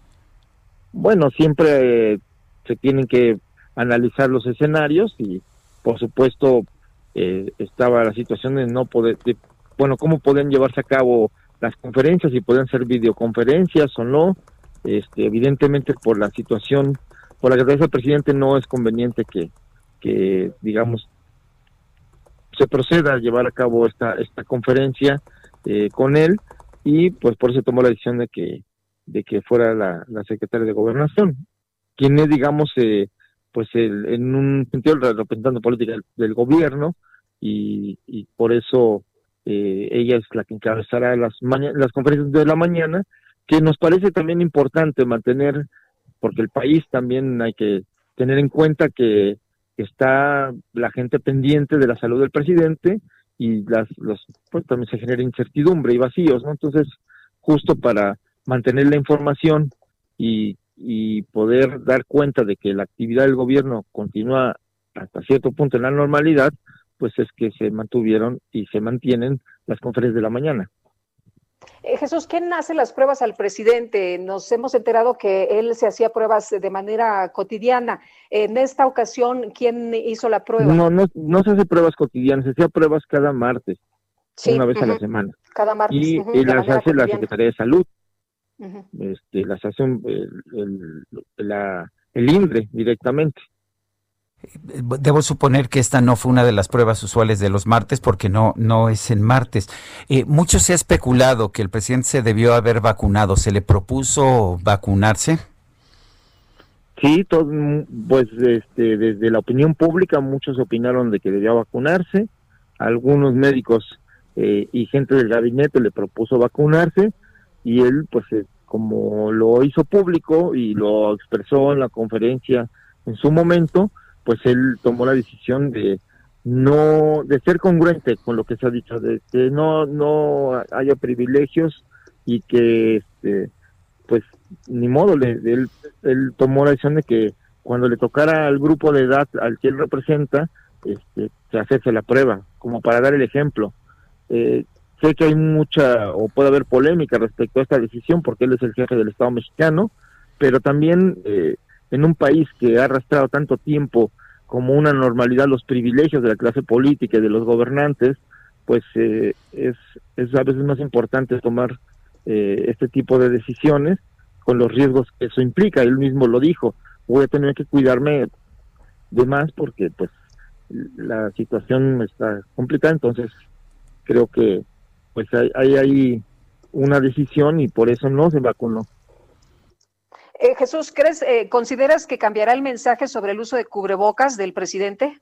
Bueno, siempre se tienen que analizar los escenarios y por supuesto estaba la situación de no poder, cómo podían llevarse a cabo las conferencias, si podían ser videoconferencias o no. Evidentemente por la situación, por la que está el presidente, no es conveniente que digamos se proceda a llevar a cabo esta conferencia con él, y pues por eso tomó la decisión de que fuera la secretaria de Gobernación, quien es, digamos, pues en un sentido representando política del gobierno, y por eso ella es la que encabezará las conferencias de la mañana, que nos parece también importante mantener porque el país también hay que tener en cuenta que está la gente pendiente de la salud del presidente y pues también se genera incertidumbre y vacíos, ¿no? Entonces, justo para mantener la información y poder dar cuenta de que la actividad del gobierno continúa hasta cierto punto en la normalidad, pues es que se mantuvieron y se mantienen las conferencias de la mañana. Jesús, ¿quién hace las pruebas al presidente? Nos hemos enterado que él se hacía pruebas de manera cotidiana. En esta ocasión, ¿quién hizo la prueba? No se hace pruebas cotidianas, se hacía pruebas cada martes, una vez a la semana. Cada martes. Y las hace la Secretaría de Salud. Las hace el INDRE directamente. Debo suponer que esta no fue una de las pruebas usuales de los martes porque no es en martes. Mucho se ha especulado que el presidente se debió haber vacunado. ¿Se le propuso vacunarse? Sí, desde la opinión pública muchos opinaron de que debía vacunarse. Algunos médicos y gente del gabinete le propuso vacunarse y él, pues como lo hizo público y lo expresó en la conferencia en su momento, pues él tomó la decisión de ser congruente con lo que se ha dicho, de que no haya privilegios y que pues ni modo, él tomó la decisión de que cuando le tocara al grupo de edad al que él representa, se hacerse la prueba, como para dar el ejemplo. Sé que hay o puede haber polémica respecto a esta decisión porque él es el jefe del Estado mexicano, pero también en un país que ha arrastrado tanto tiempo como una normalidad los privilegios de la clase política y de los gobernantes, pues es a veces más importante tomar este tipo de decisiones con los riesgos que eso implica. Él mismo lo dijo, voy a tener que cuidarme de más porque pues la situación está complicada, entonces creo que pues hay una decisión y por eso no se vacunó. Jesús, consideras que cambiará el mensaje sobre el uso de cubrebocas del presidente?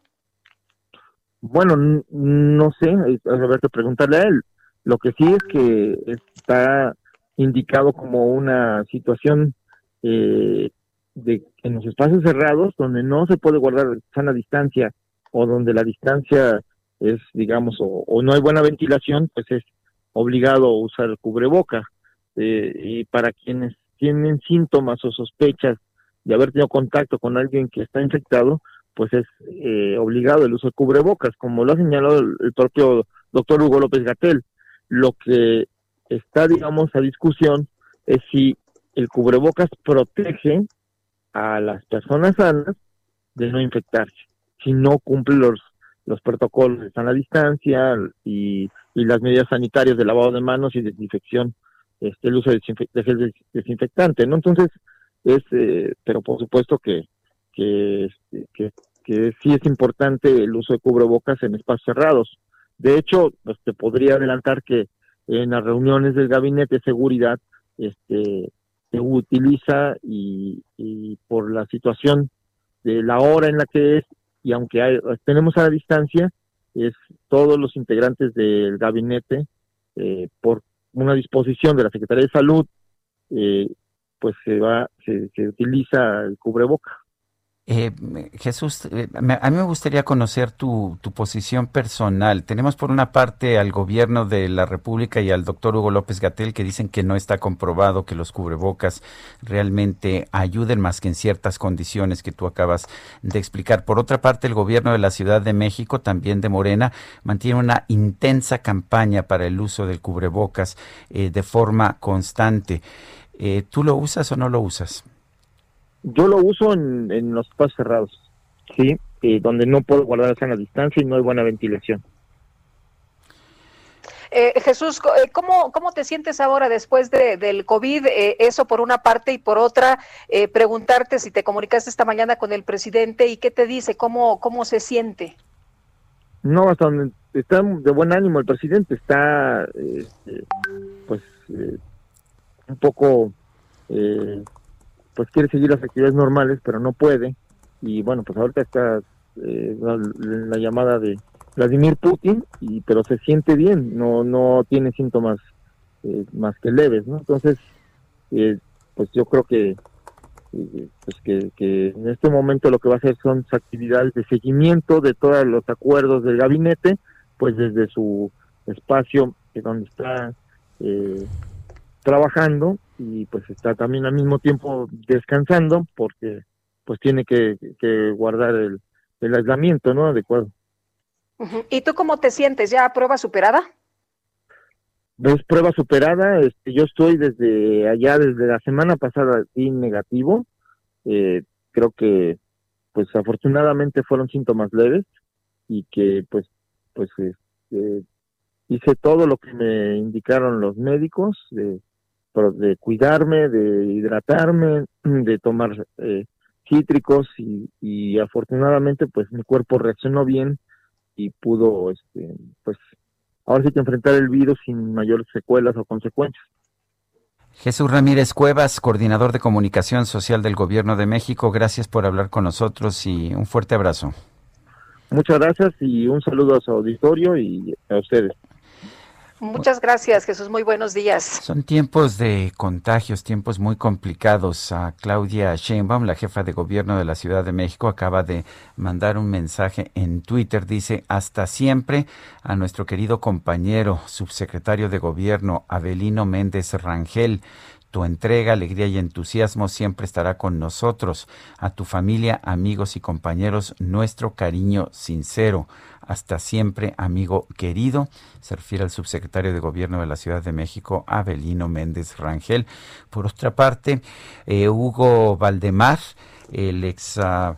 Bueno, no sé, habrá que preguntarle a él. Lo que sí es que está indicado como una situación en los espacios cerrados donde no se puede guardar sana distancia o donde la distancia es, digamos, o no hay buena ventilación, pues es obligado a usar el cubreboca. Y para quienes tienen síntomas o sospechas de haber tenido contacto con alguien que está infectado, pues es obligado el uso de cubrebocas, como lo ha señalado el propio doctor Hugo López-Gatell. Lo que está, digamos, a discusión es si el cubrebocas protege a las personas sanas de no infectarse, si no cumple los protocolos de sana distancia y las medidas sanitarias de lavado de manos y desinfección, el uso de gel desinfectante, ¿no? Entonces, pero por supuesto que sí es importante el uso de cubrebocas en espacios cerrados. De hecho, pues te podría adelantar que en las reuniones del Gabinete de Seguridad se utiliza y por la situación de la hora en la que es, y aunque tenemos a la distancia, todos los integrantes del gabinete, por una disposición de la Secretaría de Salud, pues se utiliza el cubreboca. Jesús, a mí me gustaría conocer tu posición personal. Tenemos por una parte al gobierno de la República y al doctor Hugo López-Gatell que dicen que no está comprobado que los cubrebocas realmente ayuden más que en ciertas condiciones que tú acabas de explicar. Por otra parte, el gobierno de la Ciudad de México, también de Morena, mantiene una intensa campaña para el uso del cubrebocas de forma constante. ¿Tú lo usas o no lo usas? Yo lo uso en los espacios cerrados, sí, donde no puedo guardar sana distancia y no hay buena ventilación. Jesús, ¿cómo te sientes ahora después del COVID? Eso por una parte, y por otra, preguntarte si te comunicaste esta mañana con el presidente y qué te dice, cómo se siente. No, hasta donde está de buen ánimo el presidente, está un poco... pues quiere seguir las actividades normales, pero no puede, y bueno, pues ahorita está la llamada de Vladimir Putin, pero se siente bien, no tiene síntomas más que leves, ¿no? Entonces, pues yo creo que pues que en este momento lo que va a hacer son actividades de seguimiento de todos los acuerdos del gabinete, pues desde su espacio donde está trabajando, y pues está también al mismo tiempo descansando porque pues tiene que guardar el aislamiento, ¿no? Adecuado. ¿Y tú cómo te sientes? ¿Ya prueba superada? Es prueba superada. Yo estoy desde la semana pasada negativo. Creo que pues afortunadamente fueron síntomas leves y que pues hice todo lo que me indicaron los médicos de cuidarme, de hidratarme, de tomar cítricos y afortunadamente pues mi cuerpo reaccionó bien y pudo pues ahora sí que enfrentar el virus sin mayores secuelas o consecuencias. Jesús Ramírez Cuevas, coordinador de comunicación social del Gobierno de México, gracias por hablar con nosotros y un fuerte abrazo. Muchas gracias y un saludo a su auditorio y a ustedes. Muchas gracias, Jesús. Muy buenos días. Son tiempos de contagios, tiempos muy complicados. A Claudia Sheinbaum, la jefa de gobierno de la Ciudad de México, acaba de mandar un mensaje en Twitter. Dice: hasta siempre a nuestro querido compañero, subsecretario de Gobierno, Avelino Méndez Rangel. Tu entrega, alegría y entusiasmo siempre estará con nosotros. A tu familia, amigos y compañeros, nuestro cariño sincero. Hasta siempre, amigo querido. Se refiere al subsecretario de Gobierno de la Ciudad de México, Avelino Méndez Rangel. Por otra parte, Hugo Valdemar, el ex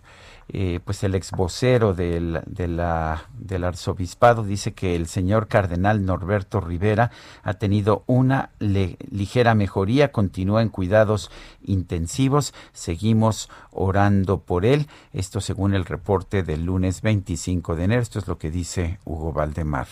vocero del arzobispado, dice que el señor cardenal Norberto Rivera ha tenido una ligera mejoría, continúa en cuidados intensivos, seguimos orando por él. Esto según el reporte del lunes 25 de enero. Esto es lo que dice Hugo Valdemar.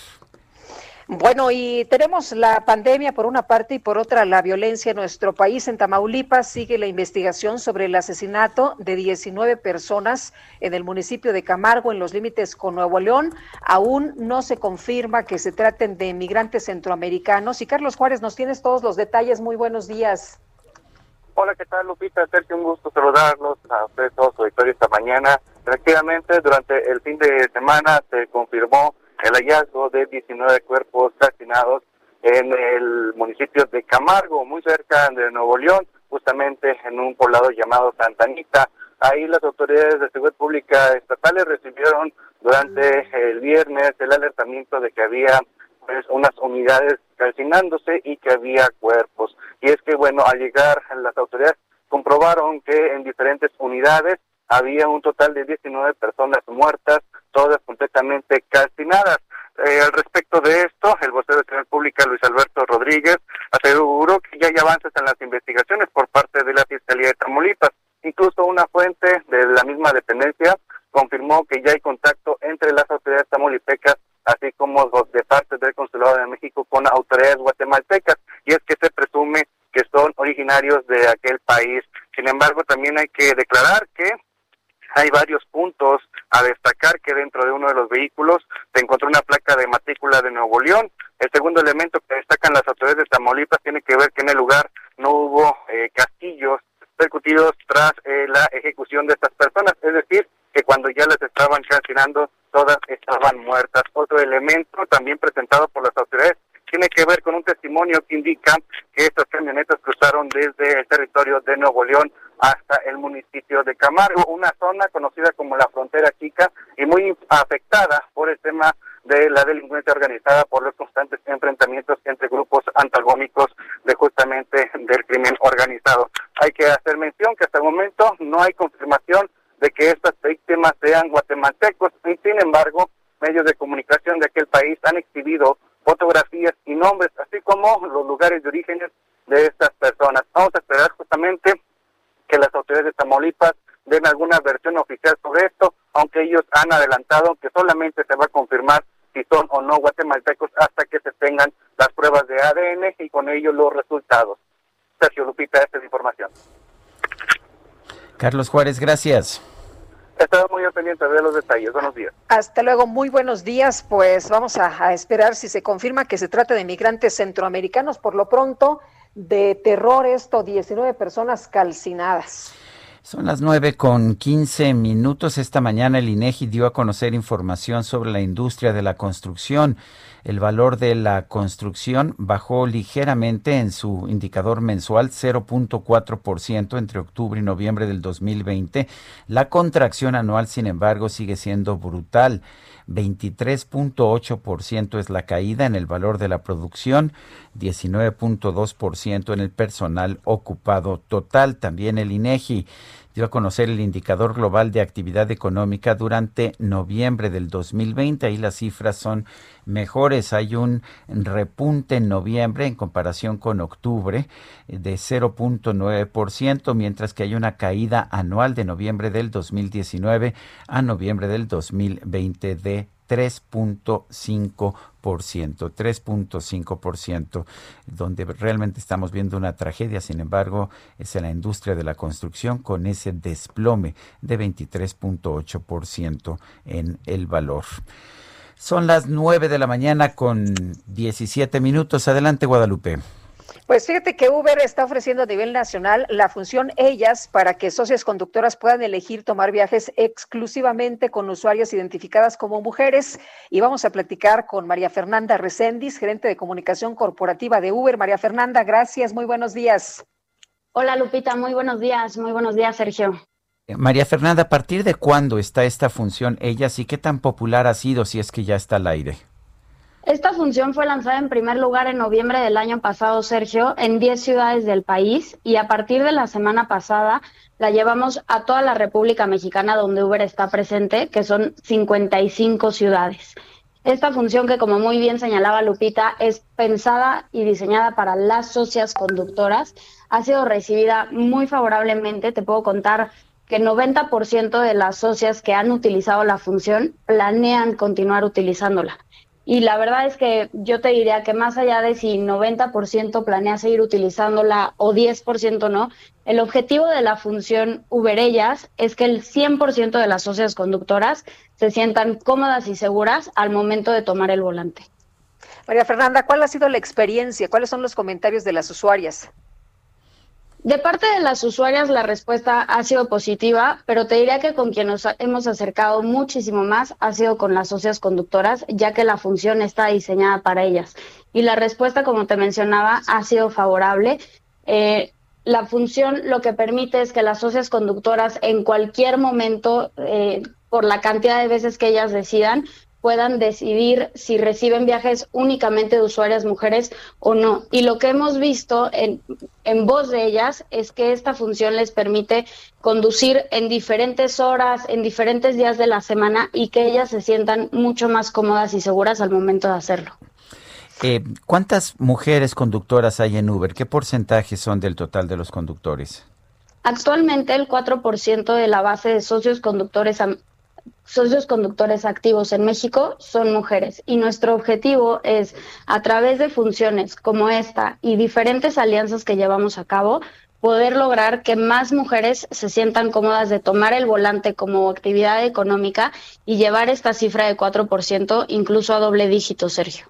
Bueno, y tenemos la pandemia por una parte y por otra la violencia en nuestro país. En Tamaulipas sigue la investigación sobre el asesinato de 19 personas en el municipio de Camargo, en los límites con Nuevo León. Aún no se confirma que se traten de migrantes centroamericanos. Y Carlos Juárez, nos tienes todos los detalles. Muy buenos días. Hola, ¿qué tal, Lupita? Sergio, un gusto saludarlos a ustedes todos, su auditorio esta mañana. Efectivamente, durante el fin de semana se confirmó el hallazgo de 19 cuerpos calcinados en el municipio de Camargo, muy cerca de Nuevo León, justamente en un poblado llamado Santa Anita. Ahí las autoridades de seguridad pública estatales recibieron durante el viernes el alertamiento de que había pues unas unidades calcinándose y que había cuerpos. Y es que, bueno, al llegar las autoridades comprobaron que en diferentes unidades había un total de 19 personas muertas, todas completamente calcinadas. Al respecto de esto, el vocero de Seguridad Pública, Luis Alberto Rodríguez, aseguró que ya hay avances en las investigaciones por parte de la Fiscalía de Tamaulipas. Incluso una fuente de la misma dependencia confirmó que ya hay contacto entre las autoridades tamaulipecas, así como de parte del Consulado de México con autoridades guatemaltecas, y es que se presume que son originarios de aquel país. Sin embargo, también hay que declarar que hay varios puntos a destacar, que dentro de uno de los vehículos se encontró una placa de matrícula de Nuevo León. El segundo elemento que destacan las autoridades de Tamaulipas tiene que ver que en el lugar no hubo casquillos percutidos tras la ejecución de estas personas, es decir, que cuando ya las estaban calcinando, todas estaban muertas. Otro elemento también presentado por las autoridades tiene que ver con un testimonio que indica que estas camionetas cruzaron desde el territorio de Nuevo León hasta el municipio de Camargo, una zona conocida como la Frontera Chica y muy afectada por el tema de la delincuencia organizada, por los constantes enfrentamientos entre grupos antagónicos de justamente del crimen organizado. Hay que hacer mención que hasta el momento no hay confirmación de que estas víctimas sean guatemaltecos, y sin embargo, medios de comunicación de aquel país han exhibido fotografías y nombres, así como los lugares de orígenes de estas personas. Vamos a esperar justamente que las autoridades de Tamaulipas den alguna versión oficial sobre esto, aunque ellos han adelantado que solamente se va a confirmar si son o no guatemaltecos hasta que se tengan las pruebas de ADN y con ello los resultados. Sergio, Lupita, esta es la información. Carlos Juárez, gracias. He estado muy al pendiente de los detalles. Buenos días. Hasta luego, muy buenos días. Pues vamos a esperar si se confirma que se trata de migrantes centroamericanos. Por lo pronto, de terror esto, 19 personas calcinadas. Son las 9:15. Esta mañana el INEGI dio a conocer información sobre la industria de la construcción. El valor de la construcción bajó ligeramente en su indicador mensual 0.4% entre octubre y noviembre del 2020. La contracción anual, sin embargo, sigue siendo brutal. 23.8% es la caída en el valor de la producción, 19.2% en el personal ocupado total. También el INEGI dio a conocer el indicador global de actividad económica durante noviembre del 2020. Ahí las cifras son mejores. Hay un repunte en noviembre en comparación con octubre de 0.9%, mientras que hay una caída anual de noviembre del 2019 a noviembre del 2020 de 3.5%, donde realmente estamos viendo una tragedia. Sin embargo, es en la industria de la construcción con ese desplome de 23.8% en el valor. Son las 9:17 a.m. Adelante, Guadalupe. Pues fíjate que Uber está ofreciendo a nivel nacional la función Ellas para que socias conductoras puedan elegir tomar viajes exclusivamente con usuarias identificadas como mujeres. Y vamos a platicar con María Fernanda Recendis, gerente de comunicación corporativa de Uber. María Fernanda, gracias, muy buenos días. Hola Lupita, muy buenos días, Sergio. María Fernanda, ¿a partir de cuándo está esta función Ellas y qué tan popular ha sido, si es que ya está al aire? Esta función fue lanzada en primer lugar en noviembre del año pasado, Sergio, en 10 ciudades del país, y a partir de la semana pasada la llevamos a toda la República Mexicana donde Uber está presente, que son 55 ciudades. Esta función, que como muy bien señalaba Lupita, es pensada y diseñada para las socias conductoras, ha sido recibida muy favorablemente. Te puedo contar que el 90% de las socias que han utilizado la función planean continuar utilizándola. Y la verdad es que yo te diría que más allá de si 90% planea seguir utilizándola o 10% no, el objetivo de la función Uber Ellas es que el 100% de las socias conductoras se sientan cómodas y seguras al momento de tomar el volante. María Fernanda, ¿cuál ha sido la experiencia? ¿Cuáles son los comentarios de las usuarias? De parte de las usuarias la respuesta ha sido positiva, pero te diría que con quien nos hemos acercado muchísimo más ha sido con las socias conductoras, ya que la función está diseñada para ellas. Y la respuesta, como te mencionaba, ha sido favorable. La función lo que permite es que las socias conductoras en cualquier momento, por la cantidad de veces que ellas decidan, puedan decidir si reciben viajes únicamente de usuarias mujeres o no. Y lo que hemos visto en voz de ellas es que esta función les permite conducir en diferentes horas, en diferentes días de la semana, y que ellas se sientan mucho más cómodas y seguras al momento de hacerlo. ¿Cuántas mujeres conductoras hay en Uber? ¿Qué porcentaje son del total de los conductores? Actualmente el 4% de la base de socios conductores activos en México son mujeres, y nuestro objetivo es, a través de funciones como esta y diferentes alianzas que llevamos a cabo, poder lograr que más mujeres se sientan cómodas de tomar el volante como actividad económica y llevar esta cifra de 4% incluso a doble dígito, Sergio.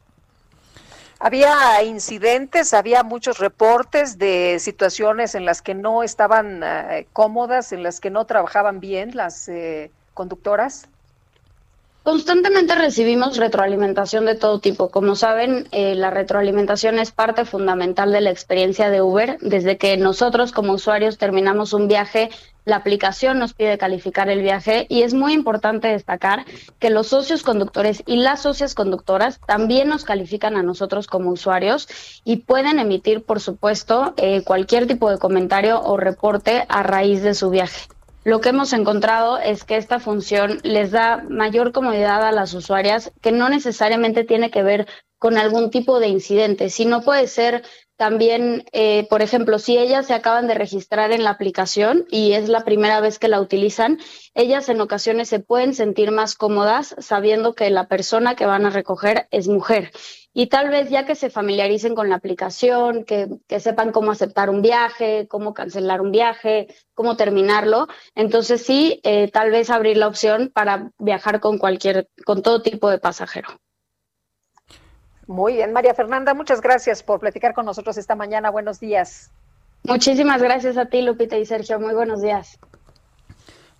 Había incidentes, había muchos reportes de situaciones en las que no estaban cómodas, en las que no trabajaban bien las conductoras. Constantemente recibimos retroalimentación de todo tipo. Como saben, la retroalimentación es parte fundamental de la experiencia de Uber. Desde que nosotros como usuarios terminamos un viaje, la aplicación nos pide calificar el viaje, y es muy importante destacar que los socios conductores y las socias conductoras también nos califican a nosotros como usuarios y pueden emitir, por supuesto, cualquier tipo de comentario o reporte a raíz de su viaje. Lo que hemos encontrado es que esta función les da mayor comodidad a las usuarias, que no necesariamente tiene que ver con algún tipo de incidente, sino puede ser también, por ejemplo, si ellas se acaban de registrar en la aplicación y es la primera vez que la utilizan, ellas en ocasiones se pueden sentir más cómodas sabiendo que la persona que van a recoger es mujer. Y tal vez ya que se familiaricen con la aplicación, que sepan cómo aceptar un viaje, cómo cancelar un viaje, cómo terminarlo, entonces sí, tal vez abrir la opción para viajar con todo tipo de pasajero. Muy bien, María Fernanda, muchas gracias por platicar con nosotros esta mañana. Buenos días. Muchísimas gracias a ti, Lupita y Sergio. Muy buenos días.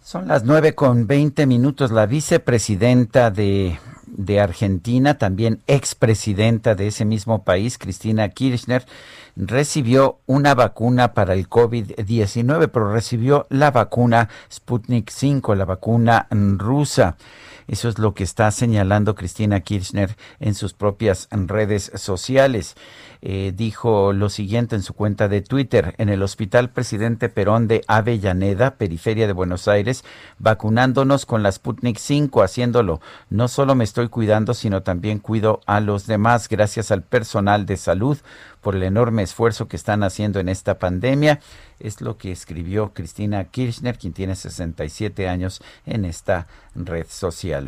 Son las 9:20. La vicepresidenta de Argentina, también expresidenta de ese mismo país, Cristina Kirchner, recibió una vacuna para el COVID-19, pero recibió la vacuna Sputnik 5, la vacuna rusa. Eso es lo que está señalando Cristina Kirchner en sus propias redes sociales. Dijo lo siguiente en su cuenta de Twitter: en el Hospital Presidente Perón de Avellaneda, periferia de Buenos Aires, vacunándonos con la Sputnik 5, haciéndolo. No solo me estoy cuidando, sino también cuido a los demás. Gracias al personal de salud por el enorme esfuerzo que están haciendo en esta pandemia. Es lo que escribió Cristina Kirchner, quien tiene 67 años en esta red social.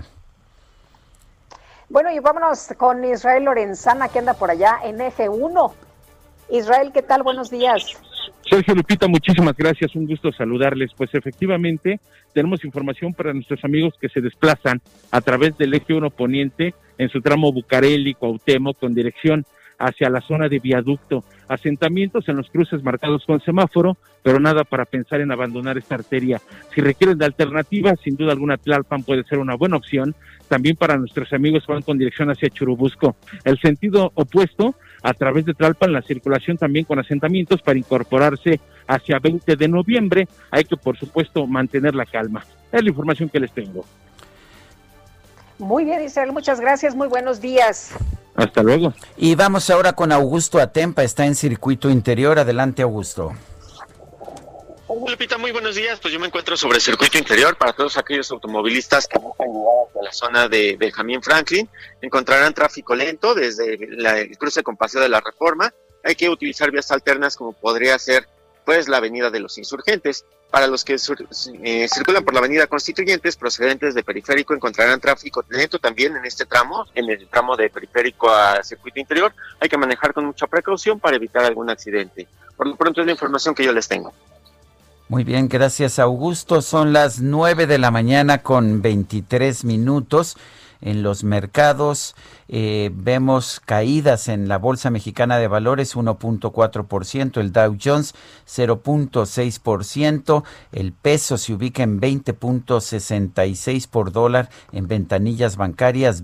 Bueno, y vámonos con Israel Lorenzana, que anda por allá en Eje 1. Israel, ¿qué tal? Buenos días. Sergio, Lupita, muchísimas gracias, un gusto saludarles. Pues efectivamente, tenemos información para nuestros amigos que se desplazan a través del Eje 1 Poniente en su tramo Bucareli, Cuauhtémoc, con dirección hacia la zona de viaducto. Asentamientos en los cruces marcados con semáforo, pero nada para pensar en abandonar esta arteria. Si requieren de alternativas, sin duda alguna Tlalpan puede ser una buena opción, también para nuestros amigos que van con dirección hacia Churubusco. El sentido opuesto, a través de Tlalpan, la circulación también con asentamientos para incorporarse hacia 20 de noviembre. Hay que, por supuesto, mantener la calma. Es la información que les tengo. Muy bien, Israel, muchas gracias, muy buenos días. Hasta luego. Y vamos ahora con Augusto Atempa, está en Circuito Interior. Adelante, Augusto. Hola, Lupita, muy buenos días. Pues yo me encuentro sobre el Circuito Interior. Para todos aquellos automovilistas que buscan llegar hacia la zona de Benjamín Franklin, encontrarán tráfico lento desde el cruce con Paseo de la Reforma. Hay que utilizar vías alternas, como podría ser pues la Avenida de los Insurgentes. Para los que circulan por la Avenida Constituyentes procedentes de Periférico, encontrarán tráfico lento también en este tramo, en el tramo de Periférico a Circuito Interior. Hay que manejar con mucha precaución para evitar algún accidente. Por lo pronto es la información que yo les tengo. Muy bien, gracias, Augusto. Son las 9:23 en los mercados. Vemos caídas en la Bolsa Mexicana de Valores, 1.4%, el Dow Jones 0.6%, el peso se ubica en 20.66 por dólar, en ventanillas bancarias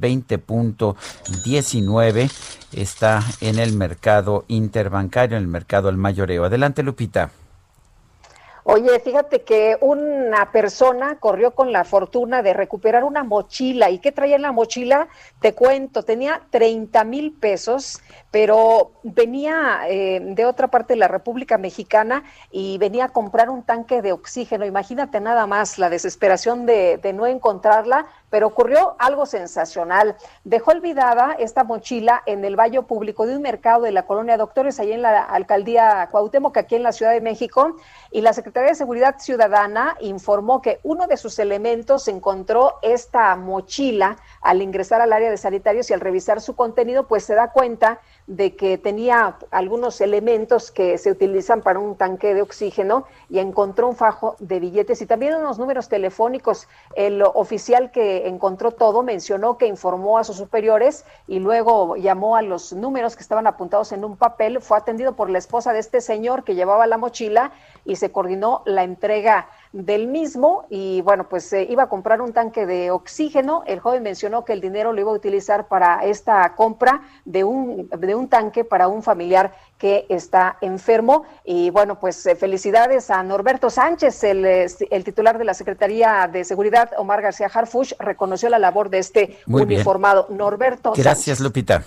20.19, está en el mercado interbancario, en el mercado al mayoreo. Adelante, Lupita. Oye, fíjate que una persona corrió con la fortuna de recuperar una mochila. ¿Y qué traía en la mochila? Te cuento, tenía 30,000 pesos, pero venía de otra parte de la República Mexicana y venía a comprar un tanque de oxígeno. Imagínate nada más la desesperación de no encontrarla, pero ocurrió algo sensacional. Dejó olvidada esta mochila en el baño público de un mercado de la Colonia Doctores, ahí en la alcaldía Cuauhtémoc, aquí en la Ciudad de México, y la Secretaría de Seguridad Ciudadana informó que uno de sus elementos encontró esta mochila al ingresar al área de sanitarios, y al revisar su contenido, pues se da cuenta de que tenía algunos elementos que se utilizan para un tanque de oxígeno, y encontró un fajo de billetes y también unos números telefónicos. El oficial que encontró todo mencionó que informó a sus superiores y luego llamó a los números que estaban apuntados en un papel. Fue atendido por la esposa de este señor que llevaba la mochila y se coordinó la entrega del mismo, y bueno, pues iba a comprar un tanque de oxígeno. El joven mencionó que el dinero lo iba a utilizar para esta compra de un tanque para un familiar que está enfermo. Y bueno, pues felicidades a Norberto Sánchez, el titular de la Secretaría de Seguridad, Omar García Harfuch, reconoció la labor de este Muy uniformado. bien. Norberto Gracias, Sánchez. Lupita.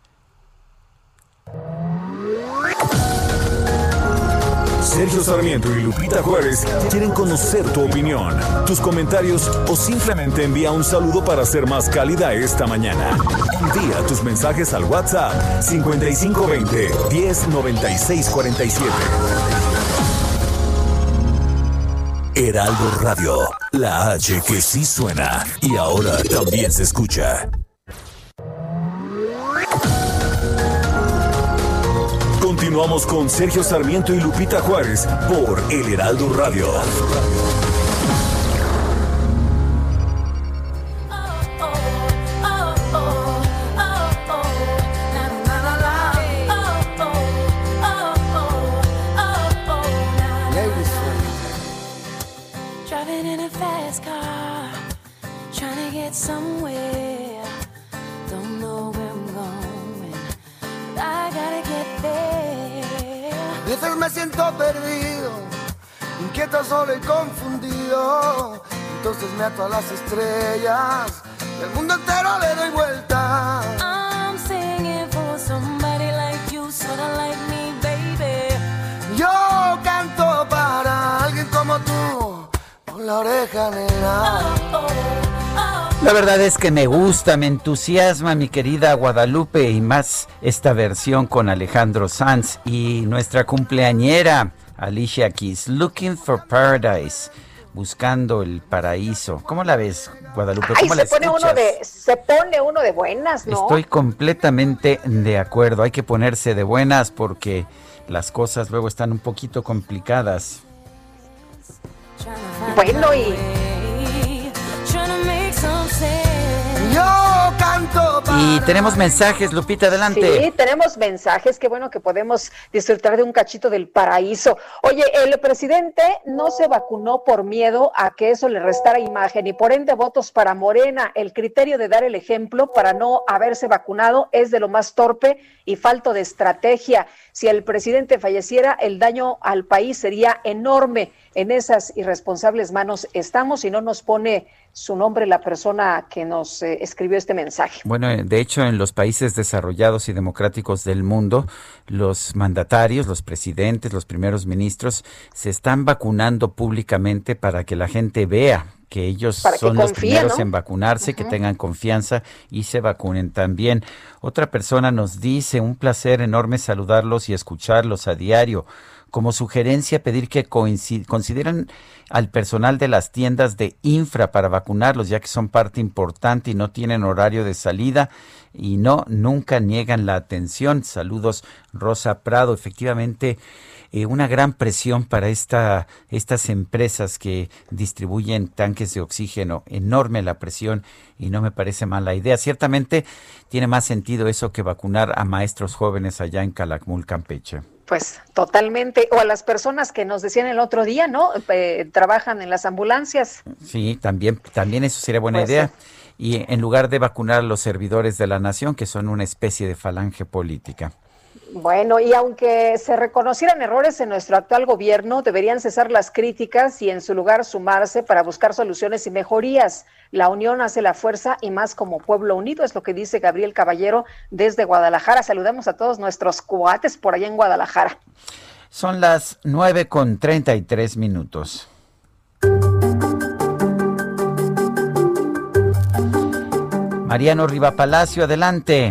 Sergio Sarmiento y Lupita Juárez quieren conocer tu opinión, tus comentarios o simplemente envía un saludo para ser más cálida esta mañana. Envía tus mensajes al WhatsApp 5520 109647. Heraldo Radio, la H que sí suena y ahora también se escucha. Continuamos con Sergio Sarmiento y Lupita Juárez por El Heraldo Radio. Driving in a fast A veces me siento perdido, inquieto, solo y confundido. Entonces me ato a las estrellas y al mundo entero le doy vuelta. I'm singing for somebody like you, sorta like me, baby. Yo canto para alguien como tú, por la oreja negra. La verdad es que me gusta, me entusiasma mi querida Guadalupe, y más esta versión con Alejandro Sanz y nuestra cumpleañera Alicia Keys, Looking for Paradise, buscando el paraíso. ¿Cómo la ves, Guadalupe? ¿Cómo la escuchas? Se pone uno de buenas, ¿no? Estoy completamente de acuerdo, hay que ponerse de buenas porque las cosas luego están un poquito complicadas. Bueno, y yo canto para... Y tenemos mensajes, Lupita, adelante. Sí, tenemos mensajes, qué bueno que podemos disfrutar de un cachito del paraíso. Oye, el presidente no se vacunó por miedo a que eso le restara imagen y por ende votos para Morena. El criterio de dar el ejemplo para no haberse vacunado es de lo más torpe y falto de estrategia. Si el presidente falleciera, el daño al país sería enorme. En esas irresponsables manos estamos y no nos pone su nombre la persona que nos escribió este mensaje. Bueno, de hecho, en los países desarrollados y democráticos del mundo, los mandatarios, los presidentes, los primeros ministros se están vacunando públicamente para que la gente vea que ellos son los primeros, ¿no?, en vacunarse, que tengan confianza y se vacunen también. Otra persona nos dice, un placer enorme saludarlos y escucharlos a diario. Como sugerencia, pedir que consideren al personal de las tiendas de infra para vacunarlos, ya que son parte importante y no tienen horario de salida y nunca niegan la atención. Saludos, Rosa Prado. Efectivamente, una gran presión para estas empresas que distribuyen tanques de oxígeno, enorme la presión y no me parece mala idea. Ciertamente tiene más sentido eso que vacunar a maestros jóvenes allá en Calakmul, Campeche. Pues totalmente, o a las personas que nos decían el otro día, ¿no? Trabajan en las ambulancias. Sí, también eso sería buena idea. Y en lugar de vacunar a los servidores de la nación, que son una especie de falange política. Bueno, y aunque se reconocieran errores en nuestro actual gobierno, deberían cesar las críticas y en su lugar sumarse para buscar soluciones y mejorías. La unión hace la fuerza y más como pueblo unido, es lo que dice Gabriel Caballero desde Guadalajara. Saludamos a todos nuestros cuates por allá en Guadalajara. Son las 9:33. Mariano Rivapalacio, adelante.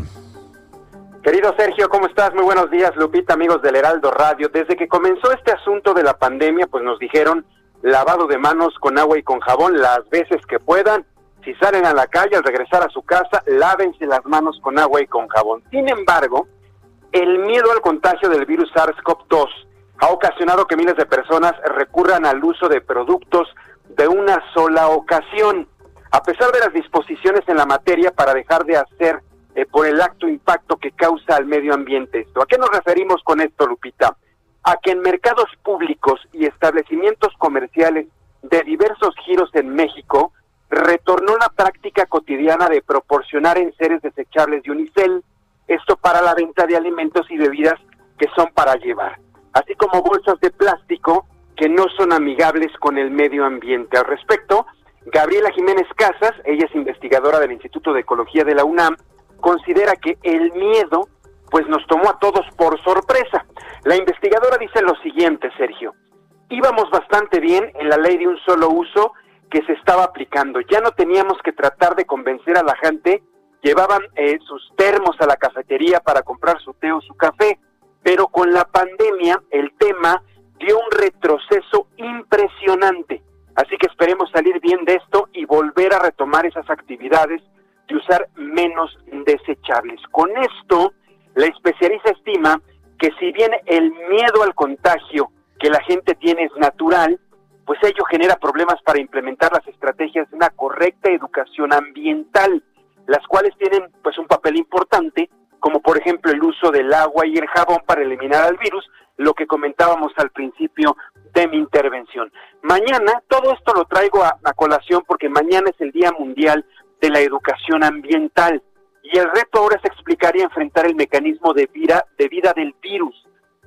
Querido Sergio, ¿cómo estás? Muy buenos días, Lupita, amigos del Heraldo Radio. Desde que comenzó este asunto de la pandemia, pues nos dijeron lavado de manos con agua y con jabón las veces que puedan. Si salen a la calle, al regresar a su casa, lávense las manos con agua y con jabón. Sin embargo, el miedo al contagio del virus SARS-CoV-2 ha ocasionado que miles de personas recurran al uso de productos de una sola ocasión. A pesar de las disposiciones en la materia para dejar de hacer por el alto impacto que causa al medio ambiente esto. ¿A qué nos referimos con esto, Lupita? A que en mercados públicos y establecimientos comerciales de diversos giros en México retornó la práctica cotidiana de proporcionar enseres desechables de unicel, esto para la venta de alimentos y bebidas que son para llevar, así como bolsas de plástico que no son amigables con el medio ambiente. Al respecto, Gabriela Jiménez Casas, ella es investigadora del Instituto de Ecología de la UNAM, considera que el miedo pues nos tomó a todos por sorpresa. La investigadora dice lo siguiente, Sergio: íbamos bastante bien en la ley de un solo uso que se estaba aplicando, ya no teníamos que tratar de convencer a la gente, llevaban sus termos a la cafetería para comprar su té o su café, pero con la pandemia el tema dio un retroceso impresionante, así que esperemos salir bien de esto y volver a retomar esas actividades de usar menos desechables. Con esto, la especialista estima que si bien el miedo al contagio que la gente tiene es natural, pues ello genera problemas para implementar las estrategias de una correcta educación ambiental, las cuales tienen pues un papel importante, como por ejemplo el uso del agua y el jabón para eliminar al virus, lo que comentábamos al principio de mi intervención. Mañana, todo esto lo traigo a colación porque mañana es el Día Mundial de la Educación Ambiental y el reto ahora es explicar y enfrentar el mecanismo de vida del virus.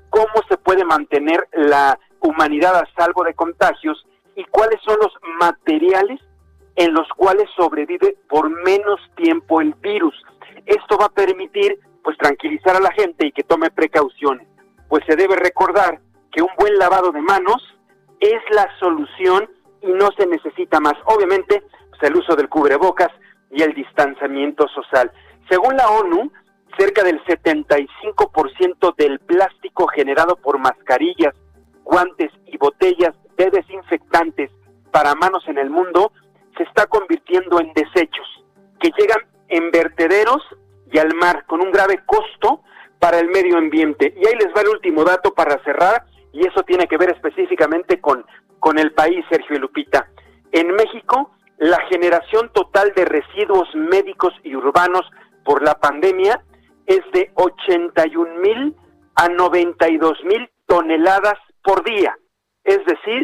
cómo se puede mantener la humanidad a salvo de contagios y cuáles son los materiales en los cuales sobrevive por menos tiempo el virus. Esto va a permitir, pues, tranquilizar a la gente y que tome precauciones, pues se debe recordar que un buen lavado de manos es la solución y no se necesita más. Obviamente, pues, el uso del cubrebocas y el distanciamiento social. Según la ONU, cerca del 75% del plástico generado por mascarillas, guantes y botellas de desinfectantes para manos en el mundo se está convirtiendo en desechos que llegan en vertederos y al mar con un grave costo para el medio ambiente. Y ahí les va el último dato para cerrar, y eso tiene que ver específicamente con el país, Sergio y Lupita. En México, la generación total de residuos médicos y urbanos por la pandemia es de 81,000 a 92,000 toneladas por día, es decir,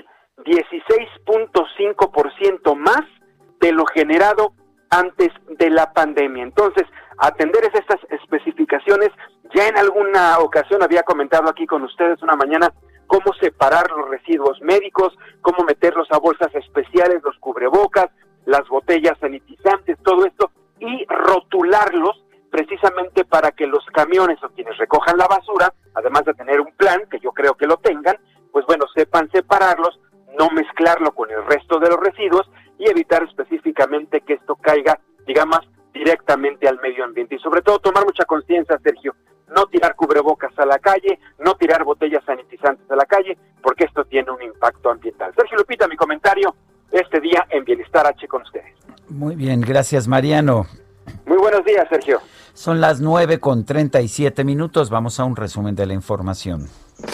16.5% más de lo generado antes de la pandemia. Entonces, atender estas especificaciones, ya en alguna ocasión había comentado aquí con ustedes una mañana cómo separar los residuos médicos, cómo meterlos a bolsas especiales, los cubrebocas, las botellas sanitizantes, todo esto, y rotularlos precisamente para que los camiones o quienes recojan la basura, además de tener un plan, que yo creo que lo tengan, pues bueno, sepan separarlos, no mezclarlo con el resto de los residuos y evitar específicamente que esto caiga, digamos, directamente al medio ambiente. Y sobre todo tomar mucha conciencia, Sergio, no tirar cubrebocas a la calle, no tirar botellas sanitizantes a la calle, porque esto tiene un impacto ambiental. Sergio, Lupita, mi comentario este día en Bienestar H con ustedes. Muy bien, gracias, Mariano. Muy buenos días, Sergio. Son las 9:37. Vamos a un resumen de la información.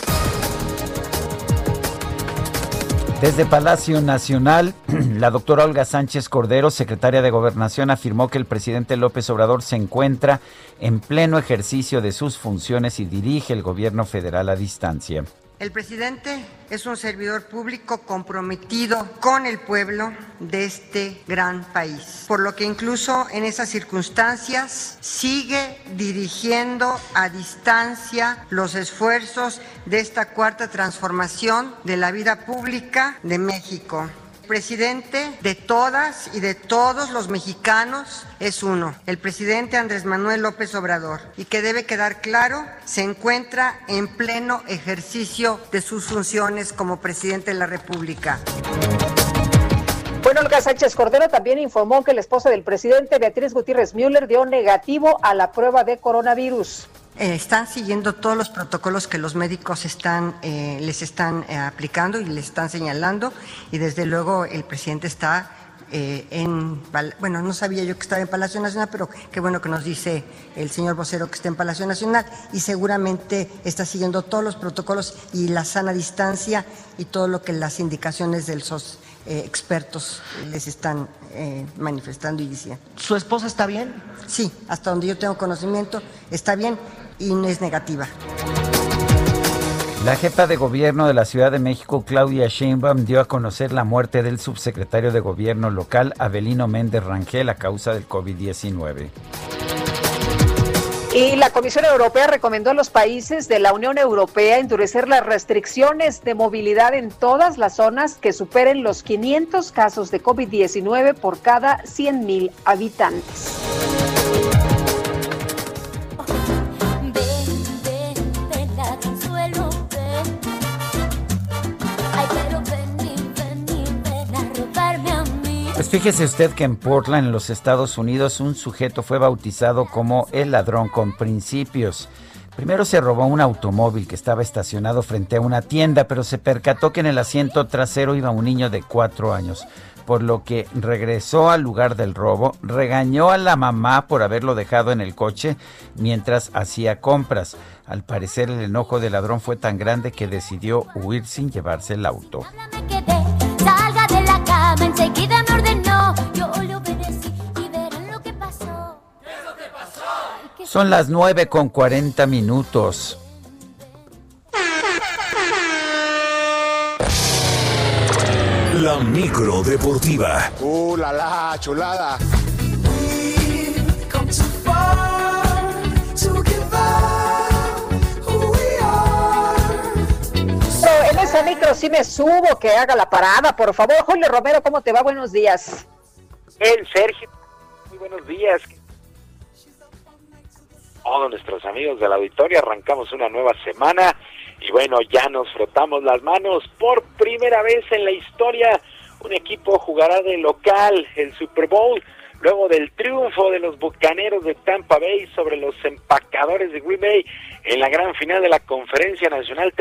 Desde Palacio Nacional, la doctora Olga Sánchez Cordero, secretaria de Gobernación, afirmó que el presidente López Obrador se encuentra en pleno ejercicio de sus funciones y dirige el gobierno federal a distancia. El presidente es un servidor público comprometido con el pueblo de este gran país, por lo que incluso en esas circunstancias sigue dirigiendo a distancia los esfuerzos de esta cuarta transformación de la vida pública de México. El presidente de todas y de todos los mexicanos es uno, el presidente Andrés Manuel López Obrador, y que debe quedar claro, se encuentra en pleno ejercicio de sus funciones como presidente de la República. Bueno, Olga Sánchez Cordero también informó que la esposa del presidente, Beatriz Gutiérrez Müller, dio negativo a la prueba de coronavirus. Están siguiendo todos los protocolos que los médicos les están aplicando y les están señalando, y desde luego el presidente está no sabía yo que estaba en Palacio Nacional, pero qué bueno que nos dice el señor vocero que está en Palacio Nacional, y seguramente está siguiendo todos los protocolos y la sana distancia y todo lo que las indicaciones de los expertos les están manifestando y diciendo. ¿Su esposa está bien? Sí, hasta donde yo tengo conocimiento está bien y no es negativa. La jefa de gobierno de la Ciudad de México, Claudia Sheinbaum, dio a conocer la muerte del subsecretario de gobierno local, Avelino Méndez Rangel, a causa del COVID-19. Y la Comisión Europea recomendó a los países de la Unión Europea endurecer las restricciones de movilidad en todas las zonas que superen los 500 casos de COVID-19 por cada 100,000 habitantes. Pues fíjese usted que en Portland, en los Estados Unidos, un sujeto fue bautizado como el ladrón con principios. Primero se robó un automóvil que estaba estacionado frente a una tienda, pero se percató que en el asiento trasero iba un niño de 4 años, por lo que regresó al lugar del robo, regañó a la mamá por haberlo dejado en el coche mientras hacía compras. Al parecer el enojo del ladrón fue tan grande que decidió huir sin llevarse el auto. Salga de la cama, enseguida me ordenó, yo le obedecí y verán lo que pasó. ¿Qué es lo que pasó? Son las 9:40. La micro deportiva. La chulada. al micro, sí me subo, que haga la parada, por favor. Julio Romero, ¿cómo te va? Buenos días. Sergio, muy buenos días. Todos nuestros amigos del auditorio, arrancamos una nueva semana y bueno, ya nos frotamos las manos. Por primera vez en la historia, un equipo jugará de local el Super Bowl, luego del triunfo de los Bucaneros de Tampa Bay sobre los empacadores de Green Bay en la gran final de la Conferencia Nacional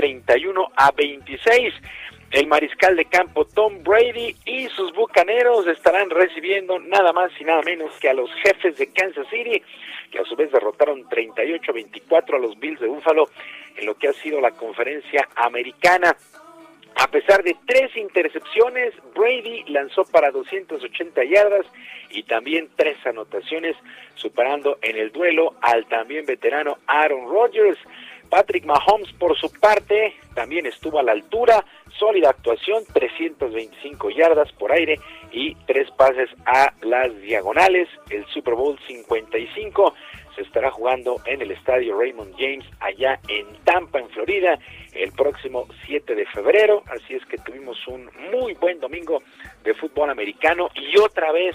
31-26. El mariscal de campo Tom Brady y sus Bucaneros estarán recibiendo nada más y nada menos que a los Jefes de Kansas City, que a su vez derrotaron 38-24 a los Bills de Buffalo en lo que ha sido la Conferencia Americana. A pesar de 3 intercepciones, Brady lanzó para 280 yardas y también 3 anotaciones, superando en el duelo al también veterano Aaron Rodgers. Patrick Mahomes, por su parte, también estuvo a la altura, sólida actuación, 325 yardas por aire y 3 pases a las diagonales. El Super Bowl 55 se estará jugando en el estadio Raymond James, allá en Tampa, en Florida, el próximo 7 de febrero, así es que tuvimos un muy buen domingo de fútbol americano, y otra vez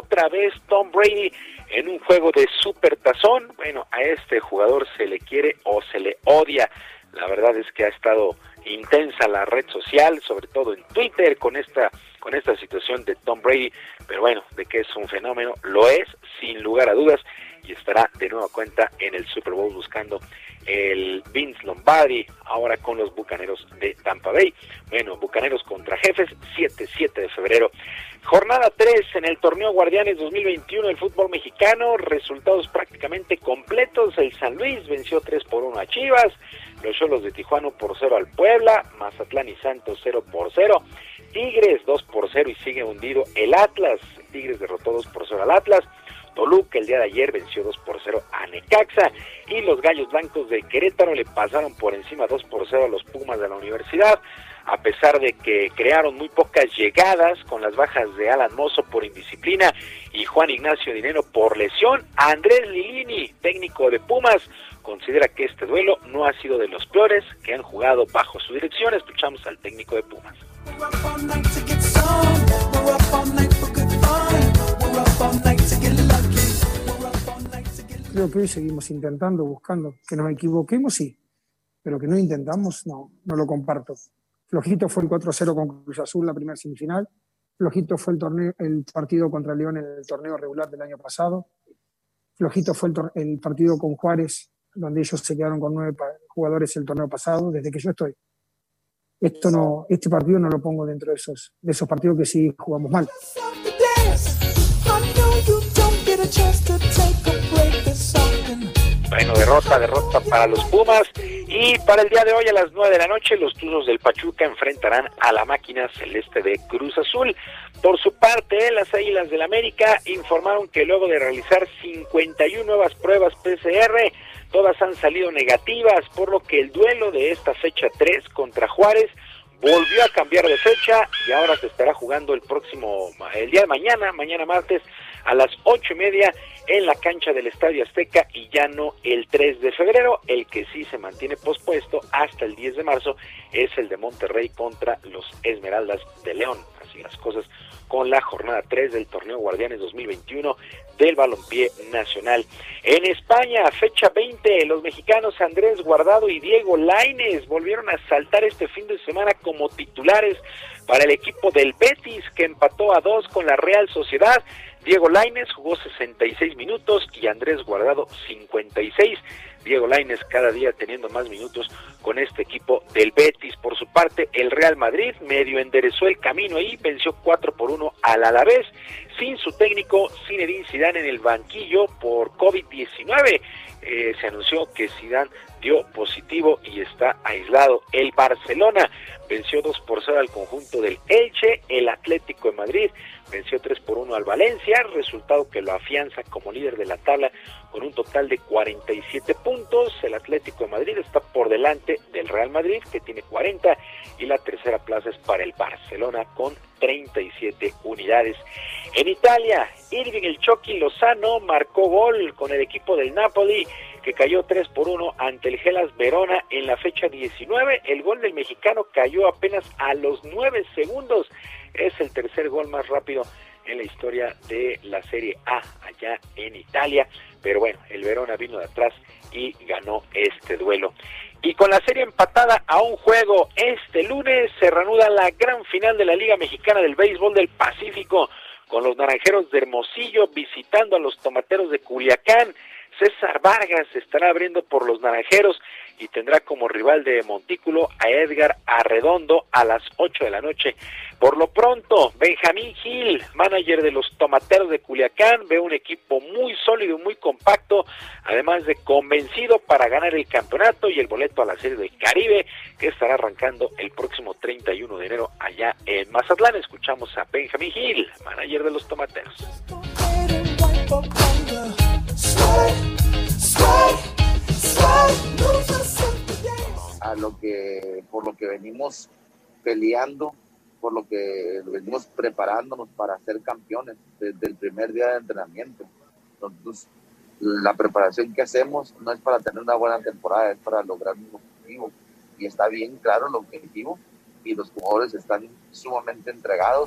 Tom Brady en un juego de supertazón. Bueno, a este jugador se le quiere o se le odia. La verdad es que ha estado intensa la red social, sobre todo en Twitter, con esta situación de Tom Brady, pero bueno, de que es un fenómeno, lo es, sin lugar a dudas, y estará de nueva cuenta en el Super Bowl buscando el Vince Lombardi, ahora con los Bucaneros de Tampa Bay. Bueno, Bucaneros contra Jefes, 7 de febrero. Jornada 3 en el torneo Guardianes 2021 del fútbol mexicano, resultados prácticamente completos. El San Luis venció 3-1 a Chivas, los Xolos de Tijuana 1-0 al Puebla, Mazatlán y Santos 0-0, Tigres 2-0 y sigue hundido el Atlas. Tigres derrotó 2-0 al Atlas. Toluca el día de ayer venció 2-0 a Necaxa, y los Gallos Blancos de Querétaro le pasaron por encima 2-0 a los Pumas de la Universidad, a pesar de que crearon muy pocas llegadas con las bajas de Alan Mozo por indisciplina y Juan Ignacio Dinero por lesión. Andrés Lilini, técnico de Pumas, considera que este duelo no ha sido de los peores que han jugado bajo su dirección. Escuchamos al técnico de Pumas. Creo que hoy seguimos intentando, buscando. Que nos equivoquemos, sí, pero que no intentamos, no lo comparto. Flojito fue el 4-0 con Cruz Azul, la primera semifinal. Flojito fue el partido contra León en el torneo regular del año pasado. Flojito fue el partido con Juárez, donde ellos se quedaron con 9 jugadores el torneo pasado, desde que yo estoy. Este partido no lo pongo dentro de esos partidos que sí jugamos mal. Bueno, derrota para los Pumas. Y para el día de hoy a las 9 de la noche, los Tuzos del Pachuca enfrentarán a la máquina celeste de Cruz Azul. Por su parte, las Águilas del América informaron que luego de realizar 51 nuevas pruebas PCR, todas han salido negativas, por lo que el duelo de esta fecha 3 contra Juárez volvió a cambiar de fecha y ahora se estará jugando el día de mañana martes a las 8:30 en la cancha del Estadio Azteca, y ya no el 3 de febrero. El que sí se mantiene pospuesto hasta el 10 de marzo es el de Monterrey contra los Esmeraldas de León. Así las cosas con la jornada 3 del torneo Guardianes 2021 del balompié nacional. En España, fecha 20, los mexicanos Andrés Guardado y Diego Lainez volvieron a saltar este fin de semana como titulares para el equipo del Betis, que empató a 2 con la Real Sociedad. Diego Lainez jugó 66 minutos y Andrés Guardado 56. Diego Lainez cada día teniendo más minutos con este equipo del Betis. Por su parte, el Real Madrid medio enderezó el camino ahí, venció 4-1 al Alavés, sin su técnico Zinedine Zidane en el banquillo por COVID-19. Se anunció que Zidane dio positivo y está aislado. El Barcelona venció 2-0 al conjunto del Elche. El Atlético de Madrid venció 3-1 al Valencia, resultado que lo afianza como líder de la tabla con un total de 47 puntos. El Atlético de Madrid está por delante del Real Madrid, que tiene 40, y la tercera plaza es para el Barcelona con 37 unidades. En Italia, Irving el Chucky Lozano marcó gol con el equipo del Napoli que cayó 3-1 ante el Hellas Verona en la fecha 19. El gol del mexicano cayó apenas a los 9 segundos. Es el tercer gol más rápido en la historia de la Serie A allá en Italia. Pero bueno, el Verona vino de atrás y ganó este duelo. Y con la serie empatada a un juego, este lunes se reanuda la gran final de la Liga Mexicana del Béisbol del Pacífico, con los Naranjeros de Hermosillo visitando a los Tomateros de Culiacán. César Vargas estará abriendo por los Naranjeros y tendrá como rival de montículo a Edgar Arredondo a las 8 de la noche. Por lo pronto, Benjamín Gil, manager de los Tomateros de Culiacán, ve un equipo muy sólido, muy compacto, además de convencido para ganar el campeonato y el boleto a la Serie del Caribe, que estará arrancando el próximo 31 de enero allá en Mazatlán. Escuchamos a Benjamín Gil, manager de los Tomateros. Por lo que venimos peleando, por lo que venimos preparándonos para ser campeones desde el primer día de entrenamiento. Entonces, la preparación que hacemos no es para tener una buena temporada, es para lograr un objetivo. Y está bien claro el objetivo y los jugadores están sumamente entregados.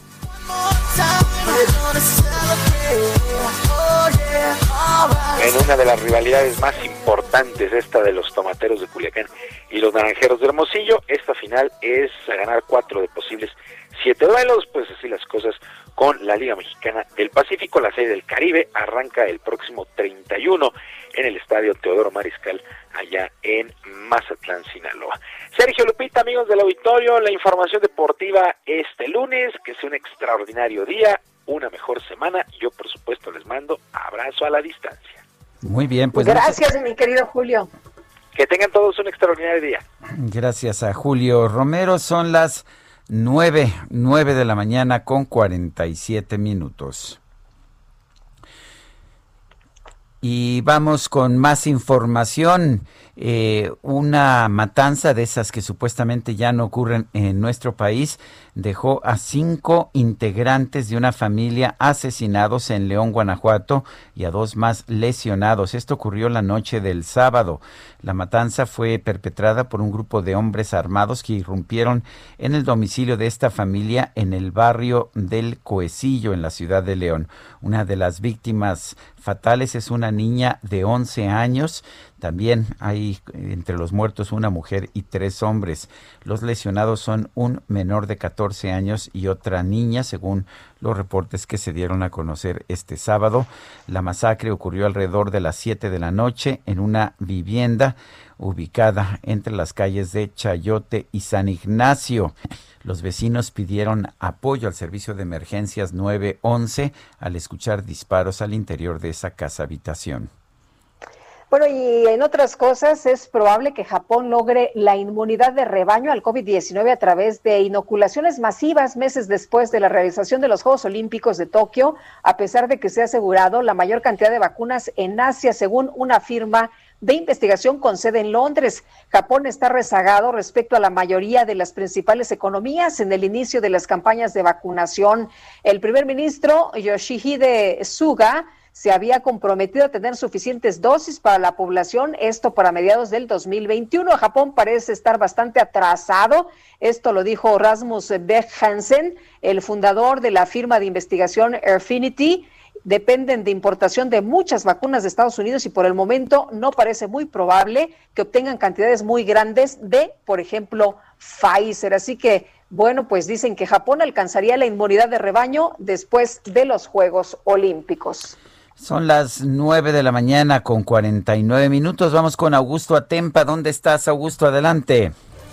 En una de las rivalidades más importantes, esta de los Tomateros de Culiacán y los Naranjeros de Hermosillo, esta final es a ganar 4 de posibles 7 duelos, pues así las cosas con la Liga Mexicana del Pacífico. La Serie del Caribe arranca el próximo 31 en el Estadio Teodoro Mariscal, allá en Mazatlán, Sinaloa. Sergio, Lupita, amigos del auditorio, la información deportiva este lunes, que es un extraordinario día, una mejor semana. Yo, por supuesto, les mando abrazo a la distancia. Muy bien, pues gracias, mi querido Julio. Que tengan todos un extraordinario día. Gracias a Julio Romero. Son las 9 de la mañana con 47 minutos. Y vamos con más información. Una matanza de esas que supuestamente ya no ocurren en nuestro país dejó a 5 integrantes de una familia asesinados en León, Guanajuato, y a 2 más lesionados. Esto ocurrió la noche del sábado. La matanza fue perpetrada por un grupo de hombres armados que irrumpieron en el domicilio de esta familia en el barrio del Coecillo, en la ciudad de León. Una de las víctimas fatales es una niña de 11 años. También hay entre los muertos una mujer y 3 hombres. Los lesionados son un menor de 14 años y otra niña, según los reportes que se dieron a conocer este sábado. La masacre ocurrió alrededor de las 7 de la noche en una vivienda ubicada entre las calles de Chayote y San Ignacio. Los vecinos pidieron apoyo al servicio de emergencias 911 al escuchar disparos al interior de esa casa habitación. Bueno, y en otras cosas, es probable que Japón logre la inmunidad de rebaño al COVID-19 a través de inoculaciones masivas meses después de la realización de los Juegos Olímpicos de Tokio, a pesar de que se ha asegurado la mayor cantidad de vacunas en Asia, según una firma de investigación con sede en Londres. Japón está rezagado respecto a la mayoría de las principales economías en el inicio de las campañas de vacunación. El primer ministro Yoshihide Suga se había comprometido a tener suficientes dosis para la población, esto para mediados del 2021. Japón parece estar bastante atrasado, esto lo dijo Rasmus Beck Hansen, el fundador de la firma de investigación Airfinity. Dependen de importación de muchas vacunas de Estados Unidos y por el momento no parece muy probable que obtengan cantidades muy grandes de, por ejemplo, Pfizer. Así que, bueno, pues dicen que Japón alcanzaría la inmunidad de rebaño después de los Juegos Olímpicos. Son las 9 de la mañana con 49 minutos. Vamos con Augusto Atempa. ¿Dónde estás, Augusto? Adelante.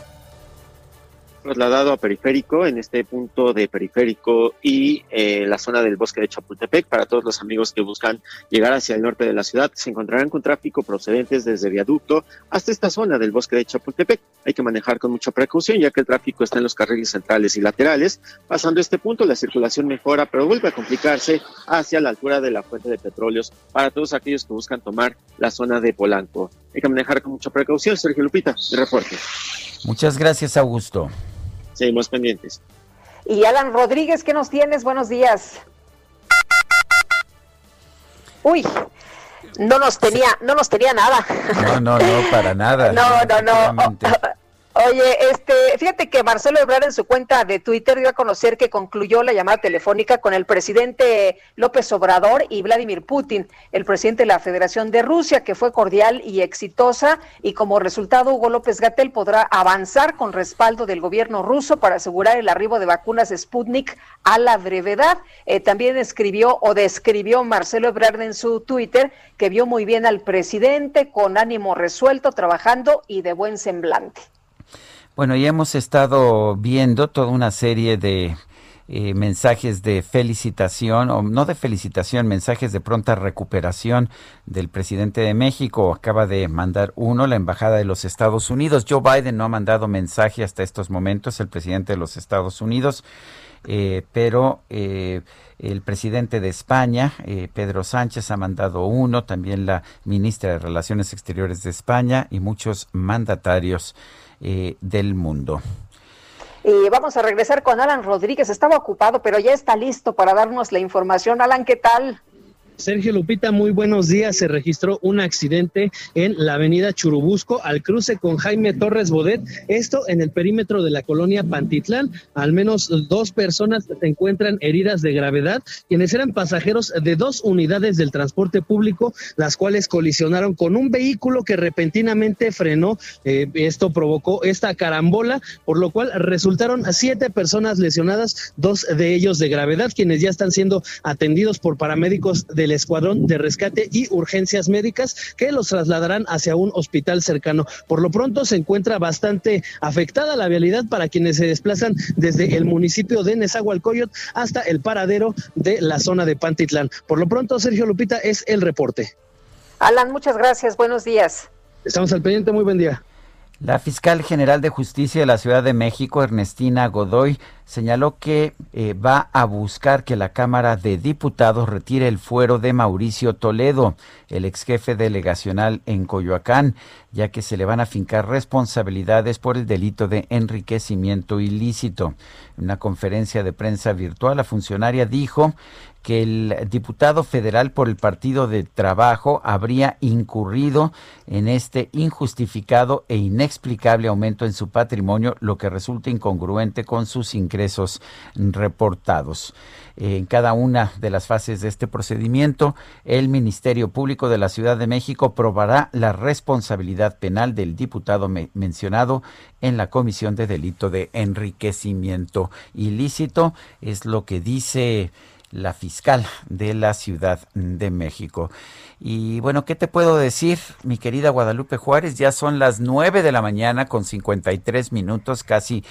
Trasladado a Periférico, en este punto de Periférico y la zona del bosque de Chapultepec. Para todos los amigos que buscan llegar hacia el norte de la ciudad, se encontrarán con tráfico procedentes desde Viaducto hasta esta zona del bosque de Chapultepec. Hay que manejar con mucha precaución, ya que el tráfico está en los carriles centrales y laterales. Pasando este punto, la circulación mejora, pero vuelve a complicarse hacia la altura de la fuente de petróleos para todos aquellos que buscan tomar la zona de Polanco. Hay que manejar con mucha precaución. Sergio, Lupita, de reporte. Muchas gracias, Augusto. Seguimos pendientes. Y Alan Rodríguez, ¿qué nos tienes? Buenos días. Uy, no nos tenía nada. No, para nada. No. Oye, fíjate que Marcelo Ebrard en su cuenta de Twitter dio a conocer que concluyó la llamada telefónica con el presidente López Obrador y Vladimir Putin, el presidente de la Federación de Rusia, que fue cordial y exitosa, y como resultado Hugo López-Gatell podrá avanzar con respaldo del gobierno ruso para asegurar el arribo de vacunas Sputnik a la brevedad. También describió Marcelo Ebrard en su Twitter que vio muy bien al presidente, con ánimo resuelto, trabajando y de buen semblante. Bueno, ya hemos estado viendo toda una serie de mensajes de felicitación, o no de felicitación, mensajes de pronta recuperación del presidente de México. Acaba de mandar uno, la Embajada de los Estados Unidos. Joe Biden no ha mandado mensaje hasta estos momentos, el presidente de los Estados Unidos, pero el presidente de España, Pedro Sánchez, ha mandado uno, también la ministra de Relaciones Exteriores de España y muchos mandatarios del mundo. Y vamos a regresar con Alan Rodríguez. Estaba ocupado, pero ya está listo para darnos la información. Alan, ¿qué tal? Sergio, Lupita, muy buenos días. Se registró un accidente en la avenida Churubusco al cruce con Jaime Torres Bodet, esto en el perímetro de la colonia Pantitlán. Al menos 2 personas se encuentran heridas de gravedad, quienes eran pasajeros de 2 unidades del transporte público, las cuales colisionaron con un vehículo que repentinamente frenó. Esto provocó esta carambola, por lo cual resultaron 7 personas lesionadas, 2 de ellos de gravedad, quienes ya están siendo atendidos por paramédicos del Escuadrón de Rescate y Urgencias Médicas, que los trasladarán hacia un hospital cercano. Por lo pronto se encuentra bastante afectada la vialidad para quienes se desplazan desde el municipio de Nezahualcóyotl hasta el paradero de la zona de Pantitlán. Por lo pronto, Sergio, Lupita, es el reporte. Alan, muchas gracias, buenos días. Estamos al pendiente, muy buen día. La fiscal general de Justicia de la Ciudad de México, Ernestina Godoy, señaló que va a buscar que la Cámara de Diputados retire el fuero de Mauricio Toledo, el ex jefe delegacional en Coyoacán, ya que se le van a fincar responsabilidades por el delito de enriquecimiento ilícito. En una conferencia de prensa virtual, la funcionaria dijo que el diputado federal por el Partido de Trabajo habría incurrido en este injustificado e inexplicable aumento en su patrimonio, lo que resulta incongruente con sus ingresos reportados. En cada una de las fases de este procedimiento, el Ministerio Público de la Ciudad de México probará la responsabilidad penal del diputado mencionado en la comisión de delito de enriquecimiento ilícito, es lo que dice la fiscal de la Ciudad de México. Y bueno, ¿qué te puedo decir, mi querida Guadalupe Juárez? Ya son las 9 de la mañana con 53 minutos, casi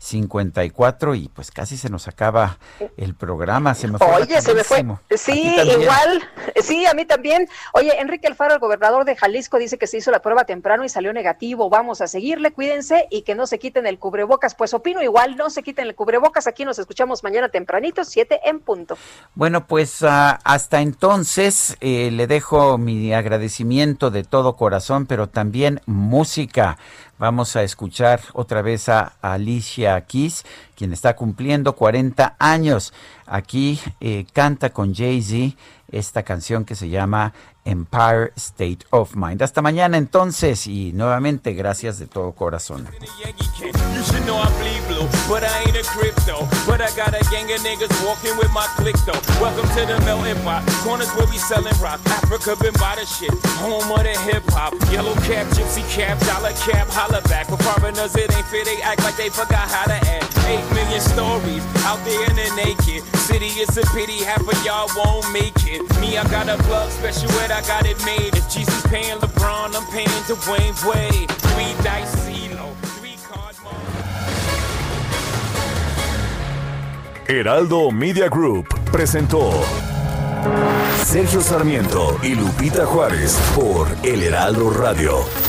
54, y pues casi se nos acaba el programa. Se me fue. Oye, se me fue. Sí, igual. Sí, a mí también. Oye, Enrique Alfaro, el gobernador de Jalisco, dice que se hizo la prueba temprano y salió negativo. Vamos a seguirle, cuídense y que no se quiten el cubrebocas. Pues opino igual, no se quiten el cubrebocas. Aquí nos escuchamos mañana tempranito, 7 en punto. Bueno, pues hasta entonces le dejo mi agradecimiento de todo corazón, pero también música. Vamos a escuchar otra vez a Alicia Keys, quien está cumpliendo 40 años. Aquí canta con Jay-Z esta canción que se llama Empire State of Mind. Hasta mañana entonces, y nuevamente gracias de todo corazón. You should know I bleed blue, but I ain't a crypto. But I got a gang of niggas walking with my click though. Welcome to the melting pot, corners where we selling rock. Africa been by the shit, home of the hip hop. Yellow cap, gypsy cap, dollar cap, holla back. For foreigners it ain't fair, they act like they forgot how to act. 8 million stories out there in the naked city. It's a pity half of y'all won't make it. Me, I got a plug special where I got it made. If Jesus paying LeBron, I'm paying Dwayne Wade. 3 dice CeeLo, 3 card Heraldo Media Group presentó Sergio Sarmiento y Lupita Juárez por El Heraldo Radio.